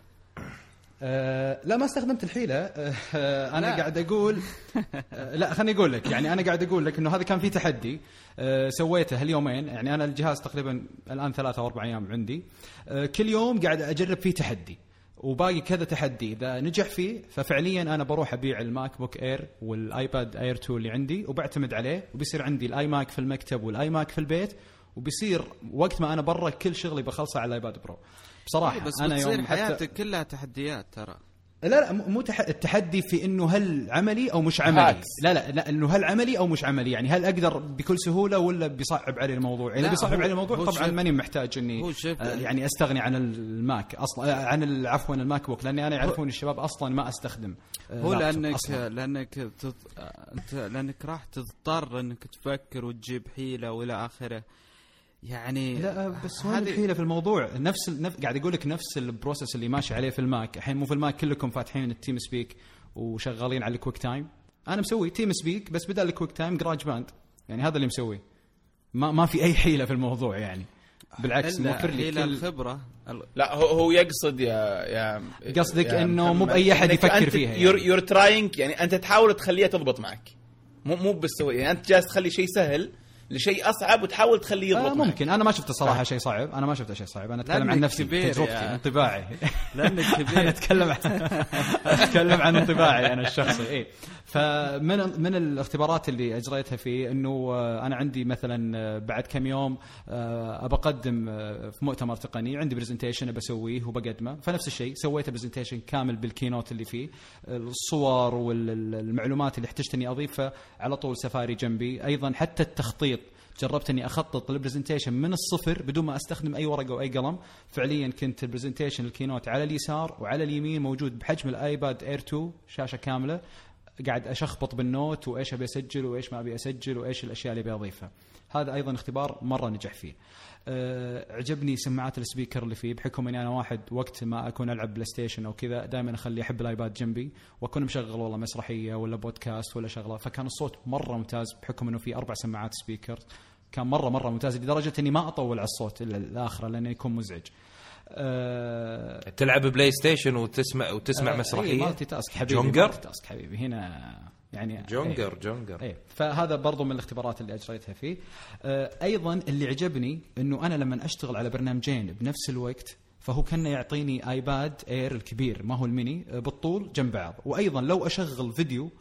أه لا ما استخدمت الحيلة. أه أنا لا. قاعد أقول أه لا خلني أقول لك، يعني أنا قاعد أقول لك إنه هذا كان فيه تحدي أه سويته اليومين. يعني أنا الجهاز تقريبا الآن ثلاثة أو أربع أيام عندي، أه كل يوم قاعد أجرب فيه تحدي، وباقي كذا تحدي. إذا نجح فيه ففعليا أنا بروح أبيع الماك بوك إير والآيباد إير تو اللي عندي وبعتمد عليه، وبيصير عندي الآي ماك في المكتب والآي ماك في البيت، وبيصير وقت ما أنا برا كل شغلي بخلصه على الآيباد برو. بصراحة بس أنا يوم حياتك حتى كلها تحديات ترى. لا لا مو تح... التحدي في إنه هل عملي أو مش عملي. لا لا لا إنه هل عملي أو مش عملي، يعني هل أقدر بكل سهولة ولا بيصعب علي الموضوع. إذا بيصعب علي الموضوع طبعا ماني محتاج إني آه يعني أستغني عن الماك أصلا، عن عفوا الماك بوك، لأني أنا يعرفون الشباب أصلا ما أستخدم آه هو لأنك أصلاً. لأنك تط... لأنك راح تضطر إنك تفكر وتجيب حيلة وإلى آخره. يعني لا بس وين الحيلة في الموضوع؟ نفس النف... قاعد أقول لك نفس البروسيس اللي ماشي عليه في الماك. الحين مو في الماك كلكم فاتحين التيم سبيك وشغالين على الكويك تايم، أنا مسوي تيم سبيك بس بدل الكويك تايم جراج باند، يعني هذا اللي مسوي. ما ما في أي حيلة في الموضوع، يعني بالعكس موفر لي كل الخبرة. لا هو هو يقصد يا يا قصدك إنه مو بأي أحد يفكر فيها. يور يور تراينج، يعني أنت تحاول تخليها تضبط معك، مو مو بالسوي. يعني أنت جالس تخلي شيء سهل لشيء أصعب وتحاول تخليه يضبط. آه ممكن معك. أنا ما شفت الصراحة شيء صعب، أنا ما شفت شيء صعب. أنا أتكلم عن نفسي، تجربتي، انطباعي. لأنك كبير. أنا أتكلم عن أتكلم عن انطباعي أنا الشخصي. إيه فمن من الاختبارات اللي أجريتها فيه إنه أنا عندي مثلا بعد كم يوم أبقدم في مؤتمر تقني، عندي برزنتيشن بسويه وبقدمه، فنفس الشيء سويت برزنتيشن كامل بالكينوت اللي فيه، الصور والمعلومات اللي احتجت إني أضيفها على طول سفاري جنبي. أيضا حتى التخطيط، جربت اني اخطط البرزنتيشن من الصفر بدون ما استخدم اي ورقه او اي قلم. فعليا كنت البرزنتيشن الكينوت على اليسار وعلى اليمين موجود بحجم الايباد اير تو، شاشه كامله، قاعد اشخبط بالنوت وايش ابي اسجل وايش ما ابي اسجل وايش الاشياء اللي ابي اضيفها. هذا ايضا اختبار مره نجح فيه. أه عجبني سماعات السبيكر اللي فيه، بحكم اني انا واحد وقت ما اكون العب بلاي ستيشن او كذا دائما اخلي احب الايباد جنبي، واكون مشغل والله مسرحيه ولا بودكاست ولا شغله، فكان الصوت مره ممتاز بحكم انه في اربع سماعات سبيكر. كان مرة مرة ممتاز لدرجة إني ما أطول على الصوت إلا الآخر لأنه يكون مزعج. أه تلعب بلاي ستيشن وتسمع وتسمع أه مسرحية. إيه مالتي تاسك حبيبي. جونجر مالتي تاسك حبيبي هنا يعني. جونجر ايه جونجر. ايه فهذا برضو من الاختبارات اللي أجريتها فيه. أه أيضا اللي عجبني إنه أنا لما أشتغل على برنامجين بنفس الوقت، فهو كان يعطيني آيباد إير الكبير ما هو الميني بالطول جنب بعض، وأيضا لو أشغل فيديو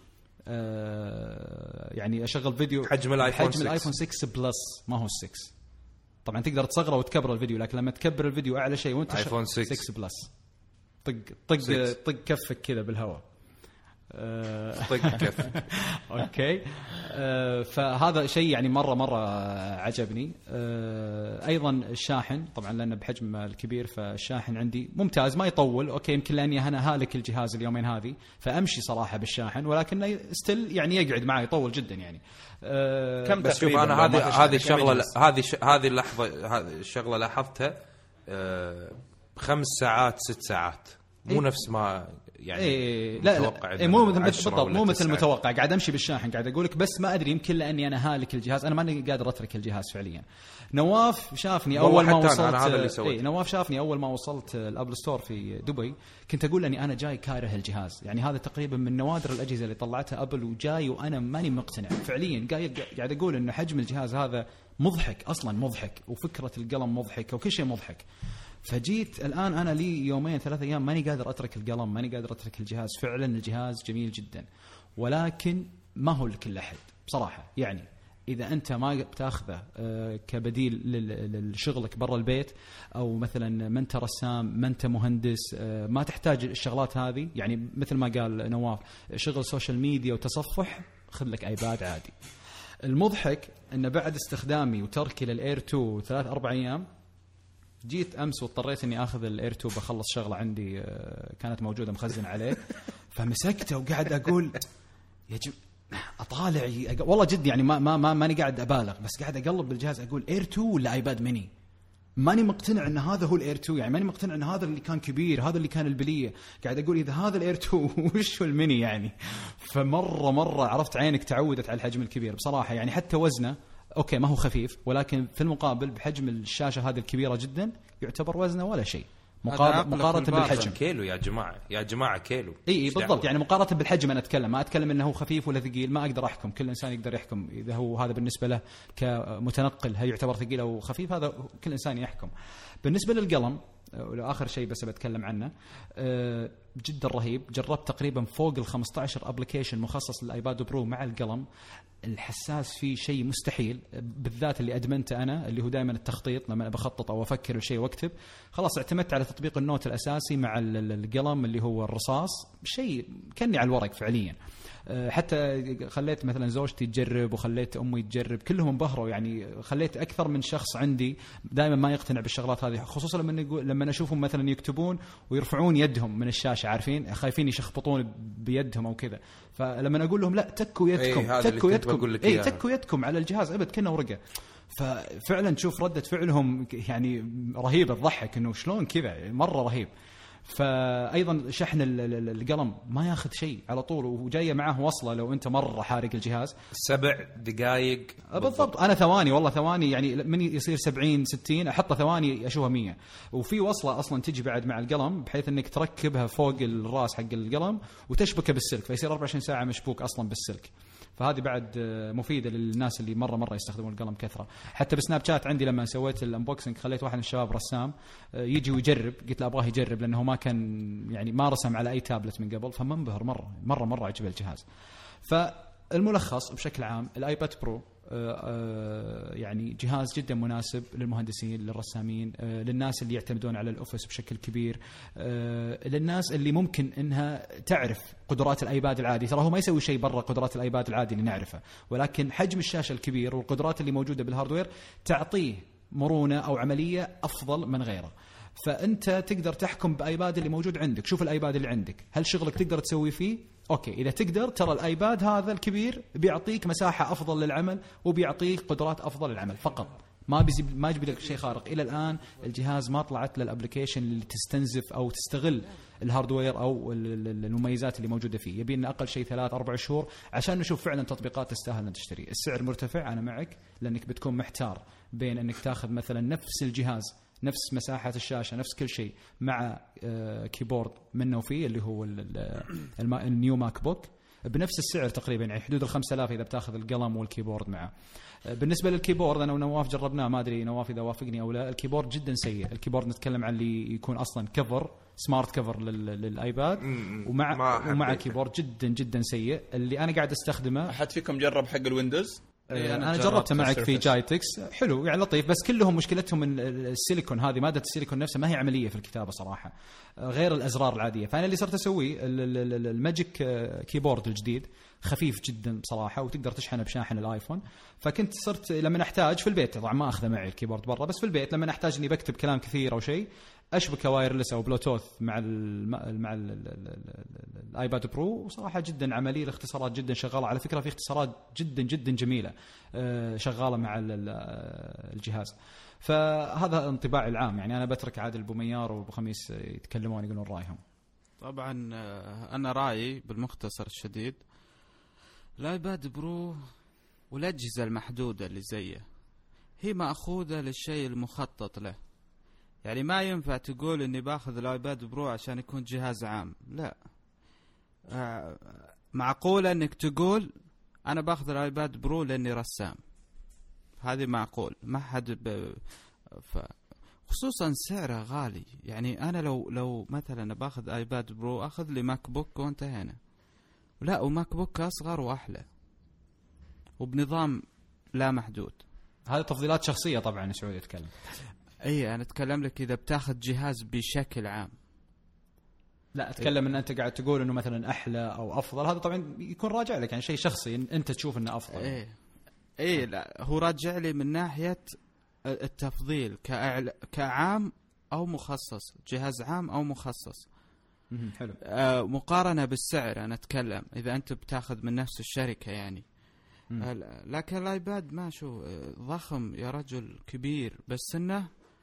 يعني أشغل فيديو حجم الايفون حجم الايفون ستة بلس ما هو ستة. طبعا تقدر تصغره وتكبر الفيديو، لكن لما تكبر الفيديو اعلى شيء وانت ايفون ستة بلس طق طق طق كفك كذا بالهواء. طق كفك. اوكي. أه فهذا شيء يعني مره مره عجبني. أه ايضا الشاحن طبعا لانه بحجم الكبير فالشاحن عندي ممتاز ما يطول. اوكي يمكن لاني انا هالك الجهاز اليومين هذه فامشي صراحه بالشاحن ولكن ستيل يعني يقعد معي يطول جدا يعني. أه كم بس شوف انا هذه هذه الشغله هذه هذه اللحظه هذه الشغله لاحظتها أه خمس ساعات ست ساعات مو إيه؟ نفس ما يعني إيه لا لا إيه مو بالضبط مو مثل المتوقع. قاعد امشي بالشاحن قاعد اقول لك بس ما ادري يمكن لاني انا هالك الجهاز انا ماني قادر اترك الجهاز فعليا. نواف شافني اول ما وصلت أنا هذا اللي إيه نواف شافني اول ما وصلت الابل ستور في دبي كنت اقول اني انا جاي كاره الجهاز يعني هذا تقريبا من نوادر الاجهزه اللي طلعتها ابل وجاي وانا ماني مقتنع فعليا. قاعد قاعد اقول انه حجم الجهاز هذا مضحك اصلا مضحك وفكره القلم مضحكه وكل شيء مضحك. فجيت الآن أنا لي يومين ثلاثة أيام ماني قادر أترك القلم ماني قادر أترك الجهاز. فعلا الجهاز جميل جدا ولكن ما هو لكل أحد بصراحة. يعني إذا أنت ما بتاخذه كبديل لشغلك برا البيت أو مثلا ما أنت رسام ما أنت مهندس ما تحتاج الشغلات هذه يعني مثل ما قال نواف شغل سوشيال ميديا وتصفح خذ لك آيباد عادي. المضحك أن بعد استخدامي وتركي للإير تو ثلاث أربع أيام جيت أمس واضطريت أني أخذ الإير تو بخلص شغلة عندي كانت موجودة مخزن عليه فمسكته وقاعد أقول يجب أطالع أق... والله جد يعني ما ما ما ماني قاعد أبالغ بس قاعد أقلب بالجهاز أقول إير تو ولا آيباد ميني. ماني مقتنع أن هذا هو الإير تو يعني ماني مقتنع أن هذا اللي كان كبير هذا اللي كان البلية. قاعد أقول إذا هذا الإير تو وش هو الميني يعني. فمرة مرة عرفت عينك تعودت على الحجم الكبير بصراحة يعني حتى وزنه أوكي ما هو خفيف ولكن في المقابل بحجم الشاشة هذه الكبيرة جدا يعتبر وزنه ولا شيء مقارنة بالحجم. كيلو يا جماعة يا جماعة كيلو. إيه بالضبط يعني مقارنة بالحجم أنا أتكلم ما أتكلم إنه هو خفيف ولا ثقيل ما أقدر أحكم. كل إنسان يقدر يحكم إذا هو هذا بالنسبة له كمتنقل هل يعتبر ثقيل أو خفيف هذا كل إنسان يحكم. بالنسبة للقلم آخر شيء بس بتكلم عنه جدا رهيب. جربت تقريبا فوق ال خمسة عشر أبليكيشن مخصص للآيباد برو مع القلم. الحساس فيه شيء مستحيل بالذات اللي أدمنته أنا اللي هو دائما التخطيط لما بخطط أو أفكر بشيء واكتب خلاص اعتمدت على تطبيق النوت الأساسي مع القلم اللي هو الرصاص شيء كني على الورق فعليا. حتى خليت مثلا زوجتي تجرب وخليت أمي تجرب كلهم انبهروا يعني. خليت أكثر من شخص عندي دائما ما يقتنع بالشغلات هذه خصوصا لما لما أشوفهم مثلا يكتبون ويرفعون يدهم من الشاشة عارفين خايفين يشخبطون بيدهم أو كذا. فلما أقول لهم لا تكوا يدكم أي تكوا يدكم أي تكوا يدكم على الجهاز أبد كنا ورقة. ففعلا تشوف ردة فعلهم يعني رهيبة تضحك إنه شلون كذا مرة رهيب. فأيضا شحن القلم ما ياخذ شيء على طول وجاية معه وصلة لو أنت مرة حارق الجهاز سبع دقائق بالضبط. بالضبط أنا ثواني والله ثواني يعني من يصير سبعين ستين أحطه ثواني أشوفها مية. وفي وصلة أصلا تجي بعد مع القلم بحيث أنك تركبها فوق الراس حق القلم وتشبكه بالسلك فيصير أربعة وعشرين ساعة مشبوك أصلا بالسلك. فهذه بعد مفيدة للناس اللي مرة مرة يستخدمون القلم كثرة. حتى بسناب شات عندي لما سويت الانبوكسنج خليت واحد من الشباب رسام يجي ويجرب قلت له أبغاه يجرب لأنه ما كان يعني ما رسم على أي تابلت من قبل فمنبهر مرة مرة مرة عجبه الجهاز. فالملخص بشكل عام الآيباد برو يعني جهاز جدا مناسب للمهندسين للرسامين للناس اللي يعتمدون على الأوفيس بشكل كبير للناس اللي ممكن إنها تعرف قدرات الآيباد العادي. ترى هو ما يسوي شيء برا قدرات الآيباد العادي اللي نعرفه ولكن حجم الشاشة الكبير والقدرات اللي موجودة بالهاردوير تعطيه مرونة أو عملية أفضل من غيره. فأنت تقدر تحكم بآيباد اللي موجود عندك. شوف الآيباد اللي عندك هل شغلك تقدر تسوي فيه أوكي. إذا تقدر ترى الآيباد هذا الكبير بيعطيك مساحة أفضل للعمل وبيعطيك قدرات أفضل للعمل فقط ما بيجي ما يجيب لك شيء خارق. إلى الآن الجهاز ما طلعت للأبليكيشن اللي تستنزف أو تستغل الهاردوير أو المميزات اللي موجودة فيه. يبي لنا أقل شيء ثلاث أربع شهور عشان نشوف فعلا تطبيقات تستاهل أن تشتري. السعر مرتفع أنا معك لأنك بتكون محتار بين أنك تأخذ مثلا نفس الجهاز نفس مساحة الشاشة نفس كل شيء مع كيبورد منه وفيه اللي هو النيو ماك بوك بنفس السعر تقريبا يعني حدود الخمسة آلاف إذا بتاخذ القلم والكيبورد معه. بالنسبة للكيبورد أنا ونواف جربناه ما أدري نواف إذا وافقني أو لا. الكيبورد جدا سيء. الكيبورد نتكلم عن اللي يكون أصلا كفر سمارت كفر للآيباد ومع ومع كيبورد جدا جدا سيء. اللي أنا قاعد استخدمه أحد فيكم جرب حق الويندوز إيه انا جربته معك في جايتكس، حلو يعني لطيف، بس كلهم مشكلتهم من السيليكون، هذه ماده السيليكون نفسها ما هي عمليه في الكتابه صراحه، غير الازرار العاديه. فانا اللي صرت اسويه الماجيك كيبورد الجديد خفيف جدا بصراحه، وتقدر تشحنه بشاحن الايفون. فكنت صرت لما احتاج في البيت، طبعا ما اخذه معي الكيبورد برا، بس في البيت لما احتاج اني بكتب كلام كثير او شيء اشبكه وايرلس او بلوتوث مع ال مع ال الايباد برو، وصراحه جدا عمليه، الاختصارات جدا شغاله. على فكره في اختصارات جدا جدا جميله شغاله مع الجهاز. فهذا انطباعي العام. يعني انا بترك عادل بوميار وابو خميس يتكلمون يقولون رايهم. طبعا انا رايي بالمختصر الشديد، الايباد برو والاجهزه المحدوده اللي زيه هي ماخوذه للشيء المخطط له. يعني ما ينفع تقول اني باخذ الايباد برو عشان يكون جهاز عام، لا. معقول انك تقول انا باخذ الايباد برو لاني رسام، هذه معقول، ما حد ب... ف... خصوصا سعره غالي. يعني انا لو لو مثلا باخذ ايباد برو اخذ لي ماك بوك وانتهينا، لا، وماك بوك اصغر واحلى وبنظام لا محدود. هذه تفضيلات شخصيه طبعا. سعود يتكلم. اي انا اتكلم لك اذا بتاخذ جهاز بشكل عام، لا اتكلم ان انت قاعد تقول انه مثلا احلى او افضل، هذا طبعا يكون راجع لك، يعني شيء شخصي انت تشوف انه افضل. ايه ايه لا، هو راجع لي من ناحيه التفضيل كأعل... كعام او مخصص، جهاز عام او مخصص. حلو. آه مقارنه بالسعر انا اتكلم اذا انت بتاخذ من نفس الشركه يعني. آه لكن الايباد ما شو ضخم يا رجل، كبير، بس انه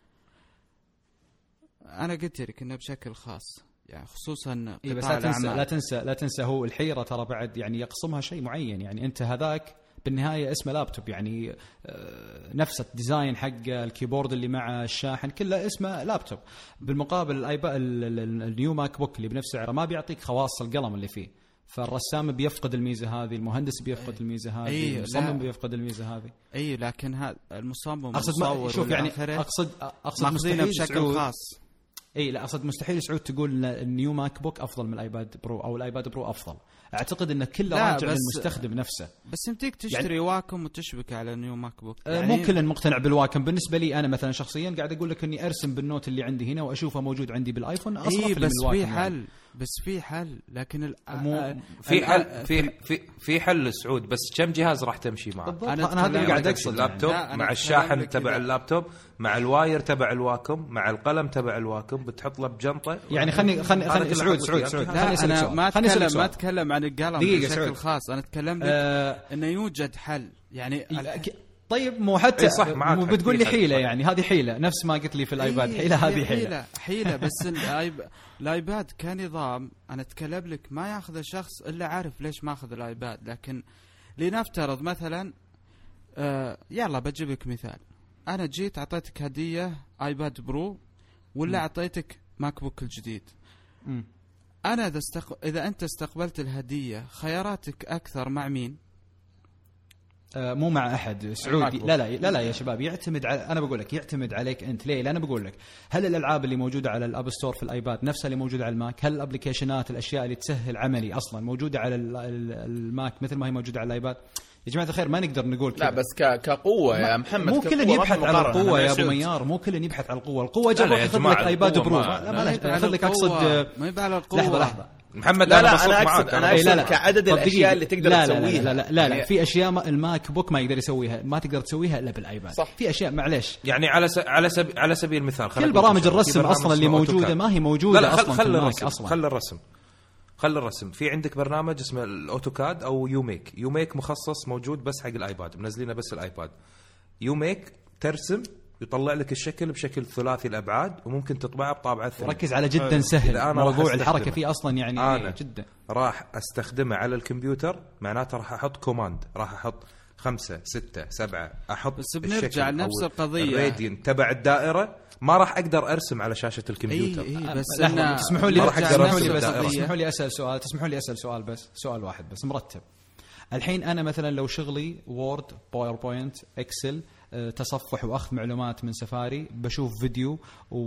انا قلت لك انه بشكل خاص، يعني خصوصا إيه، بس لا تنسى لا تنسى لا تنسى هو الحيره ترى بعد يعني يقسمها شيء معين. يعني انت هذاك بالنهايه اسمه لابتوب، يعني نفس الديزاين حق الكيبورد اللي مع الشاحن كله اسمه لابتوب. بالمقابل الايباد النيو ماك بوك اللي بنفس سعره ما بيعطيك خواص القلم اللي فيه، فالرسام بيفقد الميزه هذه، المهندس بيفقد أي. الميزه هذه، أي المصمم بيفقد الميزه هذه. اي لكن هذا المصمم اقصد شوف يعني اقصد اقصد مستحيل بشكل خاص. اي لا اقصد مستحيل سعود تقول ان النيو ماك بوك افضل من الايباد برو او الايباد برو افضل. اعتقد ان كله راجع للمستخدم نفسه. بس يمديك تشتري يعني واكم وتشبك على النيو ماك بوك. يعني مو كل مقتنع بالواكم. بالنسبه لي انا مثلا شخصيا قاعد اقول لك اني ارسم بالنوت اللي عندي هنا واشوفه موجود عندي بالايفون اصرف إيه لي بس من في حل يعني. بس في حل لكن مو في حل في في في حل سعود. بس كم جهاز راح تمشي معه؟ انا, أنا هذا اللي قاعد اقصد. اللابتوب يعني. مع الشاحن تبع اللابتوب مع الواير تبع الواكم مع القلم تبع الواكم بتحط له بجنطه. يعني خلني خلني خلني سعود سعود سعود لا انا ما اتكلم ما اتكلم عن القلم بشكل خاص، انا اتكلم لك آه انه يوجد حل يعني. طيب مو حتى مو بتقول لي حيله، يعني هذه حيله نفس ما قلت لي في الايباد. إيه حيله هذه حيله حيله, حيلة بس الايباد كنظام انا اتكلم لك ما ياخذ الشخص الا عارف ليش ما اخذ الايباد. لكن لنفترض مثلا آه يلا بجيب لك مثال، انا جيت اعطيتك هديه ايباد برو ولا اعطيتك ماك بوك الجديد. م. انا اذا استق... اذا انت استقبلت الهديه خياراتك اكثر مع مين؟ آه مو مع احد سعودي. لا لا لا لا يا شباب، يعتمد على انا بقول لك يعتمد عليك انت. ليه؟ لأن انا بقول لك هل الالعاب اللي موجوده على الاب ستور في الايباد نفسها اللي موجوده على الماك؟ هل الابلكيشنات الاشياء اللي تسهل عملي اصلا موجوده على الماك مثل ما هي موجوده على الايباد؟ يا جماعه الخير ما نقدر نقول كذا. لا بس ك... كقوه يا محمد، مو كل يبحث على القوه يا ابو ميار، مو كل يبحث على القوه. القوه جرب ياخذ لك ايباد برو. لا ما ياخذ لك اقصد ما يبقى على القوه. لحظه لحظه محمد، لا لا انا اقصد انا اقصد لا لا. كعدد الاشياء اللي تقدر لا تسويها. لا لا لا, لا, لا, لا في اشياء الماك بوك ما يقدر يسويها، ما تقدر تسويها الا بالايباد. صح. في اشياء معليش يعني على س... على سب... على سبيل المثال كل برامج الرسم اصلا اللي موجوده ما هي موجوده لا لا اصلا خل... في الماك الرسم. اصلا. خل الرسم خل الرسم في عندك برنامج اسمه الاوتوكاد او يوميك. يوميك مخصص موجود بس حق الايباد، منزلينه بس الايباد. يوميك ترسم يطلع لك الشكل بشكل ثلاثي الابعاد وممكن تطبعه بطابعه ثانيه. ركز على جدا سهل موضوع الحركه فيه اصلا يعني أنا جدا. راح استخدمه على الكمبيوتر، معناته راح احط كوماند، راح احط خمسة ستة سبعة احط بس بنرجع لنفس القضيه. الراديان تبع الدائره ما راح اقدر ارسم على شاشه الكمبيوتر. إيه إيه بس أنا تسمحوا لي تسمحوا لي بس تسمحوا لي اسال سؤال تسمحوا لي اسال سؤال بس سؤال واحد بس مرتب. الحين انا مثلا لو شغلي وورد باوربوينت اكسل تصفح واخذ معلومات من سفاري، بشوف فيديو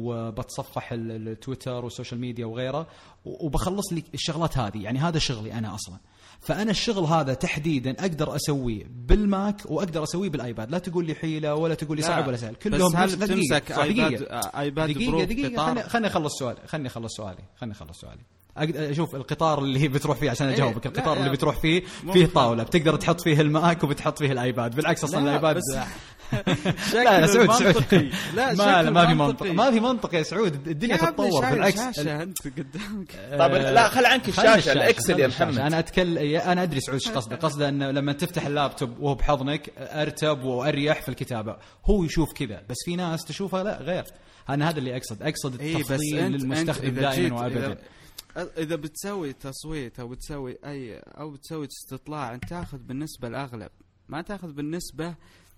وبتصفح التويتر والسوشيال ميديا وغيره وبخلص لي الشغلات هذه. يعني هذا شغلي انا اصلا. فانا الشغل هذا تحديدا اقدر اسويه بالماك واقدر اسويه بالايباد. لا تقول لي حيله ولا تقول لي صعب ولا سهل، كلهم. بس هل بتمسك ايباد ايباد دقيقه دقيقه خليني اخلص سؤالي خليني اخلص سؤالي خليني اخلص سؤالي اشوف القطار اللي بتروح فيه عشان اجاوبك. القطار اللي بتروح فيه فيه طاوله بتقدر تحط فيه الماك وبتحط فيه الايباد. بالعكس اصلا الايباد لا لا سعود سعود لا ما ما في منطق ما في منطق يا سعود. الدنيا تتطور بالعكس. انت قدامك. طيب لا خل عنك الشاشه الاكسل يا محمد. انا اتكلم انا ادري سعود ايش قصده. قصده انه لما تفتح اللابتوب وهو بحضنك ارتب واريح في الكتابه. هو يشوف كذا، بس في ناس تشوفها لا غير. انا هذا اللي اقصد اقصد التفضيل للمستخدم دائما وابدا. إذا بتسوي تصويت أو بتسوي أي أو بتسوي استطلاع، أنت تأخذ بالنسبة الأغلب، ما تأخذ بالنسبة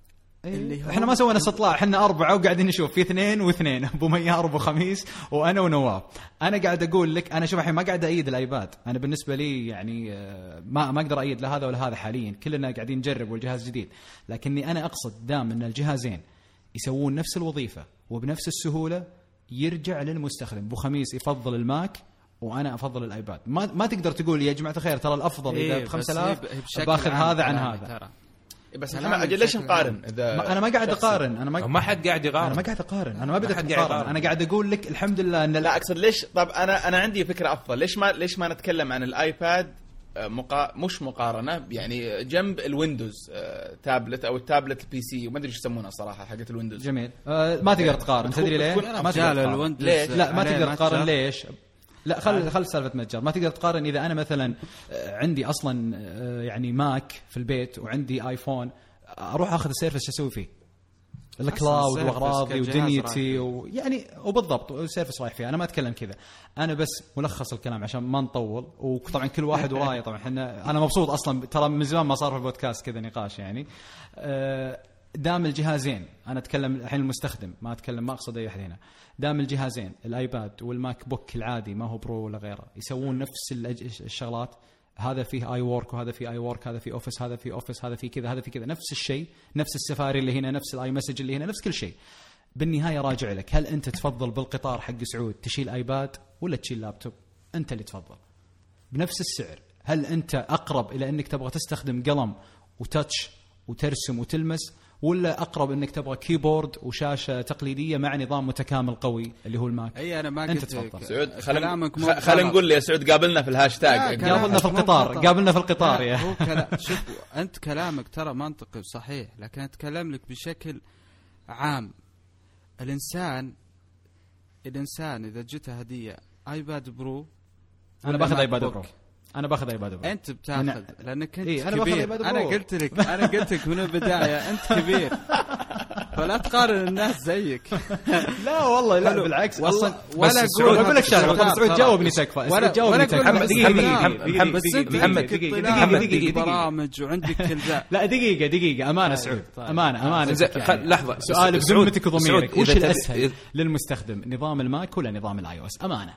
اللي هو. إحنا ما سوينا استطلاع، إحنا أربعة وقاعدين نشوف في اثنين واثنين، أبو ميار وأبو خميس وأنا ونواف. أنا قاعد أقول لك أنا شوف الحين ما قاعد أيد الآيباد. أنا بالنسبة لي يعني ما ما أقدر أيد لهذا ولا هذا حاليا. كلنا قاعدين نجرب والجهاز جديد. لكني أنا أقصد دام أن الجهازين يسوون نفس الوظيفة وبنفس السهولة يرجع للمستخدم. أبو خميس يفضل الماك وانا افضل الايباد. ما ما تقدر تقول يا جماعه الخير ترى الافضل اذا ب خمسة آلاف باخذ هذا عن هذا. ترى. بس احنا اجل ليش نقارن؟ اذا انا ما قاعد اقارن. انا ما ما حد قاعد يقارن. انا ما قاعد اقارن. انا ما بدي اقارن. انا قاعد اقول لك الحمد لله ان لا اقصد ليش. طب انا انا عندي فكره افضل. ليش ما ليش ما نتكلم عن الايباد مقا... مش مقارنه يعني جنب الويندوز تابلت او التابلت البي سي وما ادري ايش يسمونها صراحه حقت الويندوز. جميل. أه ما تقدر تقارن. تدري ليه؟ ما تقدر تقارن. ليش؟ لا ما تقدر تقارن. ليش؟ لا خل خل سالفه متجر. ما تقدر تقارن. اذا انا مثلا عندي اصلا يعني ماك في البيت وعندي ايفون، اروح اخذ السيرفس شو اسوي فيه؟ الكلاود واغراضي ودنيتي ويعني وبالضبط السيرفس رايح فيه. انا ما اتكلم كذا، انا بس ملخص الكلام عشان ما نطول. وطبعا كل واحد وراي. طبعا احنا انا مبسوط اصلا ترى من زمان ما صار في البودكاست كذا نقاش يعني. دام الجهازين، انا اتكلم الحين المستخدم ما اتكلم ما اقصد اي احد هنا. دام الجهازين الايباد والماك بوك العادي ما هو برو ولا غيره يسوون نفس الشغلات، هذا فيه اي وورك وهذا فيه اي وورك، هذا فيه اوفيس هذا فيه اوفيس هذا فيه كذا هذا فيه كذا، نفس الشيء، نفس السفاري اللي هنا، نفس الاي مسج اللي هنا، نفس كل شيء. بالنهايه راجع لك، هل انت تفضل بالقطار حق سعود تشيل ايباد ولا تشيل لابتوب؟ انت اللي تفضل. بنفس السعر هل انت اقرب الى انك تبغى تستخدم قلم وتاتش وترسم وتلمس، ولا اقرب انك تبغى كيبورد وشاشه تقليديه مع نظام متكامل قوي اللي هو الماك؟ اي انا ما انت قلت تفضل. سعود خلينا خلينا نقول لي يا سعود قابلنا في الهاشتاج، قابلنا في القطار، قابلنا في القطار يا هو كلام. شوف انت كلامك ترى منطقي صحيح، لكن اتكلم لك بشكل عام. الانسان الانسان اذا جته هديه ايباد برو، انا باخذ ايباد برو. انا باخذ ايباد برو. انت بتاخذ أنا... لانك انت إيه أنا كبير. انا قلت لك انا قلت لك من البدايه انت كبير، فلا تقارن الناس زيك. لا والله لا بالعكس اصلا. ولا اقول اقول لك شغله سعود جاوبني تكفى. ولا جاوبني تكفى. دقيقه محمد محمد دقيقه دقيقه برامج وعندك كل ذا. لا دقيقه دقيقه امانه سعود امانه امانه لحظه. سؤال بذمتك وضميرك، وش الاسهل للمستخدم، نظام الماك ولا نظام الاي او اس؟ امانه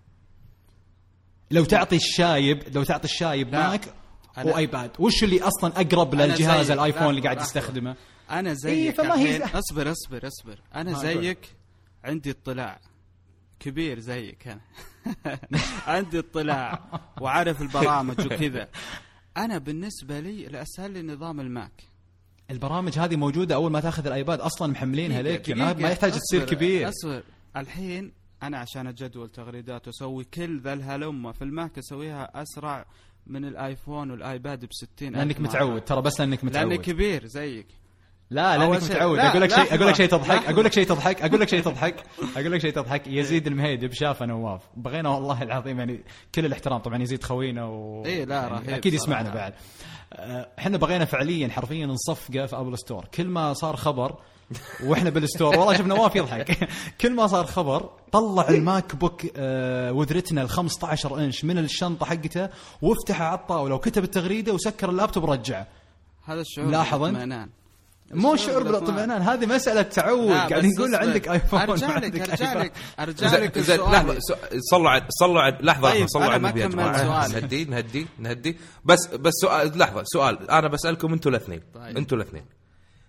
لو تعطي الشايب لو تعطي الشايب ماك وايباد، وش اللي اصلا اقرب للجهاز الايفون اللي قاعد يستخدمه؟ انا زيك. إيه اصبر اصبر اصبر انا زيك، عندي اطلاع كبير زيك. انا عندي اطلاع وعارف البرامج وكذا. انا بالنسبه لي الاسهل لي نظام الماك. البرامج هذه موجوده اول ما تاخذ الايباد اصلا محملينها لك، ما يحتاج تصير كبير. اصبر الحين أنا عشان أجدول تغريدات وأسوي كل ذا الهلمة في الماك أسويها أسرع من الآيفون والآيباد بستين. لأنك متعود ترى، بس لأنك متعود. لأنك كبير زيك. لا لأنك متعود. أقول لك شيء أقول لك شيء تضحك أقول لك شيء تضحك أقول لك شيء تضحك أقول لك شيء تضحك يزيد المهيدب شاف نواف، بغينا والله العظيم يعني كل الاحترام طبعا يزيد خوينا و... إيه لا يعني أكيد يسمعنا بعد. إحنا بغينا فعليا حرفيا نصفقه في أبل ستور. كل ما صار خبر واحنا بالستور والله شفنا نواف يضحك، كل ما صار خبر طلع الماك بوك وذرتنا ال خمسة عشر انش من الشنطه حقته وافتحه على الطاوله وكتب التغريده وسكر اللابتوب ورجعه. هذا الشعور لاحظ انت مو شعور بالاطمئنان، هذه مساله تعود. قاعدين نقول له عندك ايفون. ارجع لك ارجع لك ارجع لك لحظه صلوا صلوا لحظه صلوا على النبي يا جماعه. نهدي نهدي نهدي بس بس سؤال لحظه سؤال انا بسالكم انتوا الاثنين. انتوا الاثنين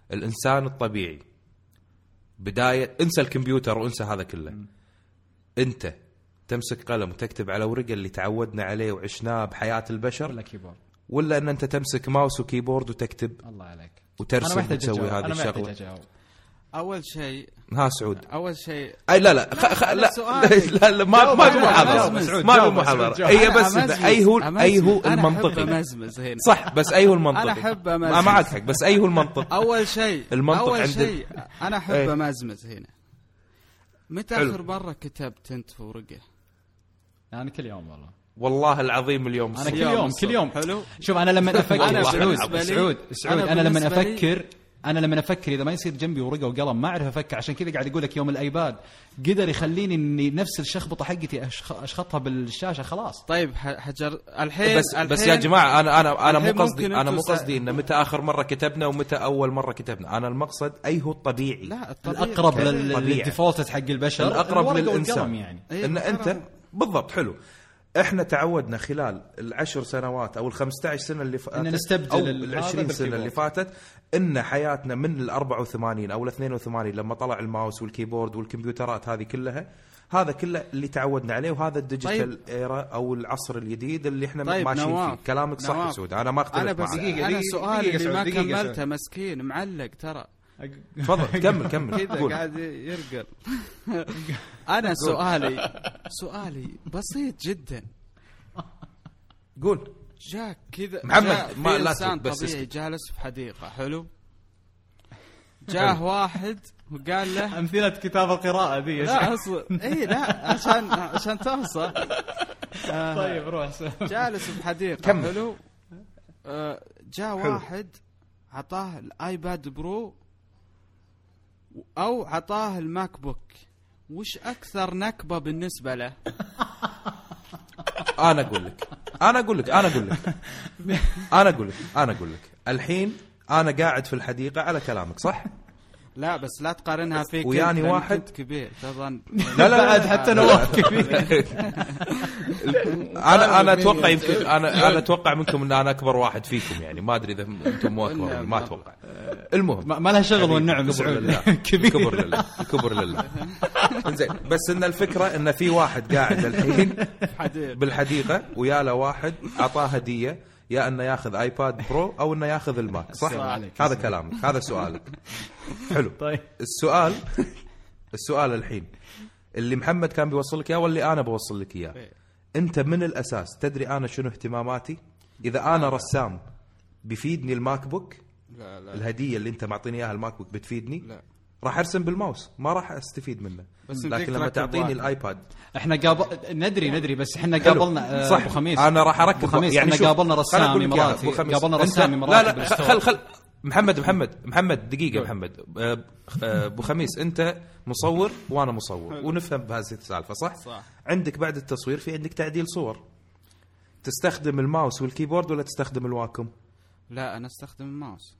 الانسان الطبيعي بدايه انسى الكمبيوتر وانسى هذا كله، انت تمسك قلم وتكتب على ورقه اللي تعودنا عليه وعشناه بحياه البشر، ولا كيبورد، ولا ان انت تمسك ماوس وكيبورد وتكتب الله عليك وترسم وتسوي هذه أنا الشغله؟ اول شيء ها سعود، اول شيء اي لا لا خ... خ... لا, لا لا ما ما في محاضره، ما في محاضره، هي بس اي هو اي هو المنطقي امزمز هنا صح، بس اي هو المنطقي، انا احب امزمز، ما معك حق، بس اي هو المنطق. اول شيء المنطق اول عند شيء انا احب ايه. امزمز هنا. متى حلو. اخر مره كتبت انت في ورقه؟ انا كل يوم والله والله العظيم اليوم انا كل يوم كل يوم حلو. شوف انا لما افكر أنا سعود بالنسبة لي- سعود سعود أنا انا لما بالنسبة لي- افكر انا لما افكر اذا ما يصير جنبي ورقه وقلم ما اعرف افكر. عشان كذا قاعد اقول لك يوم الايباد قدر يخليني اني نفس الشخبطه حقتي أشخ- اشخطها بالشاشه خلاص. طيب ح- حجر الحين بس الحين بس يا جماعه انا انا انا مو الحين قصدي ممكن انا مو أنتوا سا- قصدي ان متى اخر مره كتبنا ومتى اول مره كتبنا، انا المقصد اي هو الطبيعي، لا الطبيعي الاقرب كذا. لل- طبيعي. للديفولت حق البشر الاقرب الورقة للانسان والقلم يعني. إيه، ان انت القلم. بالضبط. حلو، احنا تعودنا خلال العشر سنوات او الخمسة عشر سنه اللي فاتت إن نستبدل او ال- العشرين هذا سنه اللي بالكيبورد. فاتت، ان حياتنا من الأربعة وثمانين او الاثنين وثمانين لما طلع الماوس والكيبورد والكمبيوترات هذه كلها، هذا كله اللي تعودنا عليه، وهذا الديجيتال طيب. ايرا او العصر الجديد اللي احنا طيب ماشيين نواف. فيه. كلامك صح نواف. سعود، انا ما انا اختلف بس معك. دقيقة، انا دقيقة، سؤال دقيقة اللي سعود، ما دقيقة كملته سعود. مسكين معلق ترى تفضل كمل كمل كذا قول. قاعد يرقل. انا سؤالي سؤالي بسيط جدا. قول جاك كذا محمد، جاء ما- في لا انسان تسكت، بس طبيعي اسكت. جالس في حديقه حلو، جاه واحد وقال له امثله كتاب القراءه ذي. لا اصلا اي لا عشان عشان توصل. آه، طيب روح سوي. جالس في حديقه كمل. حلو، آه، جاء حلو. واحد عطاه الايباد برو او عطاه الماك بوك، وش اكثر نكبه بالنسبه له؟ انا اقول لك انا اقول لك انا اقول لك انا اقول لك انا اقول لك الحين انا قاعد في الحديقه على كلامك صح؟ لا بس لا تقارنها فيك وياني أنت، لأنك واحد- أنت كبير تظن. لا لا بعد حتى نواف كبير. انا انا اتوقع يمكن انا انا اتوقع منكم ان انا اكبر واحد فيكم، يعني ما ادري اذا انتم مو اكبر، ما اتوقع. المهم ما ما لها شغل حبيبي، والنعم الكبر سعود لله. كبير. الكبر لله الكبر لله زين. بس ان الفكره ان في واحد قاعد الحين حديقة. بالحديقه ويا له واحد اعطاه هديه، يا انه ياخذ ايباد برو او انه ياخذ الماك صح؟ السلام عليك. هذا كلامك، هذا سؤالك. حلو. طيب السؤال السؤال الحين اللي محمد كان بيوصل لك اياه واللي انا بوصل لك اياه، انت من الاساس تدري انا شنو اهتماماتي؟ اذا انا رسام بيفيدني الماك بوك، لا لا الهديه اللي انت معطيني اياها الماك بوك بتفيدني، لا. راح ارسم بالماوس ما راح استفيد منه. بس لكن يمديك لما تركب تعطيني واحد. الايباد احنا قابل ندري ندري بس احنا حلو. قابلنا آه، صح. ابو خميس. انا راح اركب ابو خميس يعني احنا شوف، قابلنا خل أقول رسام لك إياها، اماراتي أبو خميس. قابلنا أنت- رسام لا اماراتي لا بالستور. خل خل محمد محمد محمد دقيقه محمد آه، آه، ابو خميس انت مصور وانا مصور ونفهم بهذه السالفه صح؟ صح. عندك بعد التصوير في عندك تعديل صور، تستخدم الماوس والكيبورد ولا تستخدم الواكم؟ لا انا استخدم الماوس.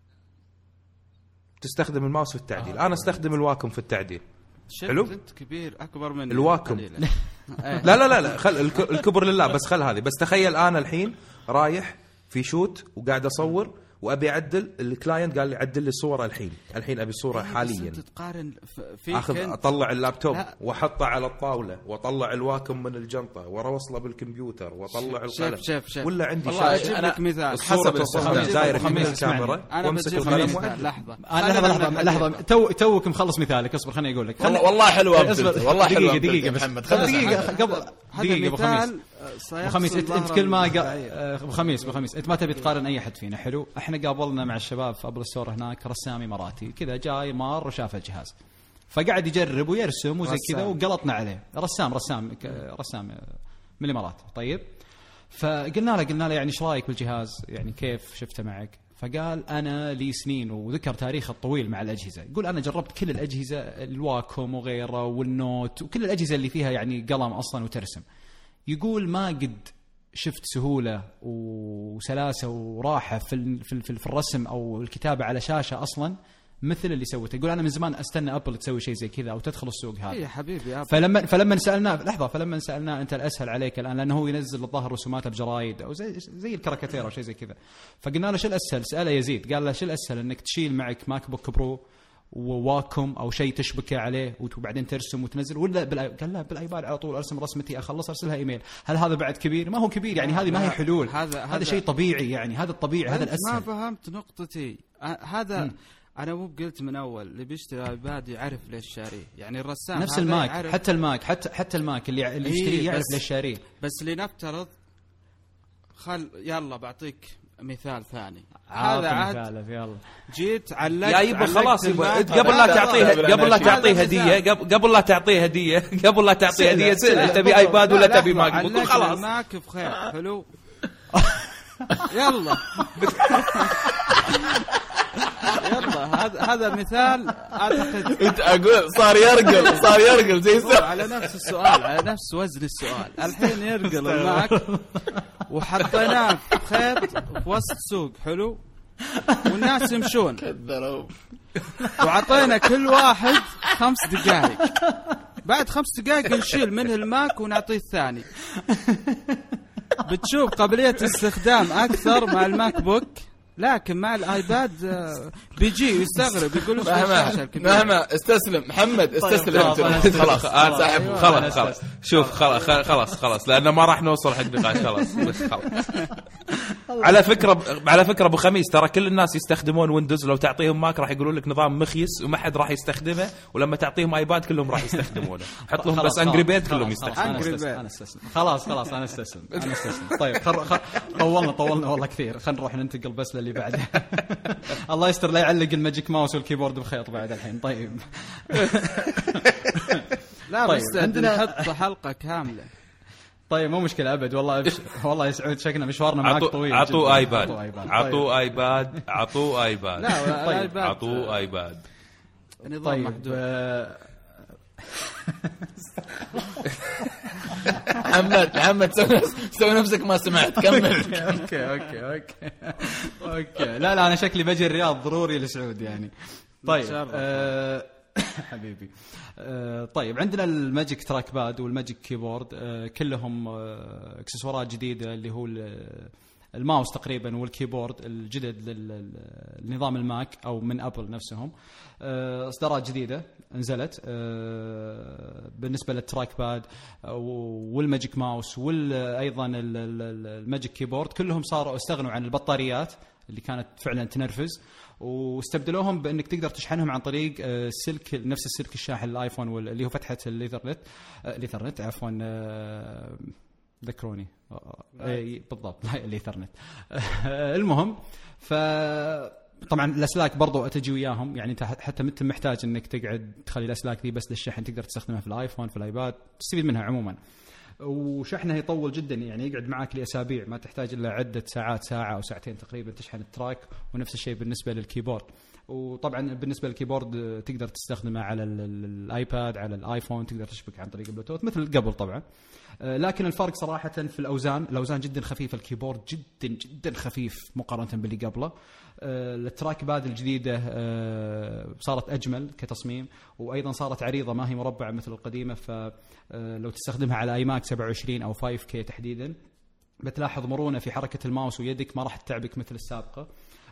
تستخدم الماوس في التعديل، انا استخدم الواكم في التعديل. شفت حلو. انت كبير اكبر من الواكم. قليلاً. إيه. لا لا لا لا خل الك- الكبر لله، بس خل هذه. بس تخيل انا الحين رايح في شوت وقاعد اصور وابي اعدل، الكلاينت قال لي عدل لي الصوره الحين الحين ابي الصوره بس حاليا، انت تقارن ف- فيك اخذ أنت. اطلع اللابتوب لا. واحطه على الطاوله واطلع الواكم من الجنطه واوصله بالكمبيوتر واطلع شوف- القلم شوف- شوف. ولا عندي والله شاشه اجيب أنا لك مثال. الصوره حسب توصلها الاستخدام. دايركت من خميس، اسمعني. الكاميرا انا وامسك بجيب القلم مثال. وعدل. لحظه آه، لحظه لحظه لحظه تو توك مخلص مثالك. اصبر خليني اقول لك. والله والله حلوه اصبر. أمثلته. والله حلوه دقيقه دقيقه أمثلته بس محمد خلنا دقيقه قبل هذا دقيقه ابو خميس. مثال ابو خميس انت, انت كل ما قا- آه، ابو خميس ابو خميس انت ما تبي تقارن اي احد فينا. حلو، احنا قابلنا مع الشباب في ابل ستور هناك رسام اماراتي كذا جاي مار وشاف الجهاز فقعد يجرب ويرسم وزي كذا رسام. وقلطنا عليه. رسام رسام ك- رسام من الامارات. طيب فقلنا له قلنا له يعني ايش رايك بالجهاز، يعني كيف شفته معك؟ فقال انا لي سنين، وذكر تاريخه الطويل مع الاجهزه. يقول انا جربت كل الاجهزه، الواكوم وغيره والنوت وكل الاجهزه اللي فيها يعني قلم اصلا وترسم. يقول ما قد شفت سهوله وسلاسه وراحه في ال- في ال- في ال- في الرسم او الكتابه على شاشه اصلا مثل اللي سوته. يقول انا من زمان استنى ابل تسوي شيء زي كذا او تدخل السوق هذا. يا حبيبي أبل. فلما فلما سالناه لحظه فلما سالناه انت الاسهل عليك الان لانه هو ينزل الظاهر رسومات بجرايد او زي زي الكاريكاتير او شيء زي كذا. فقلنا له شو الاسهل؟ ساله يزيد قال له شو الاسهل انك تشيل معك ماك بوك برو وواكم او شيء تشبكه عليه وبعدين ترسم وتنزل ولا بالآي... قال لا بالايباد على طول ارسم رسمتي اخلص ارسلها ايميل. هل هذا بعد كبير؟ ما هو كبير يعني هذه ما هي حلول. هذا هذا شيء طبيعي يعني هذا الطبيعي هذا الاسهل. ما فهمت نقطتي هذا. م. انا مو قلت من اول اللي بيشتري ايباد يعرف ليش شاريه يعني الرسام نفس الماك يعرف. حتى الماك حتى حتى الماك اللي اللي يشتريه يعرف ليش شاريه. بس لنفترض خل يلا بعطيك مثال ثاني. هذا عاد يلا جيت علقت يا يبا خلاص يبا قبل لا تعطيه قبل لا تعطيه هديه قبل لا تعطيه هديه قبل لا تعطيه هديه سأل تبي ايباد ولا تبي ماك بوك خلاص ماك بخير حلو يلا يلا هذا هذا مثال اعتقد انت اقول صار يرقل صار يرقل زي على نفس السؤال على نفس وزن السؤال الحين يرقل الماك وحطيناه في خيط في وسط سوق حلو والناس يمشون وعطينا كل واحد خمس دقائق بعد خمس دقائق نشيل منه الماك ونعطيه الثاني بتشوف قابلية استخدام أكثر مع الماك بوك لكن مع الايباد بيجي يستغرب يقول مهما مهما استسلم محمد استسلم خلاص ساحب خلاص خلاص شوف خلاص خلاص خلاص لانه ما راح نوصل حق نقاش خلاص بس خلاص. على فكره على فكره ابو خميس ترى كل الناس يستخدمون ويندوز لو تعطيهم ماك راح يقولون لك نظام مخيس وما حد راح يستخدمه ولما تعطيهم ايباد كلهم راح يستخدمونه حط لهم بس انجري بيت كلهم يستخدمون. انا استسلم خلاص خلاص انا استسلم انا استسلم. طيب طولنا طولنا والله كثير خلينا نروح ننتقل بس اللي بعده. الله يستر لا يعلق الماجيك ماوس والكيبورد بخيط بعد الحين. طيب لا طيب. بس عندنا نحط حلقة كاملة. طيب مو مشكلة أبد والله والله يسعود شكلنا مشوارنا معك طويل. عطوا آيباد عطوا آيباد عطوا آيباد لا طيب. عطوا آيباد نظام طيب. محدود. محمد محمد سوي نفسك ما سمعت كمل. اوكي اوكي اوكي اوكي لا لا انا شكلي بجي الرياض ضروري لسعود يعني. طيب أه حبيبي أه طيب عندنا الماجيك تراك باد والماجيك كيبورد أه كلهم أه اكسسوارات جديده اللي هو الماوس تقريبا والكيبورد الجدد للنظام الماك او من ابل نفسهم. اصدارات جديده نزلت بالنسبه للتراك باد والماجيك ماوس وايضا الماجيك كيبورد كلهم صاروا استغنوا عن البطاريات اللي كانت فعلا تنرفز واستبدلوهم بانك تقدر تشحنهم عن طريق سلك نفس السلك الشاحن الايفون اللي هو فتحه الايثرنت الايثرنت عفوا ذكروني اي بالضبط الايثرنت. المهم ف طبعا الاسلاك برضو اتجي وياهم يعني حتى انت محتاج انك تقعد تخلي الاسلاك دي بس للشحن تقدر تستخدمها في الايفون في الايباد تستفيد منها عموما. وشحنها يطول جدا يعني يقعد معك لاسابيع ما تحتاج الا عده ساعات ساعه او ساعتين تقريبا تشحن التراك. ونفس الشيء بالنسبه للكيبورد. وطبعا بالنسبه للكيبورد تقدر تستخدمه على الايباد على الايفون تقدر تشبك عن طريق البلوتوث مثل قبل طبعا. لكن الفرق صراحه في الاوزان الاوزان جدا خفيفه. الكيبورد جدا جدا خفيف مقارنه باللي قبله. التراك باد الجديده صارت اجمل كتصميم وايضا صارت عريضه ما هي مربعه مثل القديمه. فلو تستخدمها على اي ماك سبعة وعشرين او خمسة كي تحديدا بتلاحظ مرونه في حركه الماوس ويدك ما راح تتعبك مثل السابقه.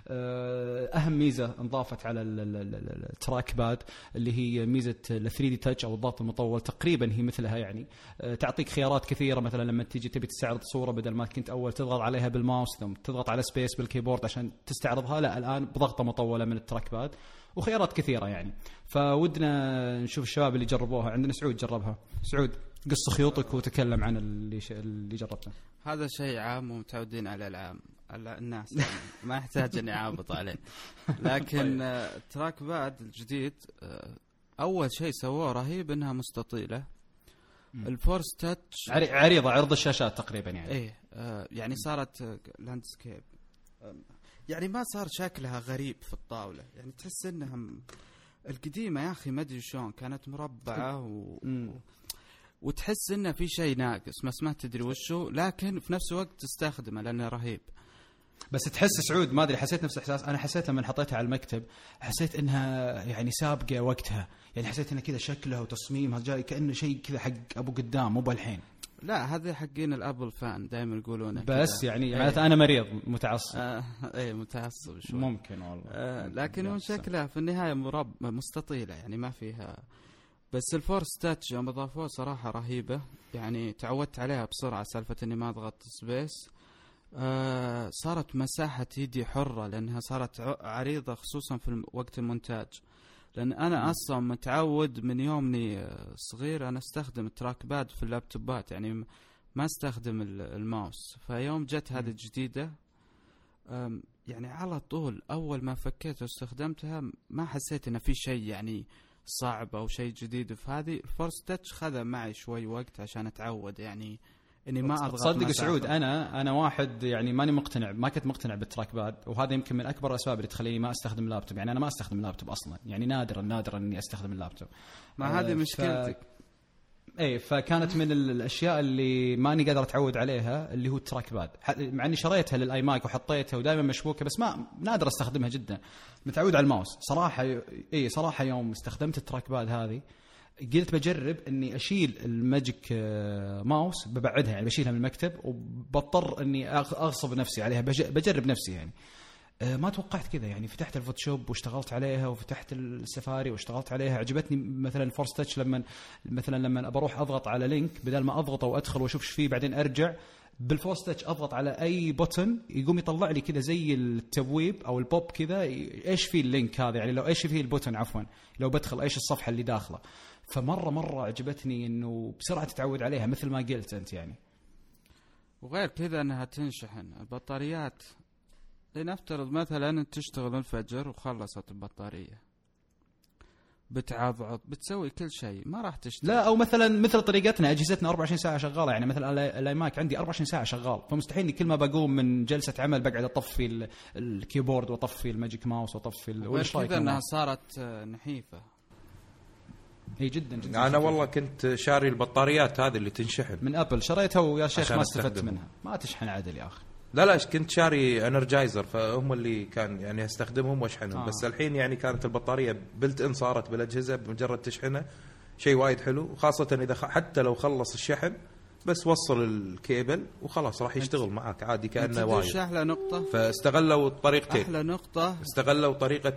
أهم ميزة انضافت على التراك باد اللي هي ميزة ال ثري دي تاتش أو الضغط المطول تقريبا هي مثلها يعني تعطيك خيارات كثيرة. مثلا لما تيجي تبي تستعرض صورة بدل ما كنت أول تضغط عليها بالماوس ثم تضغط على سبيس بالكيبورد عشان تستعرضها لا الآن بضغطة مطولة من التراك باد وخيارات كثيرة يعني. فودنا نشوف الشباب اللي جربوها. عندنا سعود جربها. سعود قص خيوطك وتكلم عن اللي اللي جربته. هذا شيء عام ومتعودين على العام الناس يعني ما يحتاج اني اعابط عليه. لكن التراك باد الجديد اول شيء سووه رهيب انها مستطيله. الفورس تاتش عريضه عرض الشاشات تقريبا يعني ايه يعني صارت لاندسكيب يعني ما صار شكلها غريب في الطاوله يعني تحس انها القديمه يا اخي ما ادري شلون كانت مربعه و... وتحس انه في شيء ناقص بس ما تدري وشو لكن في نفس الوقت تستخدمه لانه رهيب. بس تحس سعود ما ادري حسيت نفس الاحساس انا حسيت لما حطيتها على المكتب حسيت انها يعني سابقه وقتها يعني حسيت انها كذا شكلها وتصميمها جاي كانه شيء كذا حق ابو قدام مو بالحين لا هذه حقين الابل فان دائما يقولونه بس كده. يعني ايه. معناته انا مريض متعصب آه ايه متعصب شوي ممكن والله آه لكن هو شكلها في النهايه مرب مستطيله يعني ما فيها بس الفورس تاتش يوم اضافوه صراحه رهيبه يعني تعودت عليها بسرعه سالفه اني ما اضغط سبيس آه صارت مساحه يدي حره لانها صارت عريضه خصوصا في الم- وقت المونتاج لان انا اصلا متعود من يومني صغير انا استخدم التراك باد في اللابتوبات يعني م- ما استخدم ال- الماوس فيوم جت هذه الجديده أم، يعني على طول اول ما فكيت واستخدمتها ما حسيت ان في شيء يعني صعب او شيء جديد في هذه الفورس تاتش خذ معي شوي وقت عشان اتعود يعني اني ما اضغط تصدق مسافة. سعود انا انا واحد يعني ماني مقتنع ما كنت مقتنع بالتراك باد وهذا يمكن من اكبر الاسباب اللي تخليني ما استخدم اللابتوب يعني انا ما استخدم اللابتوب اصلا يعني نادرا نادرا اني استخدم اللابتوب ما هذه آه، مشكلتك ف... ايه فكانت من ال- الاشياء اللي ماني قادر اتعود عليها اللي هو التراك باد ح- مع اني شريتها للاي ماك وحطيتها ودائما مشبوكه بس ما نادر استخدمها جدا متعود على الماوس صراحه اي صراحه يوم استخدمت التراك باد هذه قلت بجرب اني اشيل الماجيك آه، ماوس ببعدها يعني بشيلها من المكتب وبضطر اني أغ- اغصب نفسي عليها بج- بجرب نفسي يعني آه، ما توقعت كذا يعني فتحت الفوتوشوب واشتغلت عليها وفتحت السفاري واشتغلت عليها عجبتني مثلا الفورس تاتش لما مثلا لما بروح اضغط على لينك بدل ما اضغط او ادخل واشوف ايش فيه بعدين ارجع بالفورس تاتش اضغط على اي بوتن يقوم يطلع لي كذا زي التبويب او البوب كذا ي- ايش فيه اللينك هذا يعني لو ايش فيه البوتن عفوا لو بدخل ايش الصفحه اللي داخله فمره مره عجبتني انه بسرعه تتعود عليها مثل ما قلت انت يعني وغير كذا انها تنشحن البطاريات لنفترض مثلا تشتغل الفجر وخلصت البطاريه بتعضعض بتسوي كل شيء ما راح تشتغل لا او مثلا مثل طريقتنا اجهزتنا أربعة وعشرين ساعه شغاله يعني مثلا الاي الآي ماك عندي أربعة وعشرين ساعه شغال فمستحيل إني كل ما بقوم من جلسه عمل بقعد اطفي ال- الكيبورد واطفي الماجيك ماوس واطفي ال- غير وإيش رأيك كذا انها نواف؟ صارت آه، نحيفه اي جدا جدا انا والله كنت شاري البطاريات هذه اللي تنشحن من ابل شريتها ويا شيخ عشان ما استفدت أستخدمها. منها ما تشحن عدل يا اخي لا لا كنت شاري انرجايزر فهم اللي كان يعني استخدمهم واشحنهم آه. آه. بس الحين يعني كانت البطاريه بلت ان صارت بالاجهزه بمجرد تشحنها شيء وايد حلو وخاصه اذا خ... حتى لو خلص الشحن بس وصل الكيبل وخلاص راح يشتغل معك عادي كانه تدري ايش وايد احلى نقطه فاستغلوا طريقتين احلى نقطه استغلوا طريقه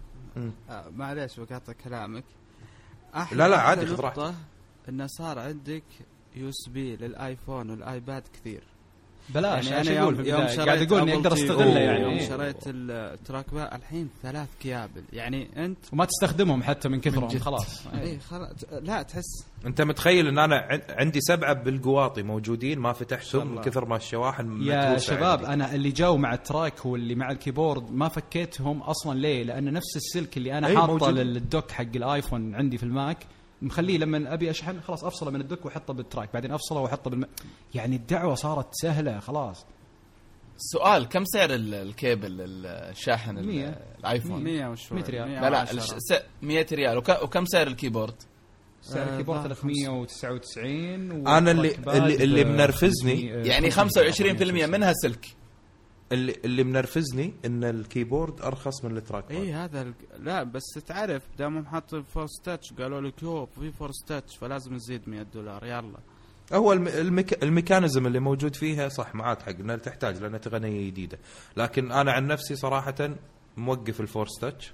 آه معليش بقاطع كلامك أحلى لا لا أحلى عادي خذ نقطة راحتك انه صار عندك يو اس بي للايفون والايباد كثير بلاش يعني يعني انا ايش اقول يوم, في يوم البداية؟ قاعد شريت اقول اني Apple اقدر تي في استغله يعني يوم إيه. شريت التراك باد الحين ثلاث كيابل يعني انت وما تستخدمهم حتى من كثرهم جد. خلاص اي خلاص لا تحس انت متخيل ان انا عن- عندي سبعه بالقواطي موجودين ما فتحتهم من الله. كثر ما الشواحن يا متروسة شباب عندي. انا اللي جاوا مع التراك واللي مع الكيبورد ما فكيتهم اصلا ليه لان نفس السلك اللي انا أي حاطه موجود. للدوك حق الايفون عندي في الماك مخليه لما ابي اشحن خلاص افصله من الدوك واحطه بالتراك بعدين افصله واحطه بالم... يعني الدعوه صارت سهله خلاص سؤال كم سعر ال- الكيبل الشاحن ال- مية. الايفون مية وشوي مية ريال. لا لا الش- س- مية ريال وك- وكم سعر الكيبورد سعر آه، الكيبورد ظهر ثلاثمية وتسعة وتسعين أنا اللي- والتراك باد اللي- اللي ب- منرفزني خمسمية- يعني خمسة وعشرين بالمية منها سلك اللي, اللي منرفزني ان الكيبورد ارخص من التراك باد. اي هذا ال... لا بس تعرف دام حاط فورس تاتش قالوا لك يوب في فورس تاتش فلازم نزيد مية دولار يلا هو الم- الميك... الميكانيزم اللي موجود فيها صح معاك حق انها تحتاج لانها تقنيه جديده لكن انا عن نفسي صراحه موقف الفورس تاتش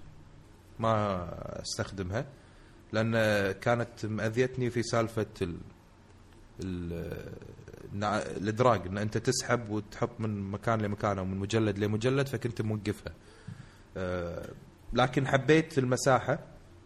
ما استخدمها لان كانت مأذيتني في سالفه ال... ال... النع- الادراج ان انت تسحب وتحط من مكان لمكان او من مجلد لمجلد فكنت موقفها أه... لكن حبيت المساحه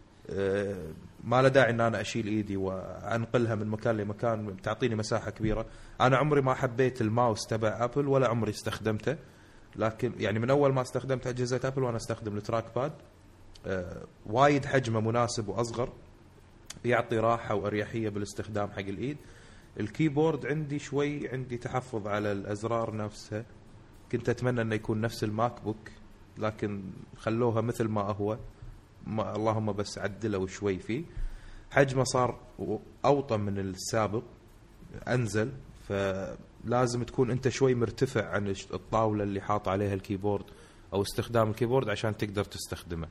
أه... ما له داعي ان انا اشيل ايدي وانقلها من مكان لمكان بتعطيني مساحه كبيره انا عمري ما حبيت الماوس تبع ابل ولا عمري استخدمته لكن يعني من اول ما استخدمت اجهزه ابل وانا استخدم التراك باد أه... وايد حجمه مناسب واصغر يعطي راحه واريحيه بالاستخدام حق الايد الكيبورد عندي شوي عندي تحفظ على الازرار نفسها كنت اتمنى انه يكون نفس الماك بوك لكن خلوها مثل ما هو ما اللهم بس عدلوا شوي فيه حجمه صار اوطى من السابق انزل لازم تكون انت شوي مرتفع عن الطاوله اللي حاط عليها الكيبورد او استخدام الكيبورد عشان تقدر تستخدمه.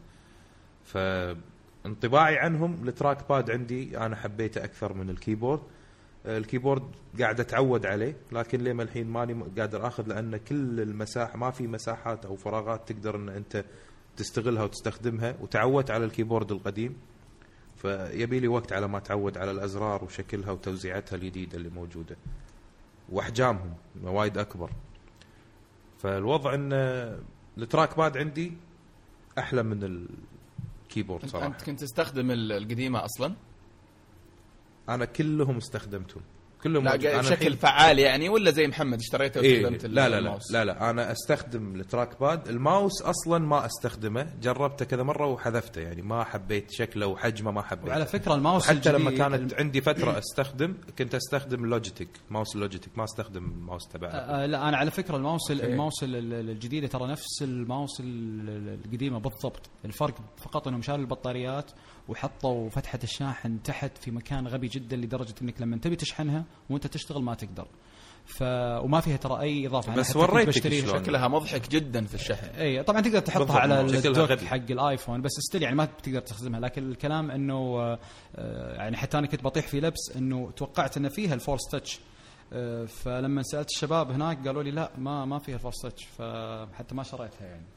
فانطباعي عنهم التراك باد عندي انا حبيته اكثر من الكيبورد. الكيبورد قاعد اتعود عليه لكن ليه ما الحين ماني قادر اخذ لان كل المساحه ما في مساحات او فراغات تقدر ان انت تستغلها وتستخدمها، وتعودت على الكيبورد القديم فيبي لي وقت على ما اتعود على الازرار وشكلها وتوزيعتها الجديده اللي موجوده واحجامهم وايد اكبر. فالوضع ان التراك باد عندي احلى من الكيبورد صراحه. انت كنت تستخدم القديمه اصلا؟ انا كلهم استخدمتهم كلهم لا بشكل فعال يعني ولا زي محمد اشتريته واستخدمت إيه لا لا لا لا لا انا استخدم التراك باد. الماوس اصلا ما استخدمه، جربته كذا مره وحذفته يعني ما حبيت شكله وحجمه ما حبيت. وعلى فكره الماوس حتى لما كانت عندي فتره استخدم كنت استخدم لوجيتك ماوس لوجيتك ما استخدم ماوس تبعه. أه لا انا على فكره الماوس الماوس الجديده ترى نفس الماوس القديمه بالضبط، الفرق فقط انهم شالوا البطاريات وحطوا فتحة الشاحن تحت في مكان غبي جدا لدرجة انك لما تبي تشحنها وانت تشتغل ما تقدر. ف وما فيها ترى اي اضافه. بس وريتك شكلها مضحك جدا في الشحن. اي طبعا تقدر تحطها على الدوك حق الايفون بس استل يعني ما تقدر تستخدمها. لكن الكلام انه يعني حتى انا كنت بطيح في لبس انه توقعت ان فيها الفورس تاتش، فلما سالت الشباب هناك قالوا لي لا ما ما فيها الفورس تاتش، فحتى ما شريتها يعني.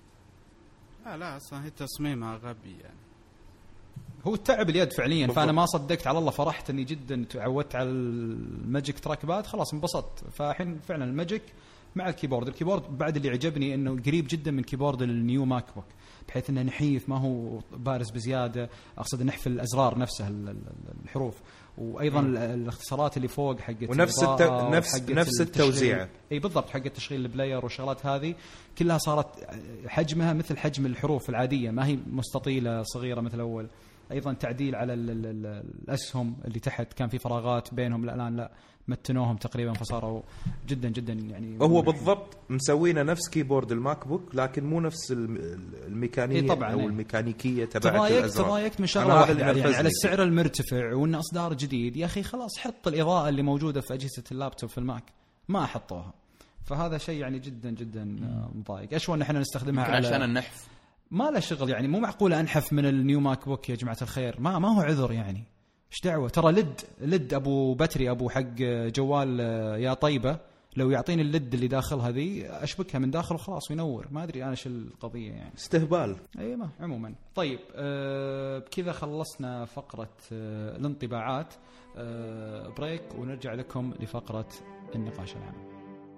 لا لا اصلا هي تصميمها غبي يعني، هو التعب اليد فعليا. فانا ما صدقت على الله، فرحت اني جدا تعودت على الماجيك تراك باد خلاص انبسطت. فالحين فعلا الماجيك مع الكيبورد. الكيبورد بعد اللي عجبني انه قريب جدا من كيبورد النيو ماك بوك بحيث انه نحيف ما هو بارز بزياده، اقصد نحف الازرار نفسها الحروف، وايضا م. الاختصارات اللي فوق حقت ونفس الت... نفس نفس التوزيع اي بالضبط حق تشغيل البلاير والشغلات هذه كلها صارت حجمها مثل حجم الحروف العاديه، ما هي مستطيله صغيره مثل اول. ايضا تعديل على ال ال ال الاسهم اللي تحت كان في فراغات بينهم، لا الان لا متنوهم تقريبا فصاروا جدا جدا يعني هو بالضبط مسوينا نفس كيبورد الماك بوك لكن مو نفس الميكانيه إيه طبعاً او إيه. الميكانيكيه تبعت الازرار. تضايقت من شغله واحده يعني على السعر المرتفع وان اصدار جديد يا اخي خلاص حط الاضاءه اللي موجوده في اجهزه اللابتوب في الماك ما حطوها. فهذا شيء يعني جدا جدا مضايق. اشوى ان احنا نستخدمها على عشان النحف ما له شغل يعني. مو معقوله انحف من النيو ماك بوك يا جماعه الخير، ما ما هو عذر يعني. ايش دعوه؟ ترى لد لد ابو باتري ابو حق جوال يا طيبه لو يعطيني اللد اللي داخل هذه اشبكها من داخل وخلاص وينور. ما ادري انا ايش القضيه يعني، استهبال. اي ما عموما. طيب أه بكذا خلصنا فقره أه الانطباعات. أه بريك ونرجع لكم لفقره النقاش العام.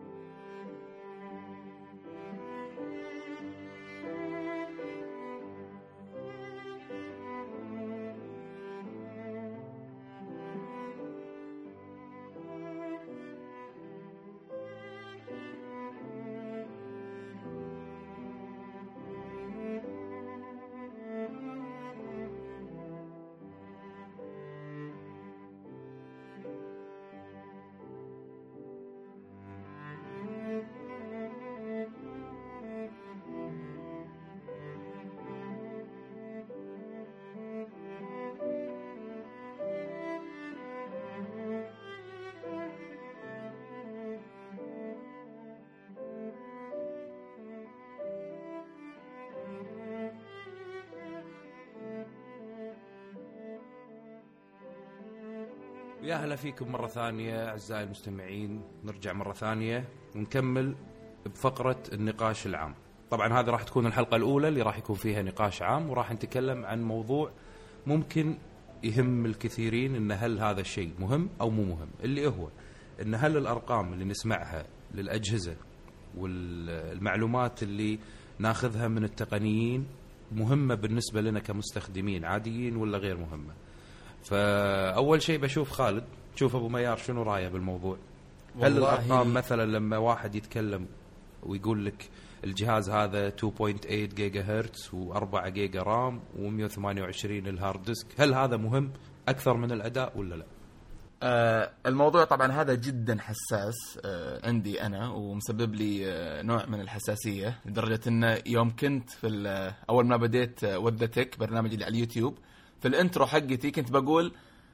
يا هلا فيكم مرة ثانية أعزائي المستمعين. نرجع مرة ثانية ونكمل بفقرة النقاش العام. طبعا هذه راح تكون الحلقة الأولى اللي راح يكون فيها نقاش عام، وراح نتكلم عن موضوع ممكن يهم الكثيرين، إن هل هذا الشيء مهم أو مو مهم، اللي هو إن هل الأرقام اللي نسمعها للأجهزة والمعلومات اللي ناخذها من التقنيين مهمة بالنسبة لنا كمستخدمين عاديين ولا غير مهمة. فأول شيء بشوف خالد، شوف أبو ميار شنو رأيه بالموضوع. هل الأرقام مثلا لما واحد يتكلم ويقول لك الجهاز هذا اثنين فاصلة ثمانية جيجا هرتز و4 جيجا رام و128 الهارد ديسك، هل هذا مهم أكثر من الأداء ولا لا؟ آه الموضوع طبعا هذا جدا حساس آه عندي أنا، ومسبب لي آه نوع من الحساسية لدرجة أن يوم كنت في أول ما بديت وذتك برنامجي اللي على اليوتيوب في الانترو حقتي كنت بقول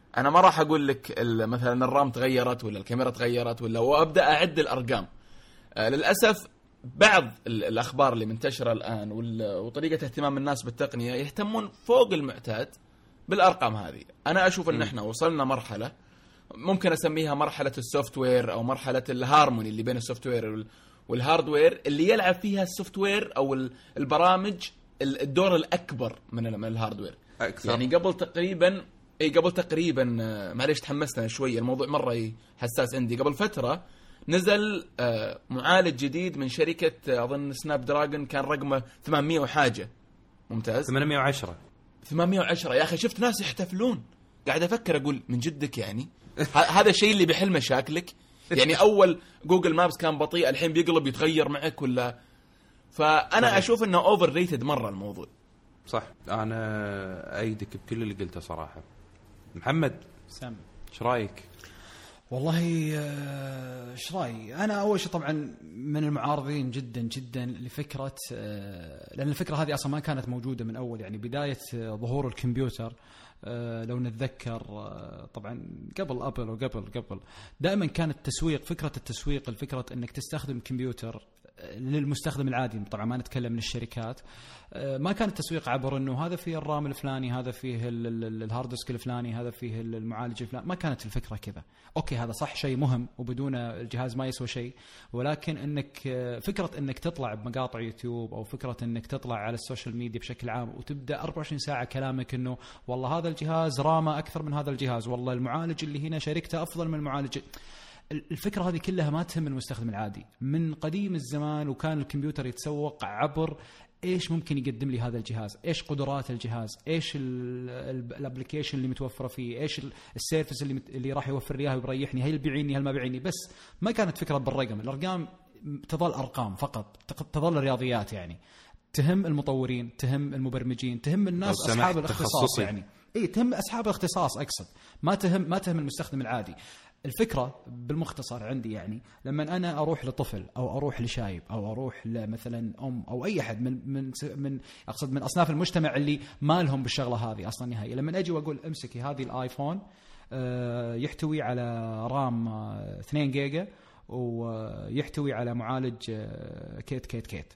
انا ما راح اقول لك مثلا الرام تغيرت ولا الكاميرا تغيرت ولا وابدا اعد الارقام. آه للاسف بعض الاخبار اللي منتشره الان وطريقه اهتمام الناس بالتقنيه يهتمون فوق المعتاد بالارقام هذه. انا اشوف ان احنا وصلنا مرحله ممكن اسميها مرحله السوفت وير او مرحله الهارموني اللي بين السوفت وير والهاردوير، اللي يلعب فيها السوفت وير او البرامج الدور الاكبر من الهاردوير أكثر. يعني قبل تقريبا اي قبل تقريبا معليش تحمست شويه، الموضوع مره حساس عندي. قبل فتره نزل معالج جديد من شركه اظن سناب دراجون، كان رقمه ثمانمية وحاجه. ممتاز. ثمانمية وعشرة ثمانمية وعشرة يا اخي، شفت ناس يحتفلون. قاعد افكر اقول من جدك يعني هذا الشيء اللي بيحل مشاكلك؟ يعني اول جوجل مابس كان بطيء، الحين بيقلب يتغير معك ولا؟ فانا صحيح. اشوف انه اوفر ريتد مره الموضوع. صح، انا ايدك بكل اللي قلته صراحه. محمد سام ايش رايك؟ والله ايش رايي انا؟ اول شيء طبعا من المعارضين جدا جدا لفكره، لان الفكره هذه اصلا ما كانت موجوده من اول، يعني بدايه ظهور الكمبيوتر لو نتذكر طبعا قبل ابل وقبل قبل دائما كان التسويق، فكره التسويق، الفكره انك تستخدم كمبيوتر للمستخدم العادي، طبعا ما نتكلم من الشركات، ما كان التسويق عبر انه هذا فيه الرام الفلاني، هذا فيه الهارد ديسك الفلاني، هذا فيه المعالج الفلاني. ما كانت الفكره كذا. اوكي هذا صح شيء مهم وبدون الجهاز ما يسوى شيء، ولكن انك فكره انك تطلع بمقاطع يوتيوب او فكره انك تطلع على السوشيال ميديا بشكل عام وتبدا أربعة وعشرين ساعه كلامك انه والله هذا الجهاز رامه اكثر من هذا الجهاز، والله المعالج اللي هنا شركته افضل من المعالج. الفكرة هذه كلها ما تهم المستخدم العادي من قديم الزمان، وكان الكمبيوتر يتسوق عبر ايش ممكن يقدم لي هذا الجهاز، ايش قدرات الجهاز، ايش الابلكيشن اللي متوفره فيه، ايش السيرفيس اللي اللي راح يوفر لي اياها ويريحني، هل بيعيني هل ما بيعيني. بس ما كانت فكرة بالرقم، الارقام تظل ارقام فقط، تظل رياضيات، يعني تهم المطورين، تهم المبرمجين، تهم الناس اصحاب الاختصاص، يعني اي تهم اصحاب الاختصاص اقصد، ما تهم ما تهم المستخدم العادي. الفكرة بالمختصر عندي يعني لما أنا أروح لطفل أو أروح لشايب أو أروح لمثلا أم أو أي أحد من من من أقصد من أصناف المجتمع اللي ما لهم بالشغلة هذه أصلا نهائيا، لما أجي وأقول أمسكي هذه الآيفون يحتوي على رام اثنين جيجا ويحتوي على معالج كيت كيت كيت،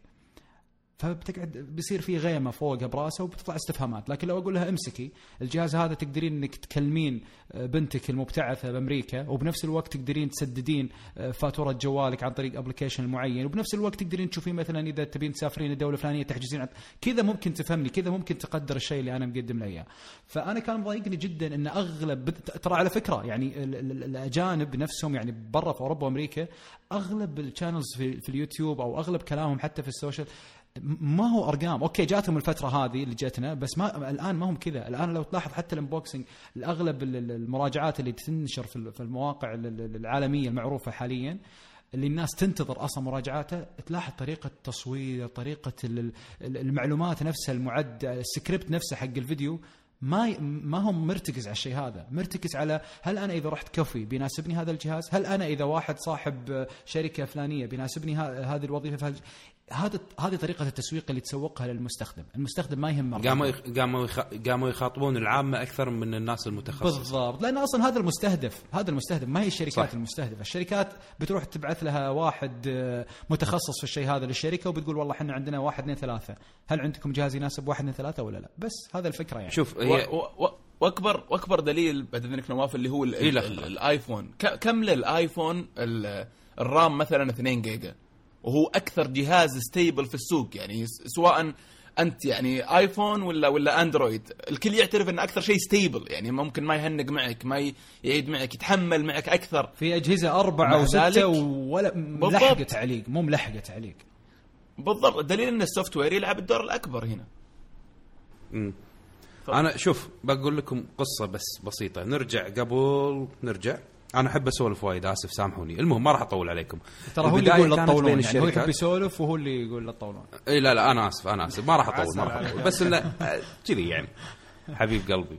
فبتقعد بيصير في غيمه فوقها براسه وبتطلع استفهامات. لكن لو اقول لها امسكي الجهاز هذا تقدرين انك تكلمين بنتك المبتعثه بامريكا، وبنفس الوقت تقدرين تسددين فاتوره جوالك عن طريق ابلكيشن معين، وبنفس الوقت تقدرين تشوفين مثلا اذا تبين تسافرين الدوله الفلانيه تحجزين عن... كذا ممكن تفهمني، كذا ممكن تقدر الشيء اللي انا مقدم له اياه. فانا كان مضايقني جدا ان اغلب ترى على فكره يعني الاجانب نفسهم يعني برا في اوروبا وامريكا اغلب الشانلز في, في اليوتيوب او اغلب كلامهم حتى في السوشيال ما هو ارقام. اوكي جاتهم الفتره هذه اللي جاتنا، بس ما الان ما هم كذا. الان لو تلاحظ حتى الانبوكسنج الاغلب المراجعات اللي تنشر في المواقع العالميه المعروفه حاليا اللي الناس تنتظر اصلا مراجعاته، تلاحظ طريقه التصوير، طريقه المعلومات نفسها، المعد السكريبت نفسه حق الفيديو ما ما هم مرتكز على الشيء هذا، مرتكز على هل انا اذا رحت كافي بيناسبني هذا الجهاز، هل انا اذا واحد صاحب شركه فلانيه بيناسبني هذه الوظيفه. هذا هذه طريقه التسويق اللي تسوقها للمستخدم. المستخدم ما يهم، قاموا قاموا قاموا يخاطبون العامه اكثر من الناس المتخصصه. بالضبط، لان اصلا هذا المستهدف، هذا المستهدف ما هي الشركات. صح. المستهدفه الشركات بتروح تبعث لها واحد متخصص في الشيء هذا للشركه وبتقول والله احنا عندنا واحد اثنين ثلاثه، هل عندكم جهاز يناسب واحد اثنين ثلاثه ولا لا؟ بس هذا الفكره يعني. شوف هي و... و... واكبر واكبر دليل بعد ذلك نواف اللي هو ال... ال... ال... الايفون. ك... كم للايفون ال... الرام مثلا اثنين جيجا، وهو اكثر جهاز ستيبل في السوق. يعني سواء انت يعني ايفون ولا ولا اندرويد، الكل يعترف ان اكثر شيء ستيبل، يعني ممكن ما يهنق معك، ما يعيد معك، يتحمل معك اكثر. في اجهزه أربعة وستة ولا ملحقه تعليق، مو ملحقه تعليق. بالضبط، دليل ان السوفت وير يلعب الدور الاكبر هنا. امم ف... انا شوف بقول لكم قصه بس بسيطه. نرجع قبل نرجع انا احب اسولف وايد، اسف سامحوني. المهم ما راح اطول عليكم. ترى هو اللي يقول لا تطولون، يعني هو يحب يسولف وهو اللي يقول لا تطولون. اي لا لا انا اسف انا اسف ما راح اطول ما راح اطول بس انه كذي يعني حبيب قلبي.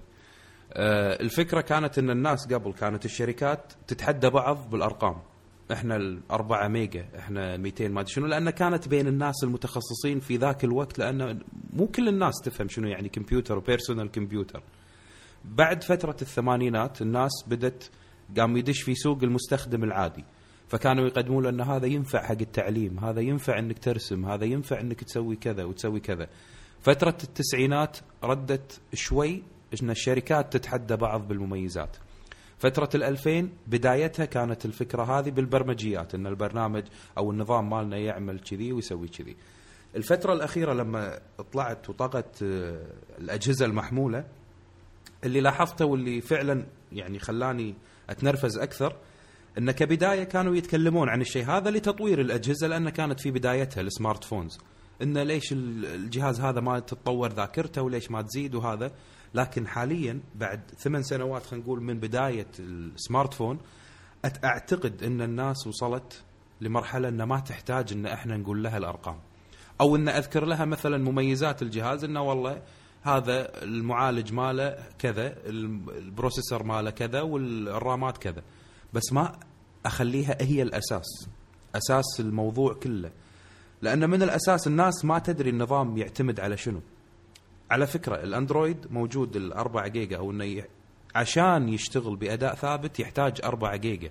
آه الفكره كانت ان الناس قبل كانت الشركات تتحدى بعض بالارقام، احنا الأربعة ميجا، احنا مئتين ما ادري شنو، لان كانت بين الناس المتخصصين في ذاك الوقت، لان مو كل الناس تفهم شنو يعني كمبيوتر وبيرسونال كمبيوتر. بعد فترة الثمانينات الناس بدت قام يدش في سوق المستخدم العادي، فكانوا يقدمون له أن هذا ينفع حق التعليم، هذا ينفع أنك ترسم، هذا ينفع أنك تسوي كذا وتسوي كذا. فترة التسعينات ردت شوي أن الشركات تتحدى بعض بالمميزات. فترة الألفين بدايتها كانت الفكرة هذه بالبرمجيات، أن البرنامج أو النظام مالنا يعمل كذي ويسوي كذي. الفترة الأخيرة لما طلعت وطغت الأجهزة المحمولة، اللي لاحظته واللي فعلا يعني خلاني أتنرفز أكثر، أن كبداية كانوا يتكلمون عن الشيء هذا لتطوير الأجهزة، لأن كانت في بدايتها السمارت فونز، إن ليش الجهاز هذا ما تتطور ذاكرته وليش ما تزيد وهذا. لكن حاليا بعد ثمان سنوات خلينا نقول من بداية السمارت فون، أعتقد أن الناس وصلت لمرحلة أن ما تحتاج أن إحنا نقول لها الأرقام، أو أن أذكر لها مثلا مميزات الجهاز، أنه والله هذا المعالج ماله كذا، البروسيسور ماله كذا، والرامات كذا، بس ما أخليها هي الأساس، أساس الموضوع كله. لأن من الأساس الناس ما تدري النظام يعتمد على شنو. على فكرة الأندرويد موجود الأربعة جيجا، أو إنه عشان يشتغل بأداء ثابت يحتاج أربعة جيجا،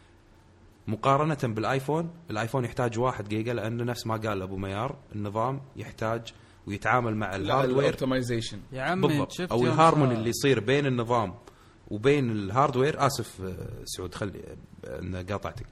مقارنة بالآيفون. الآيفون يحتاج واحد جيجا، لأنه نفس ما قال أبو ميار النظام يحتاج ويتعامل مع الهاردوير يا عمي، أو الهارموني اللي يصير بين النظام وبين الهاردوير. آسف سعود خلي أن قاطعتك.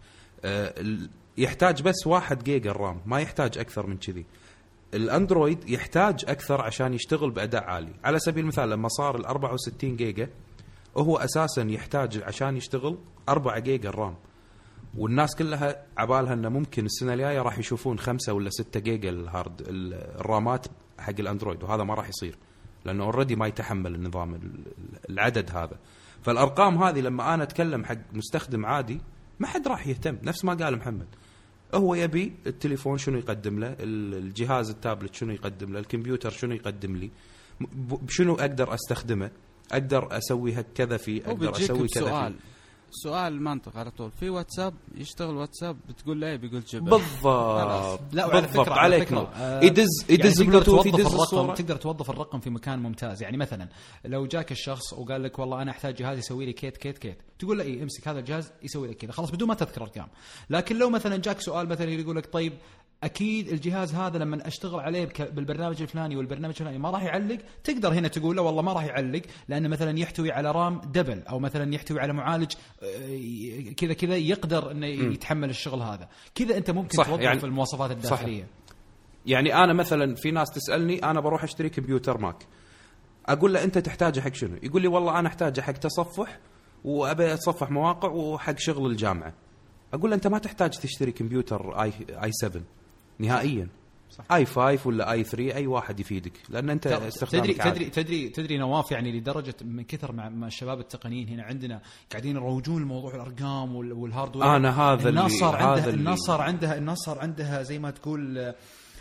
يحتاج بس واحد جيجا الرام، ما يحتاج أكثر من كذي. الأندرويد يحتاج أكثر عشان يشتغل بأداء عالي. على سبيل المثال لما صار الأربعة وستين جيجا، وهو أساسا يحتاج عشان يشتغل أربعة جيجا الرام، والناس كلها عبالها أنه ممكن السنة الجاية راح يشوفون خمسة ولا ستة جيجا الهارد الرامات حق الأندرويد، وهذا ما راح يصير لأنه أوريدي ما يتحمل النظام العدد هذا. فالأرقام هذه لما أنا أتكلم حق مستخدم عادي ما حد راح يهتم. نفس ما قال محمد، هو يبي التليفون شنو يقدم له، الجهاز التابلت شنو يقدم له، الكمبيوتر شنو يقدم لي، شنو أقدر أستخدمه، أقدر أسوي كذا فيه، أقدر أسوي كذا سؤال. فيه. سؤال المنطق على طول. في واتساب يشتغل واتساب بتقول له بيقول جبل بالضبط. لا بالضبط عليك نور. يدز يدز بلوتوث، توظف يدز الرقم، تقدر توظف الرقم في مكان ممتاز. يعني مثلا لو جاك الشخص وقال لك والله انا احتاج جهاز يسوي لي كيت كيت كيت، تقول له اي امسك هذا الجهاز يسوي لك كذا، خلاص بدون ما تذكر ارقام. لكن لو مثلا جاك سؤال مثلا يقول لك طيب اكيد الجهاز هذا لما اشتغل عليه بالبرنامج الفلاني والبرنامج الفلاني ما راح يعلق، تقدر هنا تقول له والله ما راح يعلق لان مثلا يحتوي على رام دبل، او مثلا يحتوي على معالج كذا كذا يقدر انه يتحمل الشغل هذا. كذا انت ممكن توظف يعني المواصفات الداخليه. صح. يعني انا مثلا في ناس تسالني انا بروح اشتري كمبيوتر ماك، اقول له انت تحتاجه حق شنو؟ يقول لي والله انا احتاجه حق تصفح وابي اتصفح مواقع وحق شغل الجامعه. اقول له انت ما تحتاج تشتري كمبيوتر اي اي سبعة نهائيا، صح. اي خمسة ولا اي ثلاثة، اي واحد يفيدك، لان انت استخدامك تدري تدري تدري تدري نواف، يعني لدرجه من كثر مع, مع الشباب التقنيين هنا عندنا قاعدين يروجون الموضوع الارقام والهاردوير. انا هذا الناس صار عندها اللي الناس صار عندها الناس صار عندها زي ما تقول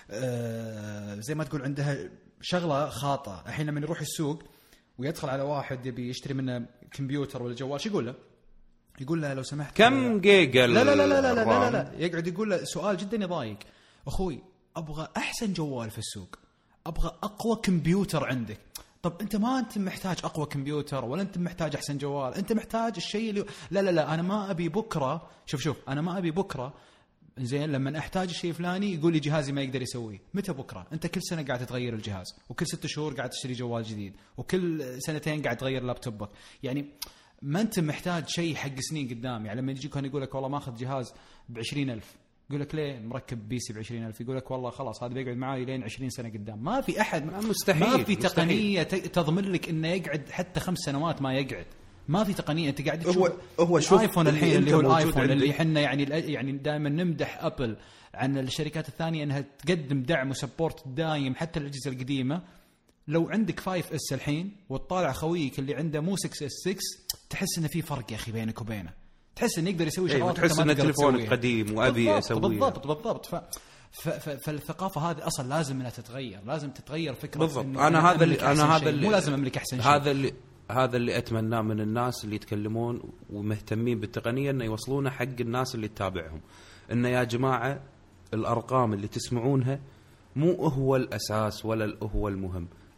آه زي ما تقول عندها شغله خاطئه. الحين لما يروح السوق ويدخل على واحد يبي يشتري منه كمبيوتر ولا جوال، شو يقول له؟ يقول له لو سمحت كم جيجا؟ لا لا لا لا لا, لا, لا, لا. يقعد يقول له سؤال جدا يضايق، اخوي ابغى احسن جوال في السوق، ابغى اقوى كمبيوتر عندك. طب انت ما انت محتاج اقوى كمبيوتر ولا انت محتاج احسن جوال، انت محتاج الشيء اللي لا لا لا انا ما ابي بكره. شوف شوف انا ما ابي بكره زين لما احتاج الشيء فلاني يقول لي جهازي ما يقدر يسويه. متى بكره؟ انت كل سنه قاعد تتغير الجهاز، وكل ست شهور قاعد تشتري جوال جديد، وكل سنتين قاعد تغير لابتوبك. يعني ما انت محتاج شيء حق سنين قدام. يعني لما يجي كان يقول لك والله ما اخذ جهاز بعشرين ألف، يقول لك ليه مركب بيسي بعشرين ألف؟ يقول لك والله خلاص هذا بيقعد معاي لين عشرين سنة قدام. ما في أحد، مستحيل، ما في تقنية مستحيل. تضمن لك إنه يقعد حتى خمس سنوات ما يقعد. ما في تقنية. أنت قاعد تشوف هو هو شوف الآيفون الحين اللي هو الآيفون اللي اللي حنا يعني يعني دائما نمدح أبل عن الشركات الثانية أنها تقدم دعم وسبورت دايم حتى الأجهزة القديمة. لو عندك فايف اس الحين وتطالع خويك اللي عنده مو ستة اس ستة، تحس إنه في فرق يا أخي بينك وبينه. تحس إنه يقدر يسوي شغلات تحس إنه تليفون قديم وأبي أسويه. بالضبط بالضبط. ف فالثقافة هذه أصلا لازم إنها تتغير، لازم تتغير فكرة. بالضبط. أنا هذا اللي أنا هذا اللي مو لازم أملك أحسن شيء. هذا اللي هذا اللي أتمناه من الناس اللي يتكلمون ومهتمين بالتقنية، إنه يوصلونه حق الناس اللي تتابعهم، إنه يا جماعة الأرقام اللي تسمعونها مو هو الأساس ولا هو المهم.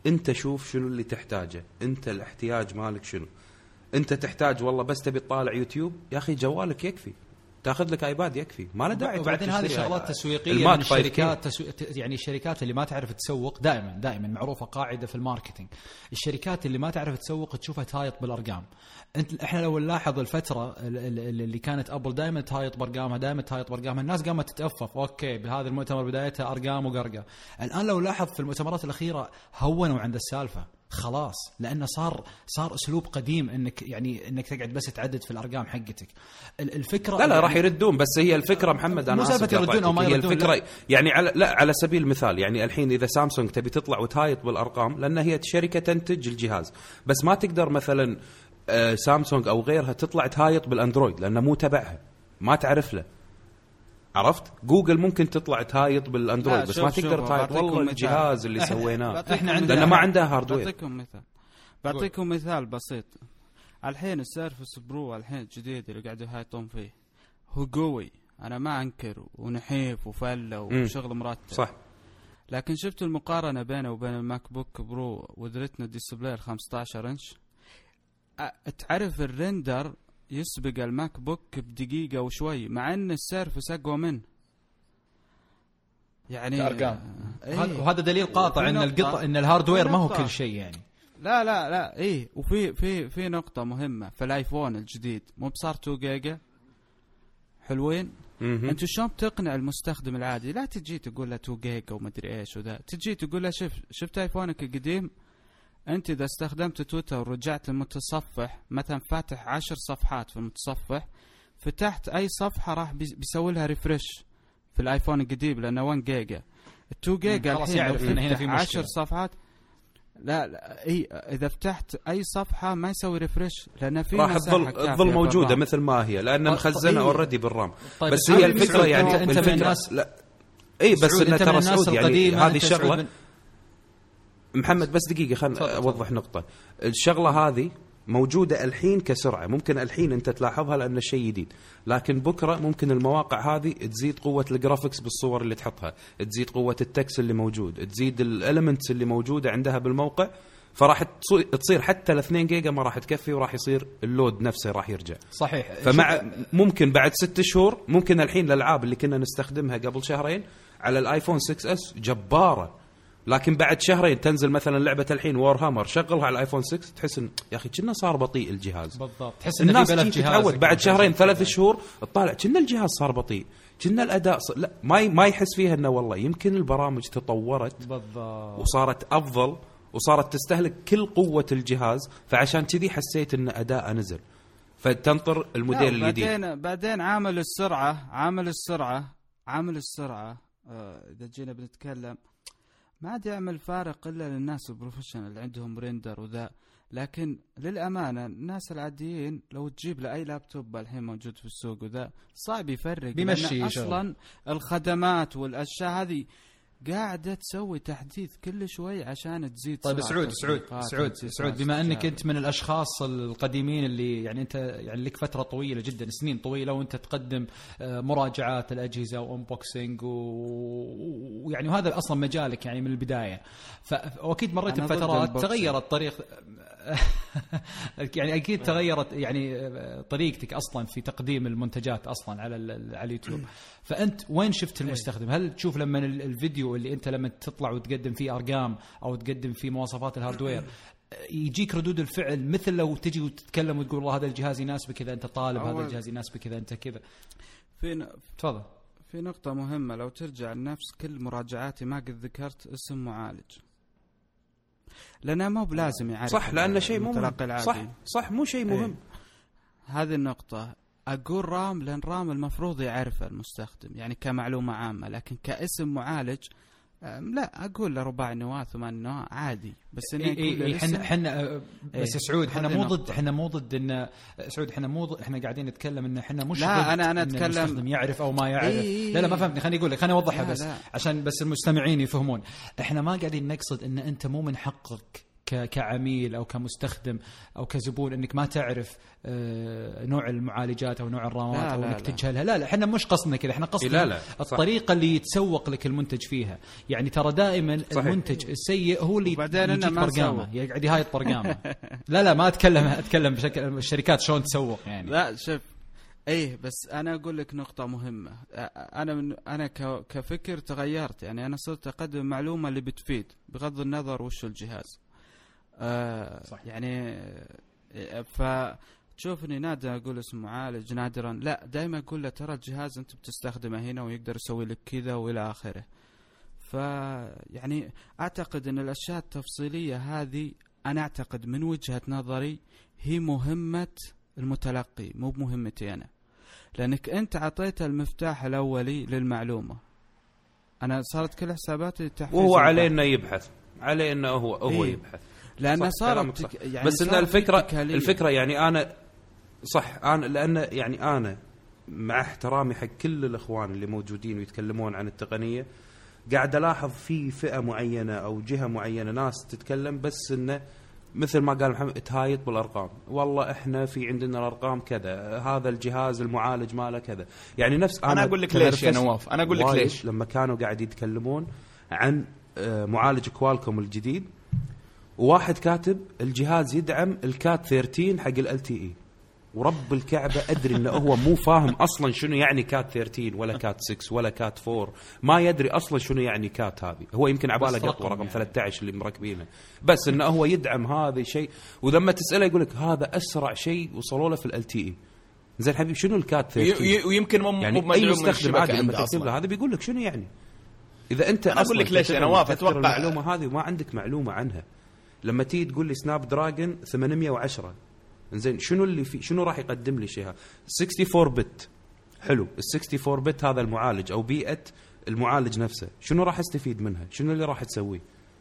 انت شوف شنو اللي تحتاجه، انت الاحتياج مالك شنو. انت تحتاج والله بس تبي تطالع يوتيوب، يا اخي جوالك يكفي، تاخذ لك ايباد يكفي، ما له داعي. وبعدين هذه شغلات تسويقيه من الشركات تسو... يعني الشركات اللي ما تعرف تسوق دائما دائما معروفه قاعده في الماركتينج، الشركات اللي ما تعرف تسوق تشوفها تهايط بالارقام. انت احنا لو نلاحظ الفتره اللي كانت ابل دائما تهايط بارقامها دائما تهايط بارقامها، الناس قامت تتأفف اوكي بهذا المؤتمر بدايتها ارقام وقرقه. الان لو لاحظ في المؤتمرات الاخيره هونوا عند السالفه خلاص، لانه صار صار اسلوب قديم انك يعني انك تقعد بس تعدد في الارقام حقتك. الفكره لا لا يعني راح يردون، بس هي الفكره محمد انا اسف يردون او ما يردون، هي الفكره لا. يعني على لا على سبيل المثال يعني الحين اذا سامسونج تبي تطلع وتهايط بالارقام لان هي شركه تنتج الجهاز، بس ما تقدر مثلا سامسونج او غيرها تطلع تهايط بالاندرويد لانه مو تبعها، ما تعرف له. عرفت؟ جوجل ممكن تطلع تهايط بالاندرويد بس ما تقدر تهايط والله الجهاز اللي احنا سويناه احنا عندنا لانه ما عنده هاردوير. بعطيكم مثال بعطيكم مثال بسيط. الحين السيرفس برو الحين الجديد اللي قاعد يهايطون فيه هو قوي، انا ما انكر، ونحيف وفله وشغل مرتب صح، لكن شفت المقارنه بينه وبين الماك بوك برو ودرتنا الديسبلاي خمسة عشر انش، تعرف الرندر يسبق الماك بوك بدقيقة وشوي مع ان السيرفس اقوى منه يعني ارقام. ايه وهذا دليل قاطع ان القطع ان الهاردوير ما هو كل شيء يعني. لا لا لا ايه وفي في في نقطة مهمة في الايفون الجديد مو بصار اثنين جيجا حلوين. انت شلون تقنع المستخدم العادي؟ لا تجي تقول له اثنين جيجا وما ادري ايش وذا، تجي تقول له شوف شفت ايفونك القديم، انت اذا استخدمت تويتر ورجعت المتصفح مثلا فاتح عشر صفحات في المتصفح، فتحت اي صفحة راح بيسوي لها ريفرش في الايفون القديم لانه واحد جيجا. اثنين جيجا خلاص يعرف ان هنا في مشكلة. عشر صفحات لا لا اي اذا فتحت اي صفحة ما يسوي ريفرش لان في راح تظل تظل موجودة مثل ما هي لان مخزنه اوريدي بالرام. طيب بس هي الفكرة يعني انت من الناس لا اي بس ان ترى سعود يعني هذه الشغلة محمد بس دقيقة خلنا أوضح نقطة. الشغلة هذه موجودة الحين كسرعة، ممكن الحين أنت تلاحظها لأن الشيء جديد، لكن بكرة ممكن المواقع هذه تزيد قوة الجرافيكس بالصور اللي تحطها، تزيد قوة التكست اللي موجود، تزيد الاليمنتس اللي موجودة عندها بالموقع، فراح تصير حتى الاثنين جيجا ما راح تكفي وراح يصير اللود نفسه راح يرجع. صحيح. فمع ممكن بعد ست شهور ممكن الحين الألعاب اللي كنا نستخدمها قبل شهرين على الآيفون ستة اس جبارة، لكن بعد شهرين تنزل مثلا لعبة الحين وور هامر شغلها على الايفون ستة تحس ان يا اخي كنا صار بطيء الجهاز. بالضبط. تحس ان في بلد جهاز بعد شهرين ثلاث شهور تطالع كنا الجهاز صار بطيء، كنا الاداء صار لا ما ما يحس فيها انه والله يمكن البرامج تطورت بالضبط وصارت افضل وصارت تستهلك كل قوة الجهاز، فعشان كذي حسيت ان اداء نزل فتنطر الموديل الجديد. بعدين بعدين عامل السرعة عامل السرعة عامل السرعة آه اذا جينا بنتكلم ما عاد يعمل فارق إلا للناس البروفيشنال اللي عندهم ريندر وذا، لكن للأمانة الناس العاديين لو تجيب لأي لابتوب الحين موجود في السوق وذا صعب يفرق، بيمشي أصلا الخدمات والأشياء هذه قاعدة تسوي تحديث كل شوي عشان تزيد. طيب سعود سعود سعود سعود بما أنك أنت من الأشخاص القديمين اللي يعني أنت يعني لك فترة طويلة جدا سنين طويلة وأنت تقدم مراجعات الأجهزة وأنبوكسينج ويعني وهذا أصلا مجالك يعني من البداية، فأكيد مريت بفترات تغيرت طريق يعني أكيد تغيرت يعني طريقتك أصلا في تقديم المنتجات أصلا على على اليوتيوب. فأنت وين شفت المستخدم؟ هل تشوف لما الفيديو اللي أنت لما تطلع وتقدم فيه أرقام أو تقدم فيه مواصفات الهاردوير يجيك ردود الفعل مثل لو تجي وتتكلم وتقول والله هذا الجهاز يناسبك إذا أنت طالب، هذا الجهاز يناسبك إذا أنت كذا؟ في تفضل. في نقطة مهمة لو ترجع لنفس كل مراجعاتي ما قد ذكرت اسم معالج، لأنه مو بلازم يعرف. صح لأنه شيء مهم. صح صح مو شيء مهم. ايه. هذه النقطة أقول رام لأن رام المفروض يعرفه المستخدم يعني كمعلومة عامة، لكن كاسم معالج لا أقول له رباعي نواة ثمان نواة عادي، بس إني أقول إيه حنا حنا بس سعود حنا مو ضد حنا مو ضد إن سعود حنا مو احنا قاعدين نتكلم إن حنا مش لا أنا أنا أتكلم المستخدم يعرف أو ما يعرف. إيه لا لا ما فهمتني، خليني أقول لك خليني أوضحها بس لا. عشان بس المستمعين يفهمون. إحنا ما قاعدين نقصد إن أنت مو من حقك ك- كعميل او كمستخدم او كزبون انك ما تعرف آه، نوع المعالجات او نوع الرامات لا او لا انك لا. تجهلها. لا لا احنا مش قصدنا كذا، احنا قصدنا لا لا، الطريقه اللي يتسوق لك المنتج فيها. يعني ترى دائما صحيح. المنتج السيء هو اللي وبعدين إنه يجيك ما برقامه، نسوق. يقعد يهايط برقامه. لا لا ما اتكلم اتكلم بشكل الشركات شلون تسوق يعني. لا شوف، ايه بس انا اقول لك نقطة مهمة. أ- انا من انا ك- كفكر تغيرت، يعني انا صرت اقدم معلومة اللي بتفيد بغض النظر وش الجهاز. آه صح. يعني آه، فتشوفني نادر اقول اسم معالج نادرا، لا دائما اقول له ترى الجهاز انت بتستخدمه هنا ويقدر يسوي لك كذا والى اخره. فيعني اعتقد ان الاشياء التفصيلية هذه انا اعتقد من وجهة نظري هي مهمة المتلقي مو بمهمتي أنا، لأنك أنت عطيت المفتاح الأولي للمعلومة. أنا صارت كل حساباتي تحفيز وهو البحث. عليه انه يبحث، عليه انه هو هو إيه. يبحث. لأن صح، كلامك صارت صح. تك... يعني بس ان صارت الفكره تكاليف. الفكره يعني انا صح، انا لان يعني انا مع احترامي حق كل الاخوان اللي موجودين ويتكلمون عن التقنيه، قاعد الاحظ في فئه معينه او جهه معينه ناس تتكلم بس انه مثل ما قال محمد تهايط بالارقام. والله احنا في عندنا الارقام كذا، هذا الجهاز المعالج ماله كذا. يعني نفس أنا انا أقول لك ليش يا تنرفزت نواف، أنا أقول لك وايد ليش. لما كانوا قاعد يتكلمون عن آه، معالج كوالكوم الجديد، وواحد كاتب الجهاز يدعم الكات ثلاثة عشر حق ال تي اي، ورب الكعبة أدري أنه هو مو فاهم أصلا شنو يعني كات ثلاثة عشر ولا كات ستة ولا كات أربعة، ما يدري أصلا شنو يعني كات هذه. هو يمكن عباله بس قط رقم ورقم يعني. ثلاثة عشر اللي مركبينه، بس أنه هو يدعم هذا شيء. ولما تسأله يقول لك هذا أسرع شيء وصلوا له في ال تي اي. زين حبيبي شنو الكات ثلاثة عشر؟ وي- وي- ويمكن مو يعني مو أي مدعوم من مستخدم عادي الشبكة لما عنده تكتب له أصلا. هذا بيقول لك شنو يعني. إذا أنت أنا أقول أصلاً لك ليش يا تتكلم نواف، وتكثر أتوقع- المعلومة هذه وما عندك معلومة عنها، لما تيجي تقول لي سناب دراجون ثمانمية وعشرة، زين شنو اللي في شنو راح يقدم لي شيء؟ أربعة وستين بت حلو، ال أربعة وستين بت هذا المعالج او بيئه المعالج نفسه شنو راح استفيد منها؟ شنو اللي راح تسويه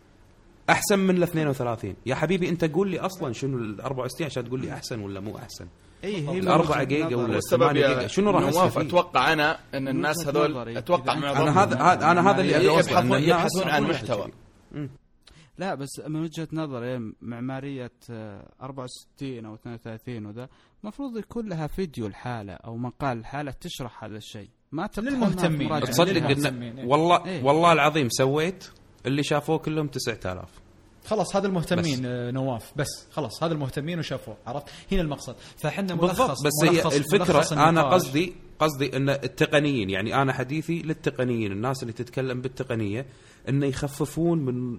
احسن من ال اثنين وثلاثين؟ يا حبيبي انت قول لي اصلا شنو ال أربعة وستين عشان تقول لي احسن ولا مو احسن. ايه هي الأربعة وجهة جيجا نظر. ولا والسبب ثمانية يا جيجا شنو راح نواف استفيد؟ اتوقع انا ان الناس وجهة هذول نظري. اتوقع إذا أنت- معظمهم انا هذا هذا انا هذا اللي ابي اوصله، يبحثون إن الناس يبحثون عن يقولون محتوى. كذي. لا بس من وجهة نظري معمارية آه، أربعة وستين أو اثنين وثلاثين وذا مفروض يكون لها فيديو الحالة أو مقال الحالة تشرح هذا الشيء، ما تبحث للمهتمين. عنها في يعني تصدق للمهتمين، ان إيه. والله إيه. والله العظيم سويت اللي شافوه كلهم تسعة آلاف. خلاص هذا المهتمين بس. آه، نواف، بس خلاص هذا المهتمين وشافوه، عرفت هنا المقصد. فاحنا بالضبط، ملخص بس ملخص هي الفكره ملخص انا النقاش. قصدي قصدي ان التقنيين، يعني انا حديثي للتقنيين، الناس اللي تتكلم بالتقنيه، انه يخففون من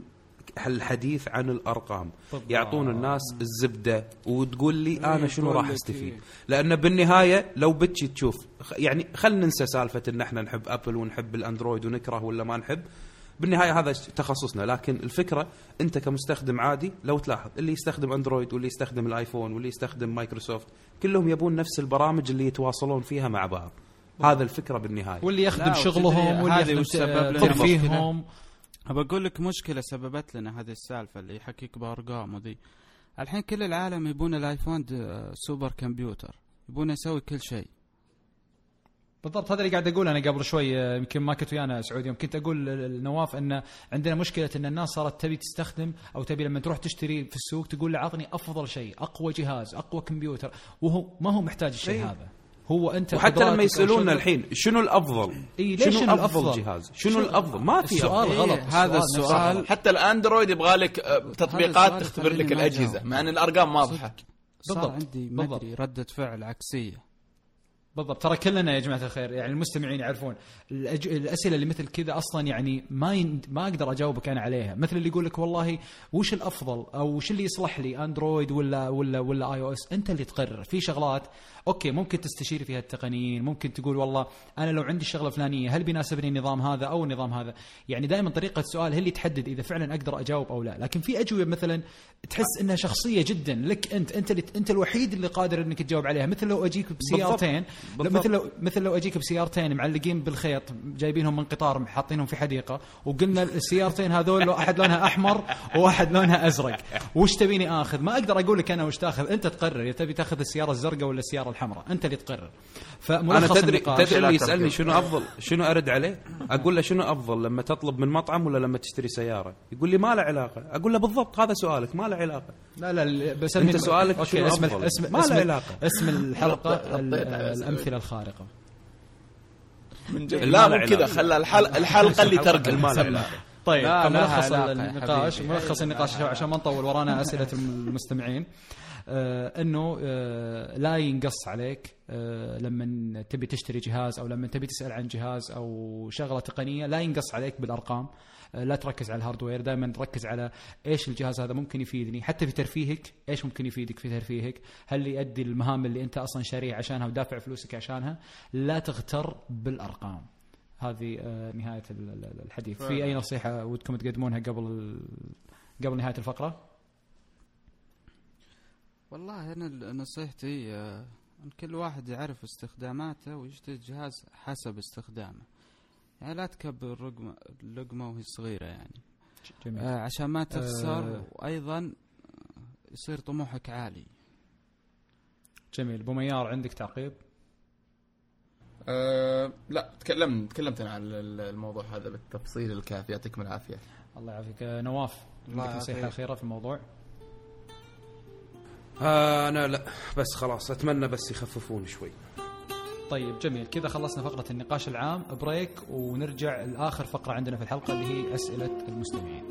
الحديث عن الارقام، بالضبط. يعطون الناس الزبده وتقول لي انا إيه، شنو تقول راح لك استفيد. إيه. لان بالنهايه لو بتجي تشوف خ- يعني خلينا ننسى سالفه ان احنا نحب ابل ونحب الاندرويد ونكره ولا ما نحب، بالنهايه هذا تخصصنا. لكن الفكره انت كمستخدم عادي لو تلاحظ اللي يستخدم اندرويد واللي يستخدم الايفون واللي يستخدم مايكروسوفت كلهم يبون نفس البرامج اللي يتواصلون فيها مع بعض. هذا الفكره بالنهايه. واللي يخدم لا، شغلهم وتدري واللي هذه يخدم وش سبب لنا ترفيههم. أبى أقول لك مشكلة سببت لنا هذه السالفة اللي يحكيك بأرقام وذي. الحين كل العالم يبون الآيفون د- سوبر كمبيوتر، يبون يسوي كل شيء. بالضبط، هذا اللي قاعد اقول انا قبل شوي. آه، يمكن ما كنت ويانا سعودي، يوم كنت اقول لنواف ان عندنا مشكله ان الناس صارت تبي تستخدم او تبي لما تروح تشتري في السوق تقول له عطني افضل شيء، اقوى جهاز، اقوى كمبيوتر، وهو ما هو محتاج الشيء إيه. هذا. هو انت وحتى قدراتك لما أو يسالوننا شغلك- الحين شنو الافضل؟ إيه، ليش شنو شنو افضل الأفضل؟ جهاز؟ شنو شنو- الافضل؟ ما في السؤال أفضل. غلط. إيه، هذا نفسه السؤال غلط. حتى الاندرويد يبغى لك آه، تطبيقات السؤال تختبر لك يخليني ما الاجهزه أجاوب. مع ان الارقام واضحه. صار بالضبط. عندي ما بالضبط. أدري ردة فعل عكسية. بالضبط، ترى كلنا يا جماعه الخير يعني المستمعين يعرفون الأج... الاسئله اللي مثل كذا اصلا يعني ما ين... ما اقدر اجاوبك انا عليها. مثل اللي يقول لك والله وش الافضل او وش اللي يصلح لي اندرويد ولا ولا ولا اي او اس، انت اللي تقرر. في شغلات اوكي ممكن تستشير فيها التقنيين، ممكن تقول والله انا لو عندي الشغله الفلانيه هل بيناسبني النظام هذا او النظام هذا. يعني دائما طريقه السؤال هي اللي تحدد اذا فعلا اقدر اجاوب او لا. لكن في اجوبه مثلا تحس انها شخصيه جدا لك انت، انت اللي انت الوحيد اللي قادر انك تجاوب عليها. مثل لو اجيك بسيارتين بالضبط. مثل لو مثل لو اجيك بسيارتين معلقين بالخيط جايبينهم من قطار حاطينهم في حديقه وقلنا السيارتين هذول واحد لونها احمر وواحد لونها ازرق وش تبيني اخذ؟ ما اقدر اقول لك انا وش تاخذ، انت تقرر يا تبي تاخذ السياره الزرقاء ولا السياره الحمراء، انت اللي تقرر. انا تدري تدري اللي يسالني تركيب. شنو افضل، شنو ارد عليه؟ اقول له شنو افضل لما تطلب من مطعم ولا لما تشتري سياره؟ يقول لي ما له علاقه. اقول له بالضبط هذا سؤالك، ما له علاقه. لا لا بس انت سؤالك شنو اسم أفضل؟ اسم ما له اسم, علاقة. اسم الحلقه ال- رطيت على الامثله الخارقه. من جد. المال لا مو علاقة. كذا، خلى الحلقه الحلقه اللي ترقم المال سمى. علاقة. طيب لا، لا ملخص علاقة يا النقاش حبيبي. ملخص النقاش عشان ما نطول ورانا اسئله المستمعين. آه انه آه لا ينقص عليك آه لما تبي تشتري جهاز او لما تبي تسال عن جهاز او شغله تقنيه، لا ينقص عليك بالارقام. آه لا تركز على الهاردوير، دائما ركز على ايش الجهاز هذا ممكن يفيدني حتى في ترفيهك، ايش ممكن يفيدك في ترفيهك، هل يؤدي المهام اللي انت اصلا شاريه عشانها ودافع فلوسك عشانها. لا تغتر بالارقام. هذه آه نهايه الحديث. في اي نصيحه ودكم تقدمونها قبل قبل نهايه الفقره؟ والله أنا نصيحتي آه، أن كل واحد يعرف استخداماته ويشتري الجهاز حسب استخدامه. يعني لا تكبر الرقمة اللقمة وهي صغيرة يعني جميل. آه عشان ما تخسر آه. وأيضا آه، يصير طموحك عالي. جميل. بوميار عندك تعقيب؟ أه لا تكلمت تكلمت أنا عن الموضوع هذا بالتفصيل الكافي. يعطيكم العافيه. الله يعافيك. آه، نواف الله عندك نصيحه يعافيك. اخيره في الموضوع؟ آه انا لا بس خلاص اتمنى بس يخففون شوي. طيب جميل. كذا خلصنا فقره النقاش العام. بريك ونرجع لاخر فقره عندنا في الحلقه اللي هي اسئله المستمعين.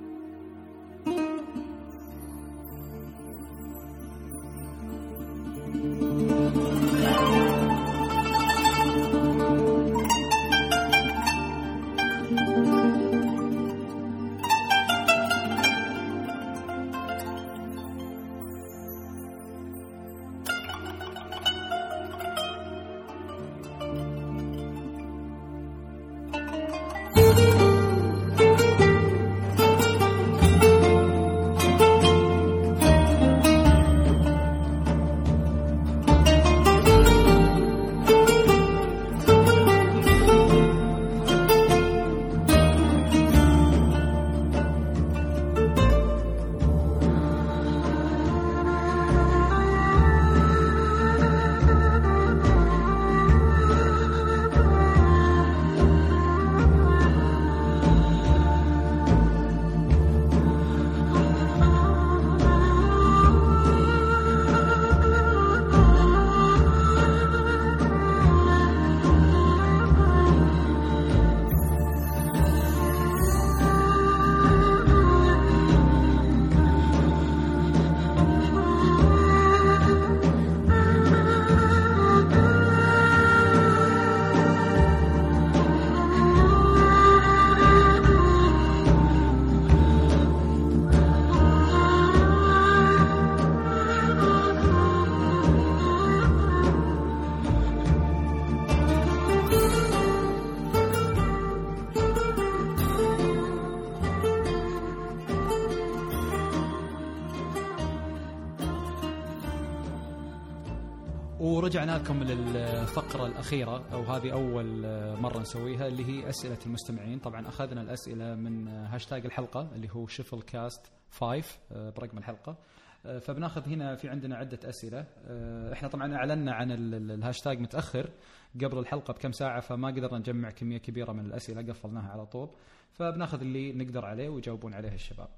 ورجعنا لكم للفقرة الأخيرة أو هذه أول مرة نسويها اللي هي أسئلة المستمعين. طبعا أخذنا الأسئلة من هاشتاج الحلقة اللي هو شفل كاست خمسة برقم الحلقة. فبناخذ هنا في عندنا عدة أسئلة. احنا طبعا أعلنا عن الهاشتاج متأخر قبل الحلقة بكم ساعة، فما قدرنا نجمع كمية كبيرة من الأسئلة، قفلناها على طول. فبناخذ اللي نقدر عليه ويجاوبون عليه الشباب.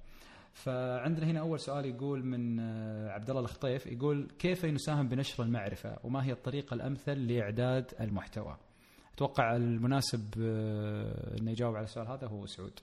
فعندنا هنا أول سؤال يقول من عبد الله الخطيف، يقول كيف نساهم بنشر المعرفة وما هي الطريقة الأمثل لإعداد المحتوى؟ أتوقع المناسب أن يجاوب على السؤال هذا هو سعود.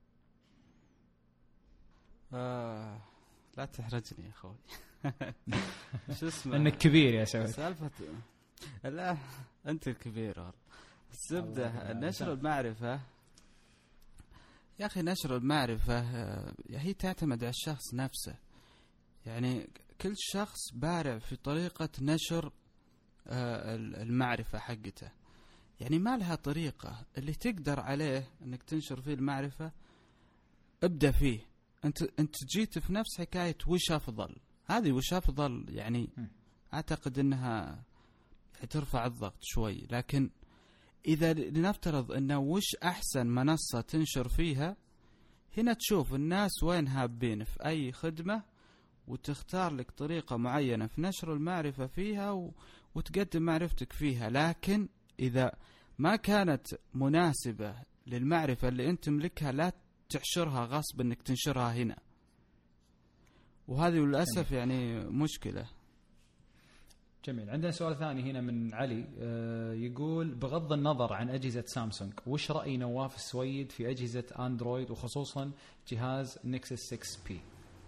آه لا تحرجني يا أخوي. شو اسمه؟ إنك كبير يا سعود. سالفة لا أنت الكبير والله. الزبدة نشر المعرفة يا أخي، نشر المعرفة هي تعتمد على الشخص نفسه. يعني كل شخص بارع في طريقة نشر المعرفة حقته. يعني ما لها طريقة، اللي تقدر عليه أنك تنشر فيه المعرفة ابدأ فيه. أنت أنت جيت في نفس حكاية وش أفضل، هذه وش أفضل يعني أعتقد أنها ترفع الضغط شوي. لكن إذا لنفترض أنه وش أحسن منصة تنشر فيها، هنا تشوف الناس وين هابين في أي خدمة وتختار لك طريقة معينة في نشر المعرفة فيها و... وتقدم معرفتك فيها. لكن إذا ما كانت مناسبة للمعرفة اللي أنت تملكها لا تحشرها غصب أنك تنشرها هنا، وهذه للأسف يعني مشكلة. جميل. عندنا سؤال ثاني هنا من علي، آه يقول بغض النظر عن أجهزة سامسونج، وش رأي نواف السويد في أجهزة أندرويد وخصوصا جهاز نكسس ستة بي؟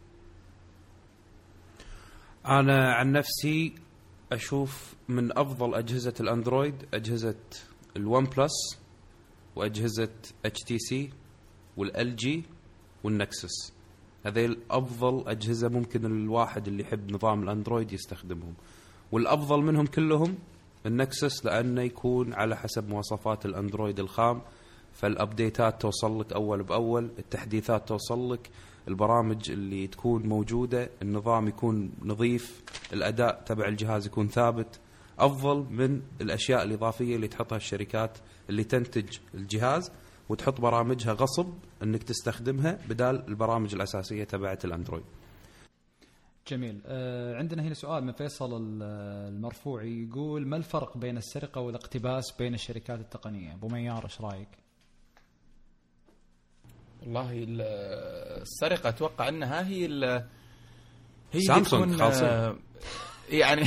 أنا عن نفسي أشوف من أفضل أجهزة الأندرويد أجهزة الون بلس وأجهزة اتش تي سي والال جي والنكسس. هذيل أفضل أجهزة ممكن الواحد اللي يحب نظام الأندرويد يستخدمهم، والأفضل منهم كلهم النكسس لأنه يكون على حسب مواصفات الأندرويد الخام، فالأبديتات توصل لك أول بأول، التحديثات توصل لك، البرامج اللي تكون موجودة، النظام يكون نظيف، الأداء تبع الجهاز يكون ثابت، أفضل من الأشياء الإضافية اللي تحطها الشركات اللي تنتج الجهاز وتحط برامجها غصب أنك تستخدمها بدال البرامج الأساسية تبعت الأندرويد. جميل. آه عندنا هنا سؤال من فيصل المرفوعي، يقول ما الفرق بين السرقة والاقتباس بين الشركات التقنية؟ أبو ميار إيش رأيك؟ والله السرقة أتوقع أنها هي ال هي سامسونج خاصة يعني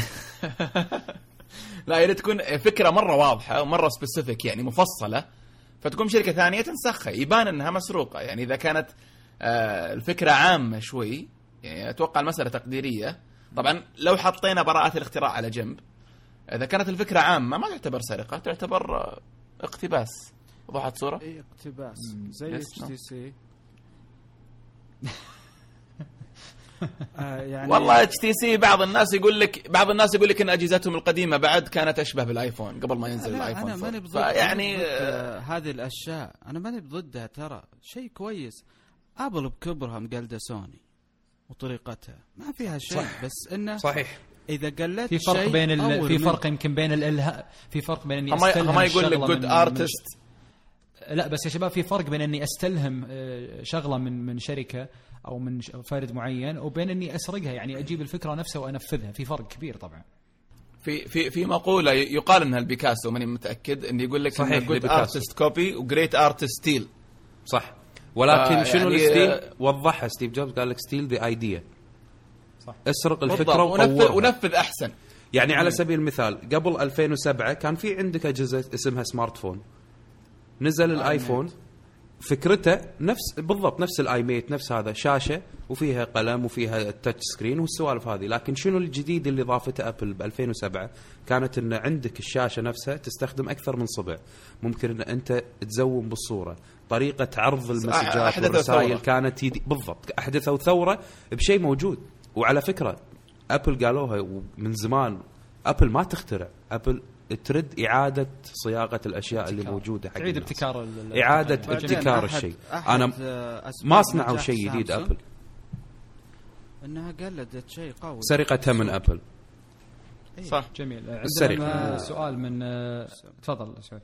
لا هي تكون فكرة مرة واضحة ومرة سبيسيفيك يعني مفصلة، فتكون شركة ثانية تنسخها يبان أنها مسروقة. يعني إذا كانت الفكرة عامة شوي يعني أتوقع المسألة تقديرية. طبعا لو حطينا براءة الاختراع على جنب، إذا كانت الفكرة عامة ما تعتبر سرقة، تعتبر اقتباس. وضحت صورة؟ اي اقتباس زي اتش تي سي. يعني والله اتش تي سي بعض الناس يقول لك بعض الناس يقول لك ان اجهزتهم القديمه بعد كانت اشبه بالايفون قبل ما ينزل الايفون. انا ماني بضد يعني آه هذه الاشياء، انا ماني بضدها، ترى شيء كويس. ابل بكبرها مقلده سوني وطريقتها ما فيها شيء، بس انه صحيح اذا قلت في فرق بين ال... في فرق يمكن بين الالهاء، في فرق بين اني استلهم ما يقول لك جود ارتست. لا بس يا شباب في فرق بين اني استلهم شغله من من شركه او من فرد معين وبين اني اسرقها، يعني اجيب الفكره نفسها وانفذها. في فرق كبير طبعا. في في في مقوله يقال انها البيكاسو، ماني متاكد، ان يقول لك ان جود ارتست كوبي وجريت ارتست ستيل. صح، ولكن شنو يعني الستيل؟ وضحها ستيف جوبز، قال لك ستيل ذا ايديا. صح، اسرق الفكره ونفذ ونفذ احسن. يعني على سبيل المثال قبل ألفين وسبعة كان في عندك اجهزه اسمها سمارت فون، نزل الايفون فكرته نفس بالضبط نفس الاي ميت، نفس هذا شاشه وفيها قلم وفيها تاتش سكرين والسوالف هذه. لكن شنو الجديد اللي ضافته ابل ب ألفين وسبعة؟ كانت ان عندك الشاشه نفسها تستخدم اكثر من صبع، ممكن ان انت تزوم بالصوره، طريقه عرض المسجات والرسائل كانت يدي بالضبط. احدثوا ثوره بشيء موجود. وعلى فكره ابل قالوها من زمان، ابل ما تخترع، ابل ترد إعادة صياغة الأشياء اللي موجودة، تعيد ابتكار، إعادة ابتكار الشيء. أنا ما صنعوا شيء جديد أبل، إنها قلدت شيء قوي، سرقتها من أبل. صح. جميل. عندنا سؤال من تفضل سعود.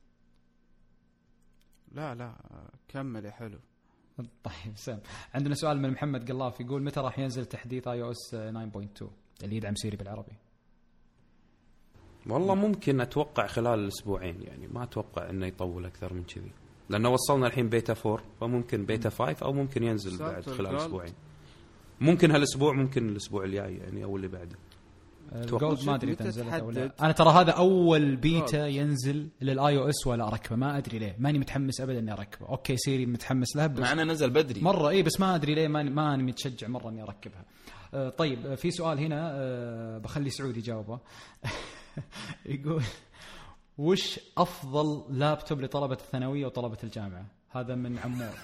لا لا كمل يا حلو. طيب سام. عندنا سؤال من محمد قلاف يقول متى راح ينزل تحديث اي او اس تسعة نقطة اثنين اللي يدعم سيري بالعربي؟ والله ممكن أتوقع خلال الأسبوعين، يعني ما أتوقع إنه يطول أكثر من كذي، لأنه وصلنا الحين بيتا فور، فممكن بيتا فايف أو ممكن ينزل بعد خلال أسبوعين. ممكن هالأسبوع، ممكن الأسبوع الجاي يعني أو اللي بعده. الجولد ما أدري تنزلت ولا. أنا ترى هذا أول بيتا ينزل للآي أو إس ولا أركبه، ما أدري ليه، ماني متحمس أبدا إني أركبه. أوكي سيري متحمس لها، معنا نزل بدري مرة إيه، بس ما أدري ليه ماني ماني متشجع مرة إني أركبها. أه طيب في سؤال هنا أه بخلي سعود يجاوبه. يقول وش أفضل لابتوب لطلبة الثانوية وطلبة الجامعة؟ هذا من عمور.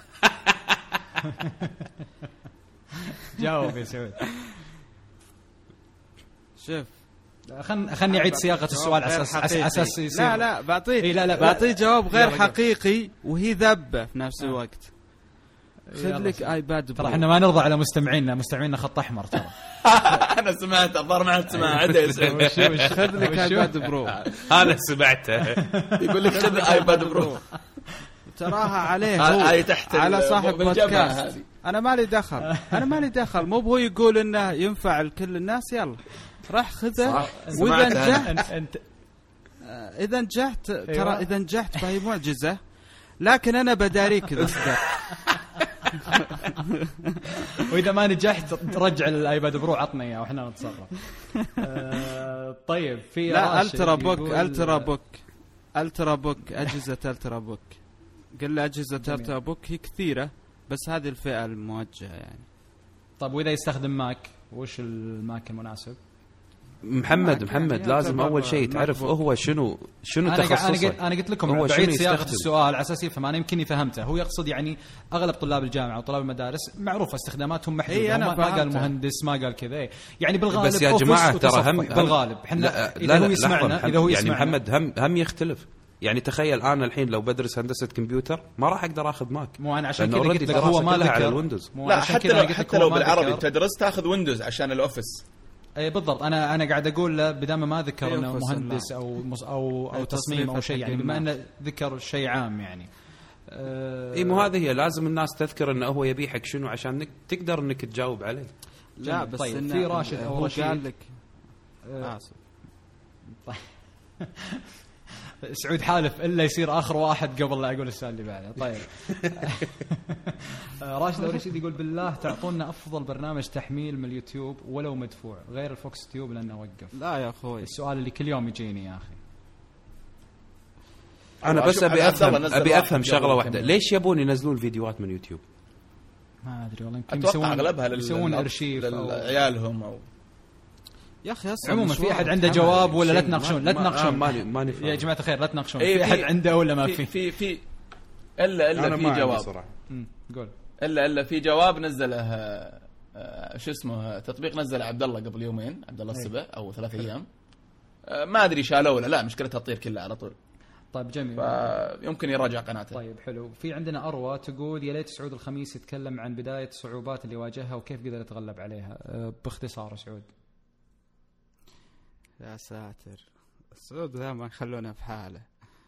جاوب يا سعود. شوف خلني خلني أعيد صياغة السؤال على أساس أساس يصير. لا لا بعطيه إيه لا لا بعطيه جواب غير حقيقي وهي ذبة في نفس الوقت. خذ لك ايباد ترى احنا ما نرضى على مستمعينا، مستمعينا خط احمر ترى. انا سمعت الظاهر ما عاد سمع عدل. خذ لك ايباد برو. انا سمعته يقول لك خذ ايباد برو تراها عليه هو تحت على صاحب بودكاست. انا مالي دخل، انا مالي دخل، مو هو يقول انه ينفع لكل الناس، يلا راح خذه. واذا نجحت انت اذا نجحت ترى اذا نجحت فهي معجزه، لكن انا بداريك اذا صدق. واذا ما نجحت ترجع الايباد برو عطني اياه واحنا نتصرف. أه طيب في لا الترا بوك الترا بوك الترا بوك اجهزه الترا بوك قل له اجهزه الترا بوك هي كثيره، بس هذه الفئه الموجهه يعني. طب واذا يستخدم ماك وش الماك المناسب؟ محمد محمد يعني لازم اول شيء تعرف هو شنو شنو تخصصه. انا قلت انا قلت لكم بعيد صياغه السؤال على اساس يفهم انا يمكن فهمته. هو يقصد يعني اغلب طلاب الجامعه وطلاب المدارس معروفه استخداماتهم محدوده، ما قال مهندس ما قال كذا يعني بالغالب. بس يا جماعه ترى هم بالغالب احنا اذا هو يسمعنا اذا هو يعني محمد هم هم يختلف. يعني تخيل انا الحين لو بدرس هندسه كمبيوتر ما راح اقدر اخذ ماك، مو انا عشان كذا قلت لك هو ما ذكر على الويندوز. لا حتى لو حتى لو بالعربي تدرس تاخذ ويندوز عشان الاوفيس. اي بالضبط. انا انا قاعد اقول بدام ما ذكر انه مهندس او او او تصميم او شيء، يعني بما انه ذكر شيء عام يعني. أه اي مو هذه هي لازم الناس تذكر انه هو يبيحك شنو عشان تقدر انك تجاوب عليه. لا بس طيب في راشد او رشيد قال لك اسف. طيب سعود حالف الا يصير اخر واحد قبل لا اقول السؤال اللي بعده. طيب راشد او رشيد يقول بالله تعطونا افضل برنامج تحميل من اليوتيوب ولو مدفوع غير الفوكس تيوب لانه وقف. لا يا اخوي السؤال اللي كل يوم يجيني يا اخي. انا بس ابي افهم ابي افهم شغله واحده، ليش يبون ينزلون الفيديوهات من يوتيوب؟ ما ادري والله. يمكن يسوون اغلبها يسوون ارشيف لعيالهم او يا اخي. عموما في احد عنده جواب ولا لا تناقشون؟ لا تناقشون ماني ماني يا جماعه الخير لا تناقشون. في احد عنده ولا ما في؟ في في الا الا في جواب. قول. الا الا في جواب نزله شو اسمه تطبيق نزل عبد الله قبل يومين، عبد الله السبع او ثلاث ايام ما ادري شالوه ولا لا، مشكلتها تطير كلها على طول. طيب جميل، يمكن يراجع قناته. طيب حلو. في عندنا أروى تقول يا ليت سعود الخميس يتكلم عن بداية الصعوبات اللي واجهها وكيف قدر يتغلب عليها باختصار. سعود يا ساتر، سعود ذا ما يخلونا في حاله.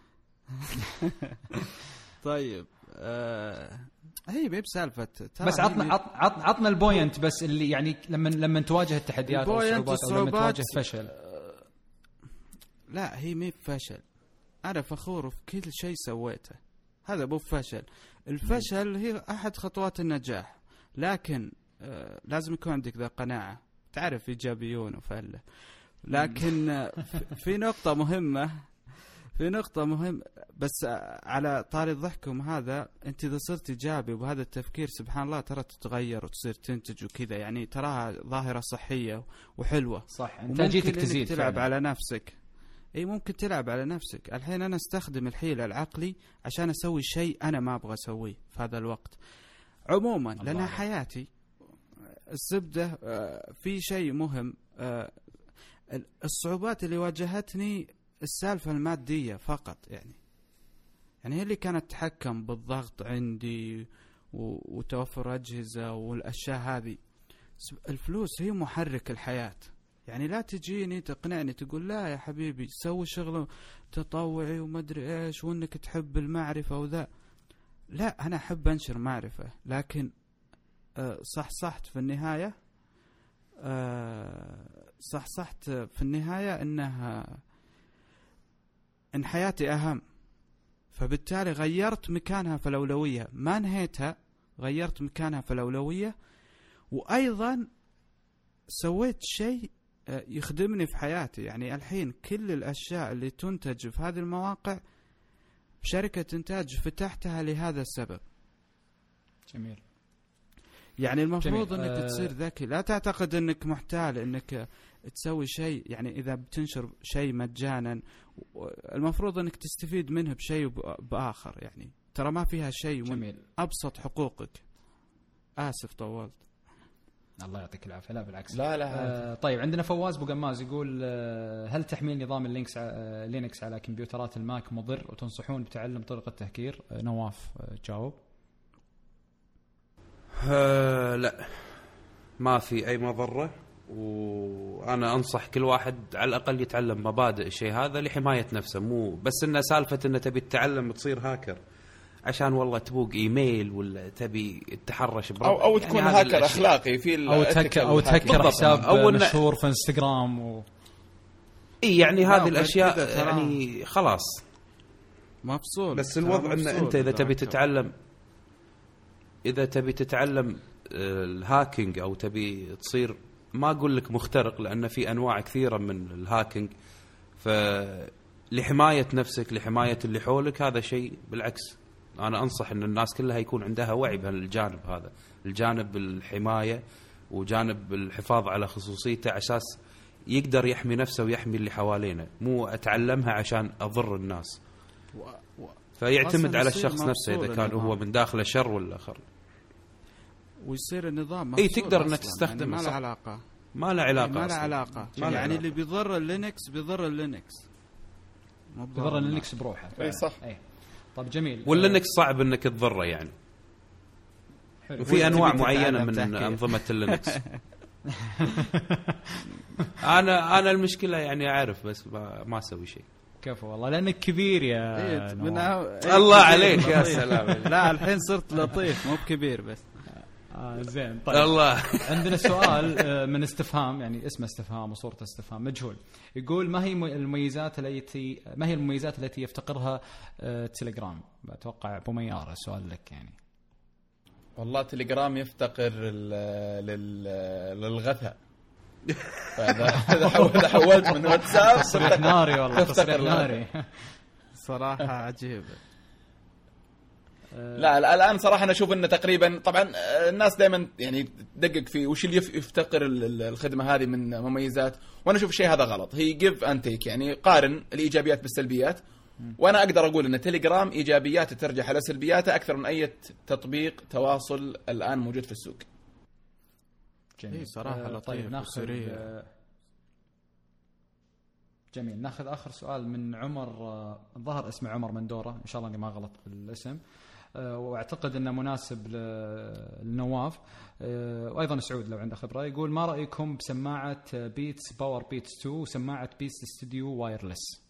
طيب آه هي بيب سالفة بس عطنا عط عط عطنا البوينت بس اللي يعني لما لما تواجه التحديات والصعوبات أو لما تواجه فشل. آه لا هي مي فشل، أنا فخور في كل شيء سويته، هذا مو فشل. الفشل هي أحد خطوات النجاح، لكن آه لازم يكون عندك ذا قناعة، تعرف إيجابيون وفله. لكن آه في نقطة مهمة في نقطة مهمة بس على طاري ضحكم هذا، أنت إذا صرت إيجابي وبهذا التفكير سبحان الله ترى تتغير وتصير تنتج وكذا، يعني تراها ظاهرة صحية وحلوة. صح، إنتاجيتك تزيد، تلعب فعلا على نفسك. اي ممكن تلعب على نفسك. الحين انا استخدم الحيلة العقلي عشان اسوي شيء انا ما ابغى اسويه في هذا الوقت عموما لانها حياتي. الزبدة في شيء مهم، الصعوبات اللي واجهتني السالفة المادية فقط، يعني يعني هي اللي كانت تحكم بالضغط عندي وتوفر أجهزة والأشياء هذه. الفلوس هي محرك الحياة، يعني لا تجيني تقنعني تقول لا يا حبيبي سوي شغل تطوعي وما ادري ايش وانك تحب المعرفة وذا. لا انا احب انشر معرفة، لكن أه صح صحت في النهاية أه صح صحت في النهاية انها ان حياتي اهم، فبالتالي غيرت مكانها في الأولوية، ما نهيتها، غيرت مكانها في الأولوية. وايضا سويت شيء يخدمني في حياتي. يعني الحين كل الأشياء اللي تنتج في هذه المواقع بشركة إنتاج فتحتها لهذا السبب. جميل. يعني المفروض جميل. أنك أه تصير ذكي، لا تعتقد أنك محتال أنك تسوي شيء. يعني إذا بتنشر شيء مجانا المفروض أنك تستفيد منه بشيء بآخر، يعني ترى ما فيها شيء من أبسط حقوقك. آسف طولت. الله يعطيك العافية. لا بالعكس. لا لا آه طيب عندنا فواز بوقماز يقول آه هل تحميل نظام اللينكس آه لينكس على كمبيوترات الماك مضر وتنصحون بتعلم طرق التهكير؟ آه نواف آه جاوب. آه لا ما في اي مضره، وانا انصح كل واحد على الاقل يتعلم مبادئ الشيء هذا لحمايه نفسه، مو بس انه سالفه انه تبي تتعلم تصير هاكر عشان والله تبوق ايميل ولا تبي تتحرش برب او او تكون يعني هاكر اخلاقي في او تهكر او تهكر حساب او مشهور في انستغرام و... اي يعني هذه الاشياء يعني خلاص مفصول. بس الوضع ان انت اذا تبي تتعلم اذا تبي تتعلم الهاكينج او تبي تصير ما اقول لك مخترق لان في انواع كثيره من الهاكينج، فلحمايه نفسك لحمايه اللي حولك هذا شيء بالعكس انا انصح ان الناس كلها يكون عندها وعي بهالجانب هذا، الجانب الحمايه وجانب الحفاظ على خصوصيته على اساس يقدر يحمي نفسه ويحمي اللي حوالينه، مو اتعلمها عشان اضر الناس. و... و... فيعتمد على الشخص نفسه اذا كان هو من داخله شر ولا خير، ويصير النظام اي تقدر انك تستخدمه يعني ما له علاقه ما له علاقه ما له علاقه يعني علاقة. اللي بيضر اللينكس بيضر اللينكس بيضر اللينكس بروحه. اي صح. اي طب جميل. واللينكس صعب انك تضره يعني، وفي انواع معينه من انظمه اللينكس. انا انا المشكله يعني اعرف بس ما اسوي شيء. كفو والله لانك كبير يا إيه من إيه الله عليك يا سلام. لا الحين صرت لطيف مو بكبير بس. آه زين. طيب الله عندنا سؤال من استفهام، يعني اسمه استفهام وصورته استفهام مجهول، يقول ما هي المميزات التي ما هي المميزات التي يفتقرها تليجرام؟ بتوقع ابو ميار السؤال لك يعني. والله تليجرام يفتقر للغثاء. فاذا اذا حولت من واتساب تصريح ناري والله تصريح ناري صراحه عجيب. لا الان صراحه انا اشوف انه تقريبا طبعا الناس دائما يعني تدقق في وش اللي يفتقر الخدمه هذه من مميزات، وانا اشوف الشيء هذا غلط. هي جيف اند تيك، يعني قارن الايجابيات بالسلبيات، وانا اقدر اقول ان تليجرام ايجابياته ترجح على سلبياته اكثر من اي تطبيق تواصل الان موجود في السوق. جميل صراحه آه لطيف. طيب ناخذ آه جميل ناخذ اخر سؤال من عمر، الظاهر آه اسمه عمر مندوره ان شاء الله اني ما غلط بالاسم، آه واعتقد انه مناسب للنواف آه وايضا سعود لو عنده خبره. يقول ما رايكم بسماعه بيتس باور بيتس اثنين وسماعه بيتس ستوديو وايرلس؟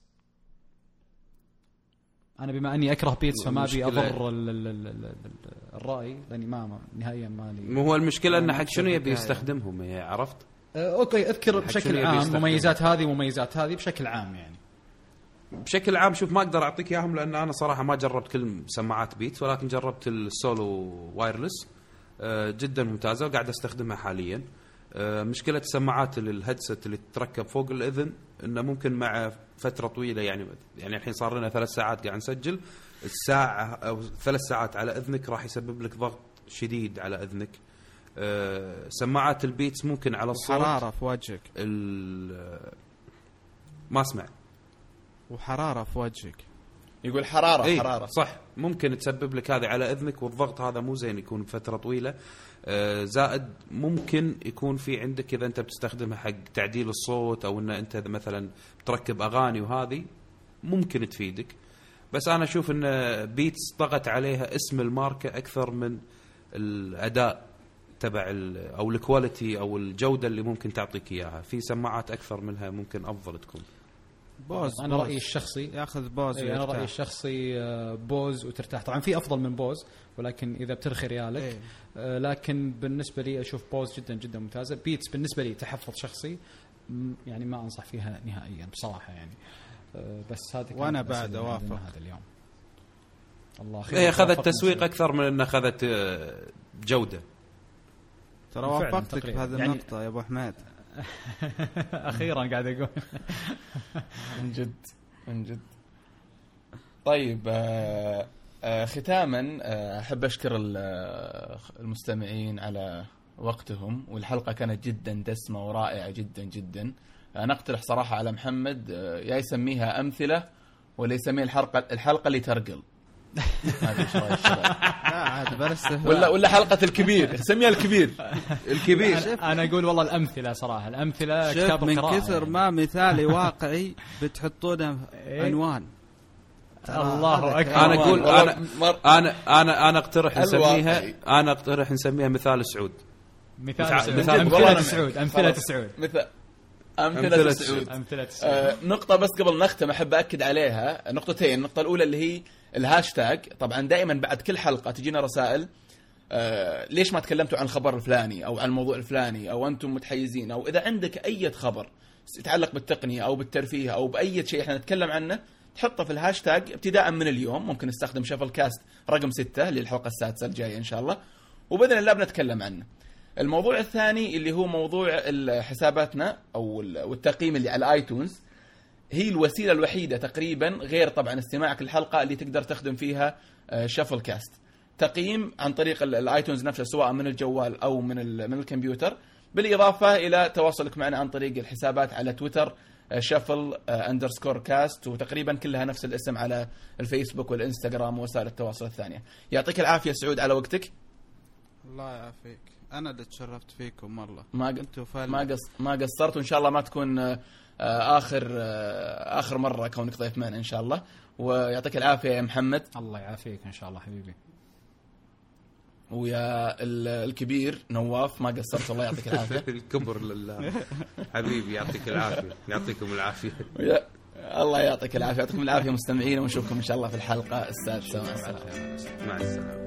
انا بما اني اكره بيتس فما ابي اضر الراي لاني ما نهائيا مالي. مو هو المشكله ان حق شنو يبي يستخدمهم يعني عرفت. أه اوكي اذكر بشكل عام مميزات هذه ومميزات هذه بشكل عام يعني. بشكل عام شوف ما اقدر اعطيك اياهم لان انا صراحه ما جربت كل سماعات بيتس، ولكن جربت السولو وايرلس أه جدا ممتازه وقاعد استخدمها حاليا. أه مشكله السماعات الهيدسет اللي تتركب فوق الاذن انه ممكن مع فتره طويله يعني يعني الحين صار لنا ثلاث ساعات قاعد نسجل، الساعه او ثلاث ساعات على اذنك راح يسبب لك ضغط شديد على اذنك. أه سماعات البيتس ممكن على الصوت حراره في وجهك ما اسمع وحراره في وجهك. يقول حراره ايه حراره صح ممكن تسبب لك هذه على اذنك، والضغط هذا مو زين يكون فتره طويله. آه زائد ممكن يكون في عندك اذا انت بتستخدمها حق تعديل الصوت او ان انت مثلا بتركب اغاني وهذه ممكن تفيدك، بس انا اشوف ان بيتس ضغط عليها اسم الماركه اكثر من الاداء تبع او الكواليتي او الجوده اللي ممكن تعطيك اياها. في سماعات اكثر منها ممكن افضل تكون. بوز انا رايي الشخصي ياخذ بوز. ايه انا رايي الشخصي بوز وترتاح. طبعا في افضل من بوز ولكن اذا بترخي ريالك ايه. آه لكن بالنسبه لي اشوف بوز جدا جدا ممتازه. بيتس بالنسبه لي تحفظ شخصي يعني ما انصح فيها نهائيا بصراحه يعني. آه بس هذه وانا بعد اوافق هذا اليوم. الله خير. هي اخذت تسويق اكثر من ان اخذت جوده. ترى وافقتك في هذه يعني النقطه يا ابو حماد. اخيرا قاعد اقول من جد من جد. طيب آه آه ختاما آه احب اشكر المستمعين على وقتهم، والحلقه كانت جدا دسمه ورائعه جدا جدا. آه نقترح صراحه على محمد آه يا يسميها امثله ولا يسميها الحلقه الحلقه اللي ترقل. ما ادري ايش رايك عاد بس ولا ولا حلقه الكبير سميها الكبير الكبير. انا اقول والله الامثله صراحه الامثله كتاب من القراءه كثر ما مثالي واقعي بتحطونه عنوان. الله اكبر. انا اقول والله انا مر- انا انا انا اقترح الواقعي. نسميها انا اقترح نسميها مثال سعود. مثال مثال- سعود. مثال- والله امثله أنا- سعود امثله خلاص. سعود مثل أمثلة أمثلة سعود. امثله سعود. آه نقطة بس قبل نختم أحب أكد عليها نقطتين. النقطة الأولى اللي هي الهاشتاج. طبعا دائما بعد كل حلقة تجينا رسائل آه ليش ما تكلمتوا عن الخبر الفلاني أو عن الموضوع الفلاني أو أنتم متحيزين، أو إذا عندك أي خبر يتعلق بالتقنية أو بالترفيه أو بأي شيء إحنا نتكلم عنه تحطه في الهاشتاج ابتداء من اليوم. ممكن نستخدم شفل كاست رقم ستة للحلقة السادسة الجاية إن شاء الله، وبإذن الله بنتكلم عنه. الموضوع الثاني اللي هو موضوع ال- حساباتنا او ال- والتقييم اللي على الايتونز، هي الوسيله الوحيده تقريبا غير طبعا استماعك الحلقه اللي تقدر تخدم فيها آه، شفل كاست. تقييم عن طريق ال- الايتونز نفسه سواء من الجوال او من ال- من الكمبيوتر، بالاضافه الى تواصلك معنا عن طريق الحسابات على تويتر شفل اندرسكور كاست، وتقريبا كلها نفس الاسم على الفيسبوك والانستغرام ووسائل التواصل الثانية. يعطيك العافيه سعود على وقتك. الله يعافيك، انا اللي تشرفت فيكم والله. ما انتوا فعلا ما قص ما قصرت، وان شاء الله ما تكون آه، اخر آه، اخر مره كونك ضيف معنا ان شاء الله. ويعطيك العافيه يا محمد، الله يعافيك ان شاء الله حبيبي. ويا ال- الكبير نواف ما قصرت، الله يعطيك العافيه. الكبر لله حبيبي، يعطيك العافيه. يعطيكم العافيه. ويا- الله يعطيك العافيه. يعطيكم العافيه مستمعين، ونشوفكم ان شاء الله في الحلقه السادسه. مع السلامه. مع السلامه.